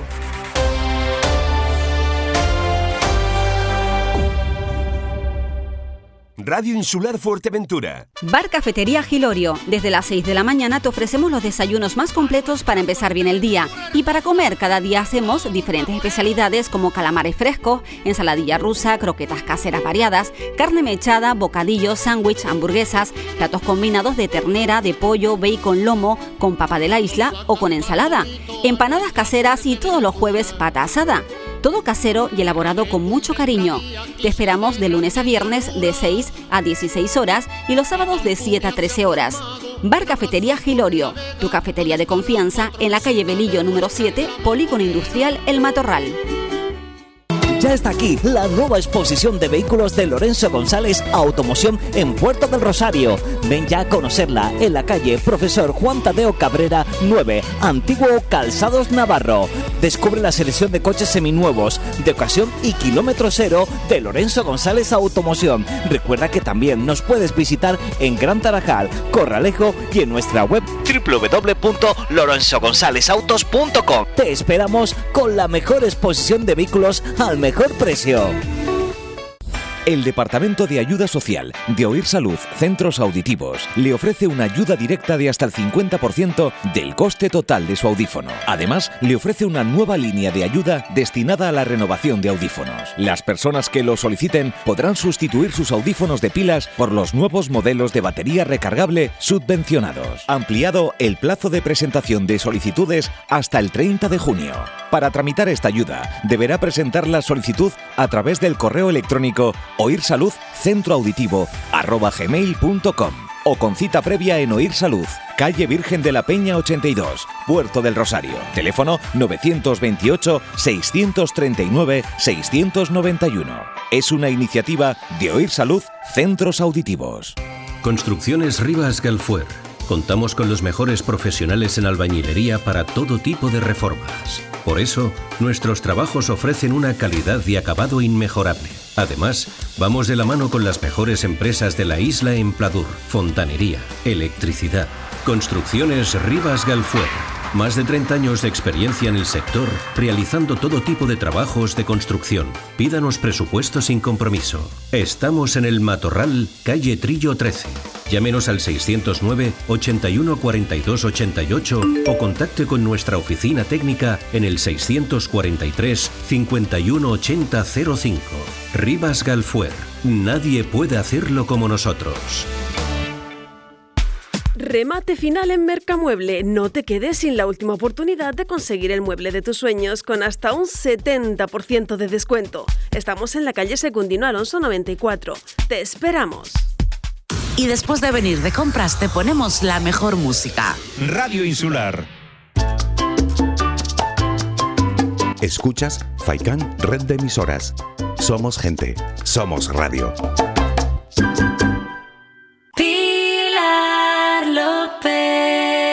Radio Insular Fuerteventura. Bar Cafetería Gilorio. Desde las seis de la mañana te ofrecemos los desayunos más completos para empezar bien el día. Y para comer cada día hacemos diferentes especialidades como calamares frescos, ensaladilla rusa, croquetas caseras variadas, carne mechada, bocadillos, sándwich, hamburguesas, platos combinados de ternera, de pollo, bacon, lomo, con papa de la isla o con ensalada, empanadas caseras y todos los jueves pata asada. Todo casero y elaborado con mucho cariño. Te esperamos de lunes a viernes de seis a dieciséis horas y los sábados de siete a trece horas. Bar Cafetería Gilorio, tu cafetería de confianza en la calle Belillo número siete, Polígono Industrial El Matorral. Ya está aquí la nueva exposición de vehículos de Lorenzo González Automoción en Puerto del Rosario. Ven ya a conocerla en la calle Profesor Juan Tadeo Cabrera nueve, Antiguo Calzados Navarro. Descubre la selección de coches seminuevos, de ocasión y kilómetro cero de Lorenzo González Automoción. Recuerda que también nos puedes visitar en Gran Tarajal, Corralejo y en nuestra web doble u doble u doble u punto lorenzo gonzález autos punto com. Te esperamos con la mejor exposición de vehículos al mejor precio. El Departamento de Ayuda Social de Oír Salud Centros Auditivos le ofrece una ayuda directa de hasta el cincuenta por ciento del coste total de su audífono. Además, le ofrece una nueva línea de ayuda destinada a la renovación de audífonos. Las personas que lo soliciten podrán sustituir sus audífonos de pilas por los nuevos modelos de batería recargable subvencionados. Ampliado el plazo de presentación de solicitudes hasta el treinta de junio. Para tramitar esta ayuda, deberá presentar la solicitud a través del correo electrónico oírsaludcentroauditivo arroba gmail punto com o con cita previa en Oír Salud, calle Virgen de la Peña ochenta y dos, Puerto del Rosario. Teléfono novecientos veintiocho, seiscientos treinta y nueve, seiscientos noventa y uno. Es una iniciativa de Oír Salud Centros Auditivos. Construcciones Rivas Galfuer. Contamos con los mejores profesionales en albañilería para todo tipo de reformas. Por eso, nuestros trabajos ofrecen una calidad y acabado inmejorable. Además, vamos de la mano con las mejores empresas de la isla en pladur, fontanería, electricidad. Construcciones Rivas Galfuer. Más de treinta años de experiencia en el sector, realizando todo tipo de trabajos de construcción. Pídanos presupuesto sin compromiso. Estamos en el Matorral, calle Trillo trece. Llámenos al seiscientos nueve, ochenta y uno, cuarenta y dos, ochenta y ocho o contacte con nuestra oficina técnica en el seiscientos cuarenta y tres, cincuenta y uno, ochenta, cero cinco. Rivas Galfuer. Nadie puede hacerlo como nosotros. Remate final en Mercamueble. No te quedes sin la última oportunidad de conseguir el mueble de tus sueños con hasta un setenta por ciento de descuento. Estamos en la calle Secundino Alonso noventa y cuatro. Te esperamos. Y después de venir de compras te ponemos la mejor música. Radio Insular. Escuchas Faikan Red de Emisoras. Somos gente. Somos radio. Pilar López.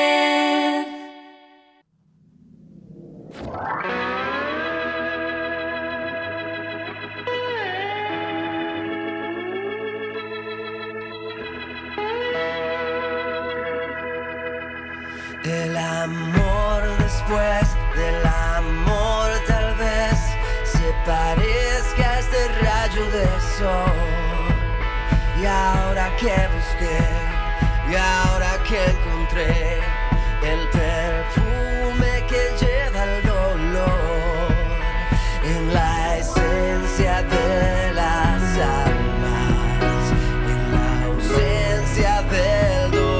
El amor después del amor tal vez se parezca a este rayo de sol. Y ahora que busqué, y ahora que encontré el perfume que lleva el dolor en la esencia de las almas, en la ausencia del dolor.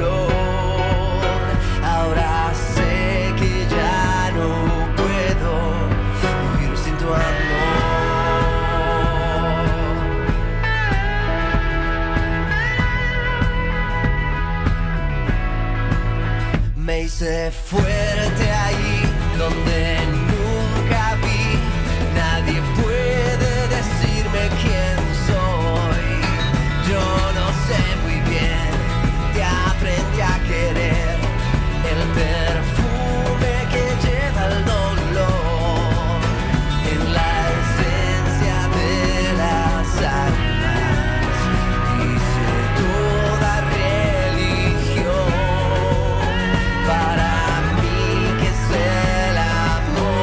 Ahora sé que ya no puedo vivir sin tu amor. Me hice fuerte ahí donde nunca vi. Nadie puede decirme quién soy. Yo no sé muy bien, te aprendí a querer. El perfume que lleva el dolor en la esencia de las almas. Hice toda religión para mí, que es el amor.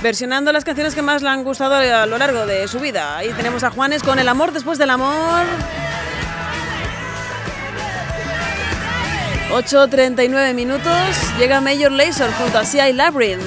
versionando las canciones que más le han gustado a lo largo de su vida. Ahí tenemos a Juanes con El amor después del amor. ocho treinta y nueve minutos. Llega Major Lazer junto a C I Labyrinth.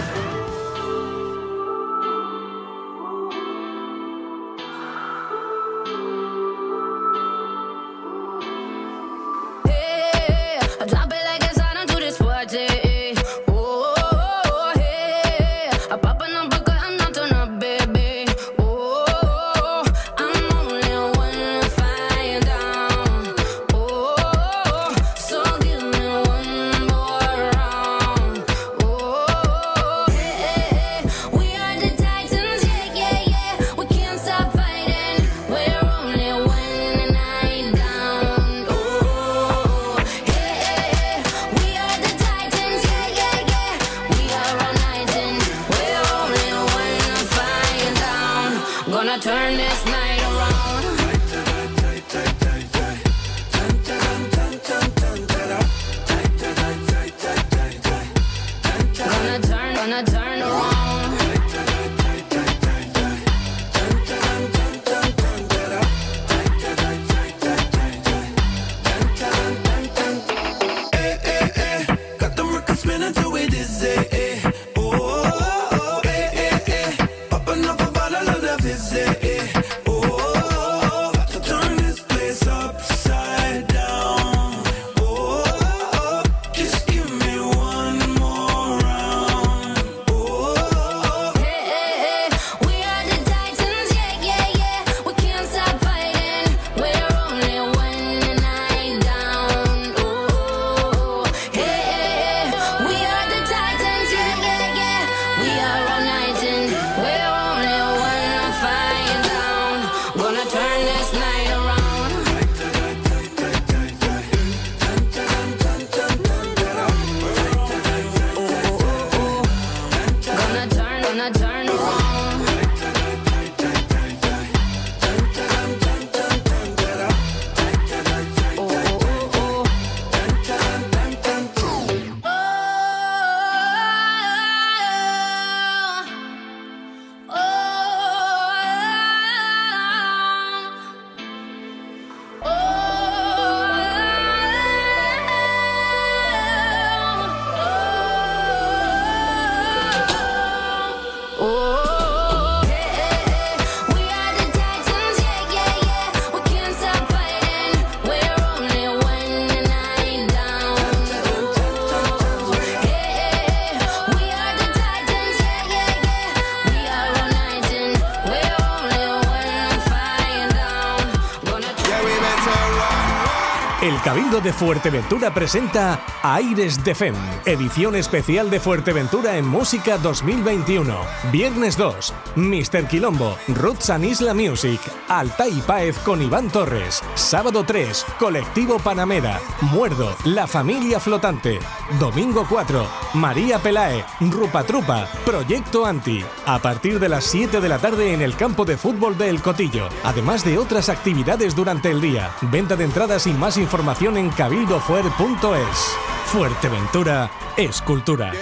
El Cabildo de Fuerteventura presenta Aires de Fem, edición especial de Fuerteventura en Música dos mil veintiuno. Viernes dos, míster Quilombo, Roots and Isla Music, Altai Páez con Iván Torres. Sábado tres, Colectivo Panamera, Muerdo, La Familia Flotante. Domingo cuatro, María Pelae, Rupa Trupa, Proyecto Anti. A partir de las siete de la tarde en el campo de fútbol de El Cotillo. Además de otras actividades durante el día. Venta de entradas y más información en cabildofuer punto es. Fuerteventura es cultura.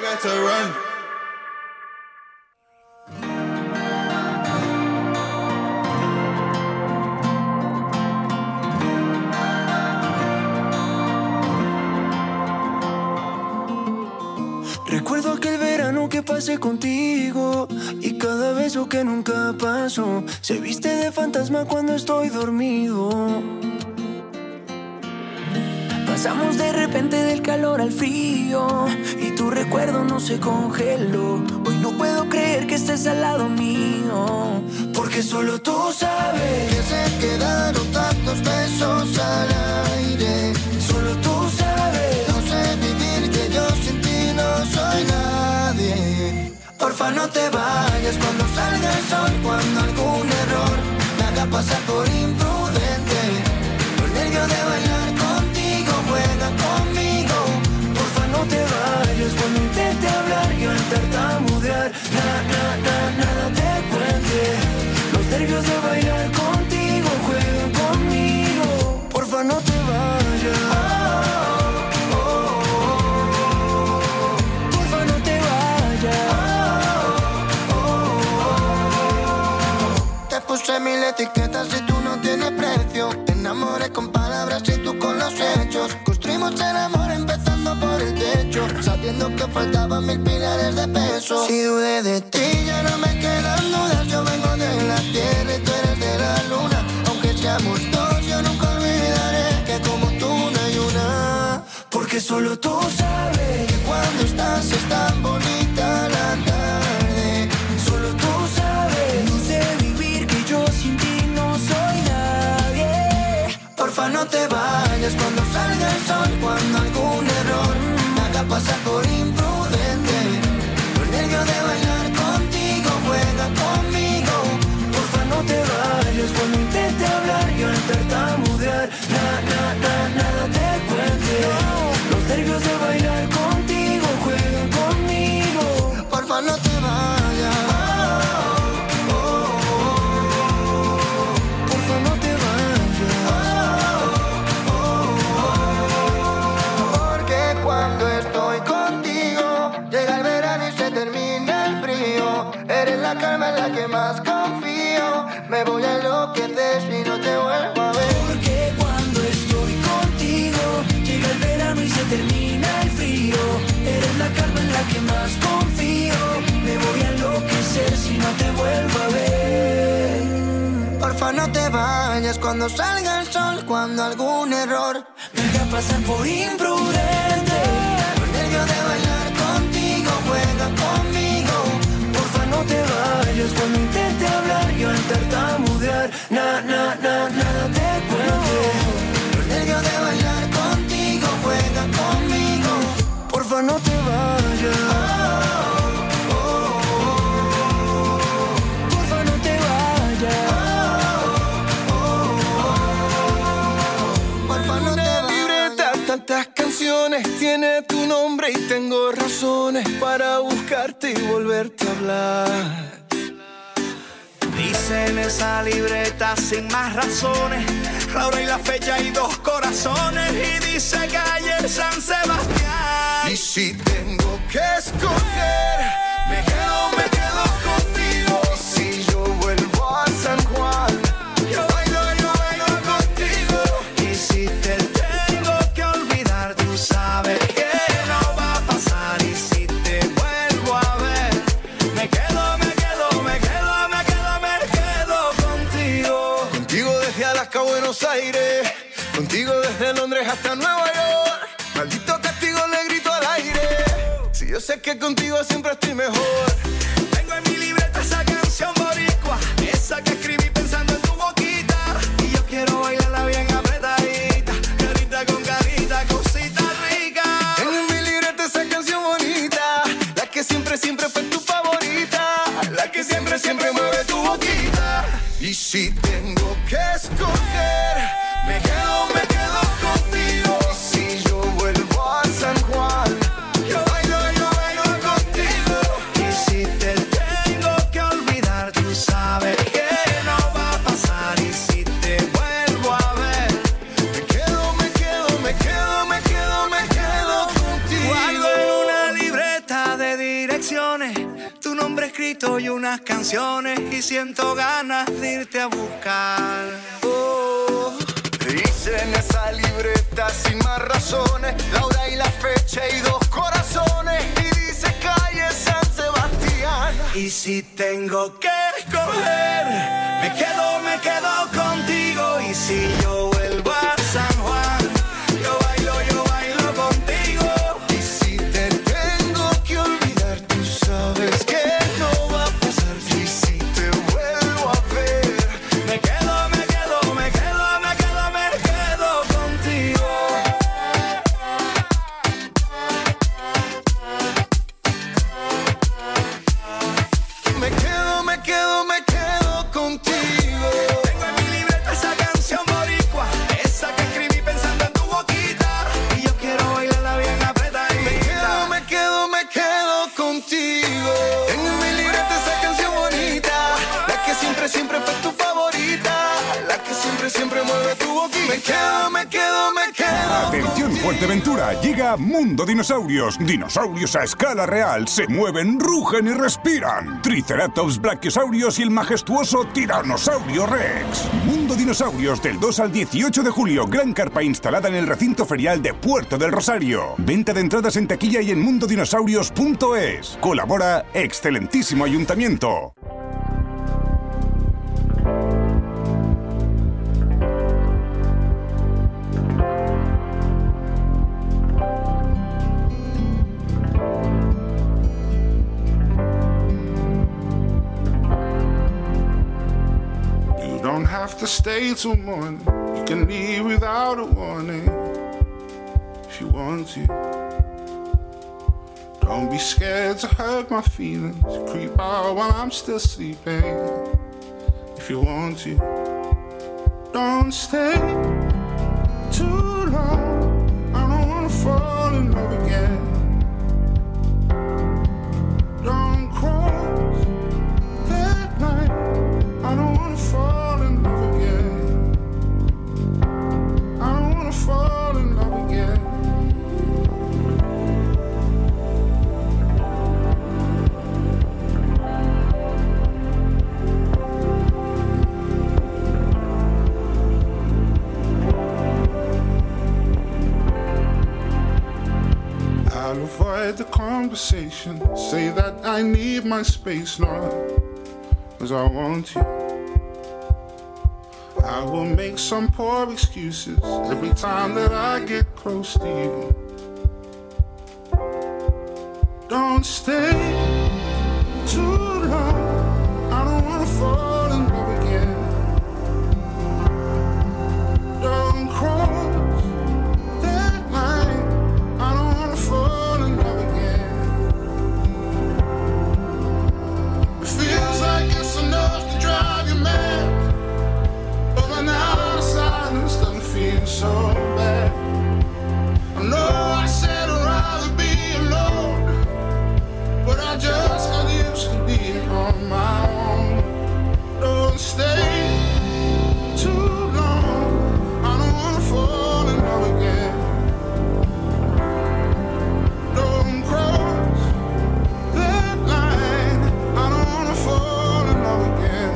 Recuerdo aquel verano que pasé contigo y cada beso que nunca pasó se viste de fantasma cuando estoy dormido. Pasamos de repente del calor al frío y tu recuerdo no se congeló. Hoy no puedo creer que estés al lado mío, porque solo tú sabes que se quedaron tantos besos al aire. Solo tú sabes, no sé vivir, que yo sin ti no soy nadie. Porfa, no te vayas cuando salga el sol, cuando algún error me haga pasar por imprudente. Los nervios de bailar contigo juegan conmigo. Porfa, no te vayas cuando intente hablar y al tartamudear nada, nada, nada, nada te cuente. Los nervios de bailar contigo juegan conmigo. Porfa, no te vayas. Oh, oh, oh, oh. Porfa, no te vayas. mil etiquetas y tú no tienes precio. Te enamoré con palabras y tú con los hechos. Construimos el amor empezando por el techo, sabiendo que faltaban mil pilares de peso. Si dudé de ti ya no me quedan dudas. Yo vengo de la tierra y tú eres de la luna. Aunque seamos dos yo nunca olvidaré que como tú no hay una. Porque solo tú sabes que cuando estás es tan bonita la tarde. Solo tú sabes, no sé vivir que yo sin ti no soy nadie. Porfa no te vayas cuando salga el sol, cuando algún error me haga pasar por imprudente. Los nervios de bailar contigo, juega conmigo. Porfa no te vayas cuando intente hablar y al tartamudear na, na, na, nada te cuente. Los nervios de bailar contigo, juega conmigo. Porfa no te vayas. Oh, oh, oh. Porfa no te vayas. Oh, oh, oh. Porque cuando estoy contigo llega el verano y se termina el frío. Eres la calma en la que más confío. Me voy a enloquecer si no te vuelvo a ver. Porque cuando estoy contigo llega el verano y se termina el frío. Eres la calma en la que más confío. Me voy a enloquecer si no te vuelvo a ver. Porfa no te vayas cuando salga el sol, cuando algún error me haga pasar por imprudente. Los nervios de bailar contigo, juega conmigo. Porfa no te vayas cuando intente hablar y al tartamudear na, na, na, nada te cuente. Los nervios de bailar contigo, juega conmigo. Porfa no te vayas. Oh, oh, oh. Porfa no te vayas. Oh, oh, oh. Porfa no te vayas. Libreta, tantas canciones tiene tu nombre y tengo razones para buscarte y volverte a hablar. Dice en esa libreta sin más razones la hora y la fecha y dos corazones. Y dice calle San Sebastián. Y si tengo que escoger, me quedo, me quedo contigo. Y si yo vuelvo a San Juan, yo bailo, yo bailo contigo. Y si te tengo que olvidar, tú sabes que no va a pasar. Y si te vuelvo a ver, me quedo, me quedo, me quedo, me quedo, me quedo contigo. Contigo desde Alaska a Buenos Aires, contigo desde Londres hasta Nueva York. Maldito castigo le grito al aire. Si yo sé que contigo siempre estoy mejor. Tengo en mi libreta esa canción boricua, esa que escribí pensando en tu boquita. Y yo quiero bailarla bien apretadita, carita con carita, cosita rica. Tengo en mi libreta esa canción bonita, la que siempre, siempre fue tu favorita, la que siempre, siempre mueve tu boquita. Y si tengo que escoger, me quedo, me quedo contigo. Y si yo vuelvo a San Juan, yo bailo, yo bailo contigo. Y si te tengo que olvidar, tú sabes que no va a pasar. Y si te vuelvo a ver, me quedo, me quedo, me quedo, me quedo, me quedo contigo. guardo en una libreta de direcciones tu nombre escrito y unas canciones. Y siento ganas de irte a buscar. Oh, dice en esa libreta sin más razones la hora y la fecha y dos corazones. Y dice calle San Sebastián. Y si tengo que escoger, me quedo, me quedo contigo. Y si yo vuelvo a San Juan, yo bailo, yo bailo contigo. Y si te tengo que olvidar, tú sabes que no va a pasar. Y si te vuelvo a ver, me quedo, me quedo, me quedo, me quedo, me quedo contigo. me quedo, me quedo, me quedo contigo. Tengo en mi libreta esa canción boricua, esa que escribí pensando en tu boquita. Y yo quiero bailarla bien apretadita. Me quedo, me quedo, me quedo contigo. Tengo en mi libreta esa canción bonita, la que siempre, siempre fue tu favorita, la que siempre, siempre mueve tu boquita. Me quedo, me quedo, me quedo. Atención Fuerteventura llega Mundo Dinosaurios. Dinosaurios a escala real. Se mueven, rugen y respiran. Triceratops, Brachiosaurios y el majestuoso Tiranosaurio Rex. Mundo Dinosaurios del dos al dieciocho de julio. Gran carpa instalada en el recinto ferial de Puerto del Rosario. Venta de entradas en taquilla y en mundo dinosaurios punto es. Colabora Excelentísimo Ayuntamiento. Don't have to stay till morning. You can leave without a warning if you want to. Don't be scared to hurt my feelings. Creep out while I'm still sleeping if you want to. Don't stay too long. I don't wanna fall in love again. Don't cross that line. I don't wanna fall. Fall in love again. I'll avoid the conversation. Say that I need my space, not as I want to. I will make some poor excuses every time that I get close to you. Don't stay too long. I don't wanna fall in love again. Don't cross that line. I don't wanna fall in love again. It feels like it's enough to drive you mad. Now the silence doesn't feel so bad. I know I said I'd rather be alone, but I just got used to being on my own. Don't stay too long. I don't wanna fall in love again. Don't cross that line. I don't wanna fall in love again.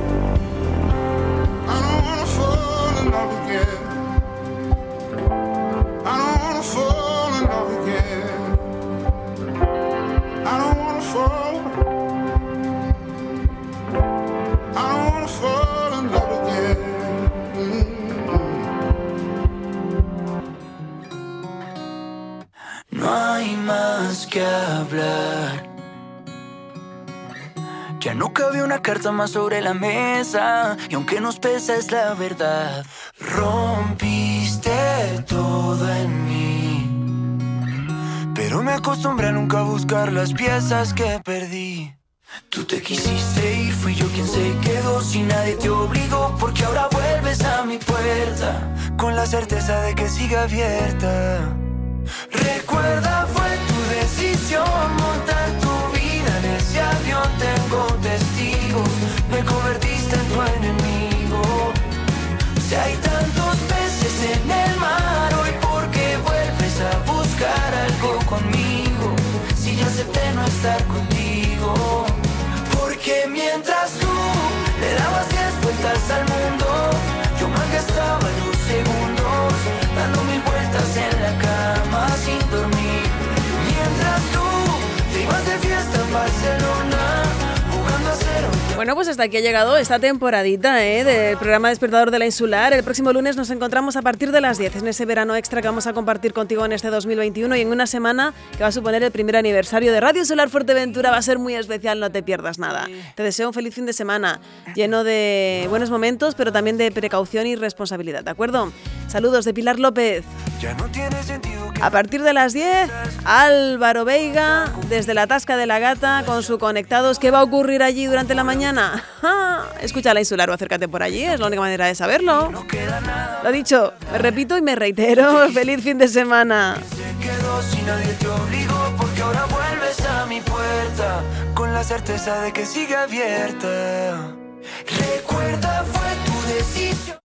Fall in love again. I don't wanna fall in love again. I don't wanna fall. I don't wanna fall in love again. Mm-hmm. No hay más que hablar. Ya no cabe una carta más sobre la mesa, y aunque nos pesa es la verdad. Rompiste todo en mí, pero me acostumbré a nunca buscar las piezas que perdí. Tú te quisiste ir, fui yo quien se quedó, si nadie te obligó, porque ahora vuelves a mi puerta, con la certeza de que sigue abierta. Recuerda, fue tu decisión montar tu vida en ese avión, tengo testigos, me convertiste en tu enemigo. Si hay tantos peces en el mar, hoy ¿por qué vuelves a buscar algo conmigo? Si ya acepté no estar contigo. Porque mientras tú le dabas diez vueltas al mundo, yo malgastaba los segundos, dando mil vueltas en la cama sin dormir. Mientras tú te ibas de fiesta en Barcelona, jugando a cero. Bueno, pues hasta aquí ha llegado esta temporadita ¿eh? del programa Despertador de la Insular. El próximo lunes nos encontramos a partir de las diez en ese verano extra que vamos a compartir contigo en este dos mil veintiuno, y en una semana que va a suponer el primer aniversario de Radio Insular Fuerteventura. Va a ser muy especial, no te pierdas nada. Te deseo un feliz fin de semana lleno de buenos momentos, pero también de precaución y responsabilidad, ¿de acuerdo? Saludos de Pilar López. Ya no tiene sentido. A partir de las diez, Álvaro Veiga desde la Tasca de la Gata con su Conectados. ¿Qué va a ocurrir allí durante la mañana? ¡Ja! Escucha la Insular o acércate por allí, es la única manera de saberlo. Lo dicho, me repito y me reitero. ¡Feliz fin de semana! Se quedó si nadie te obligó, porque ahora vuelves a mi puerta con la certeza de que sigue abierta. Recuerda, fue tu decisión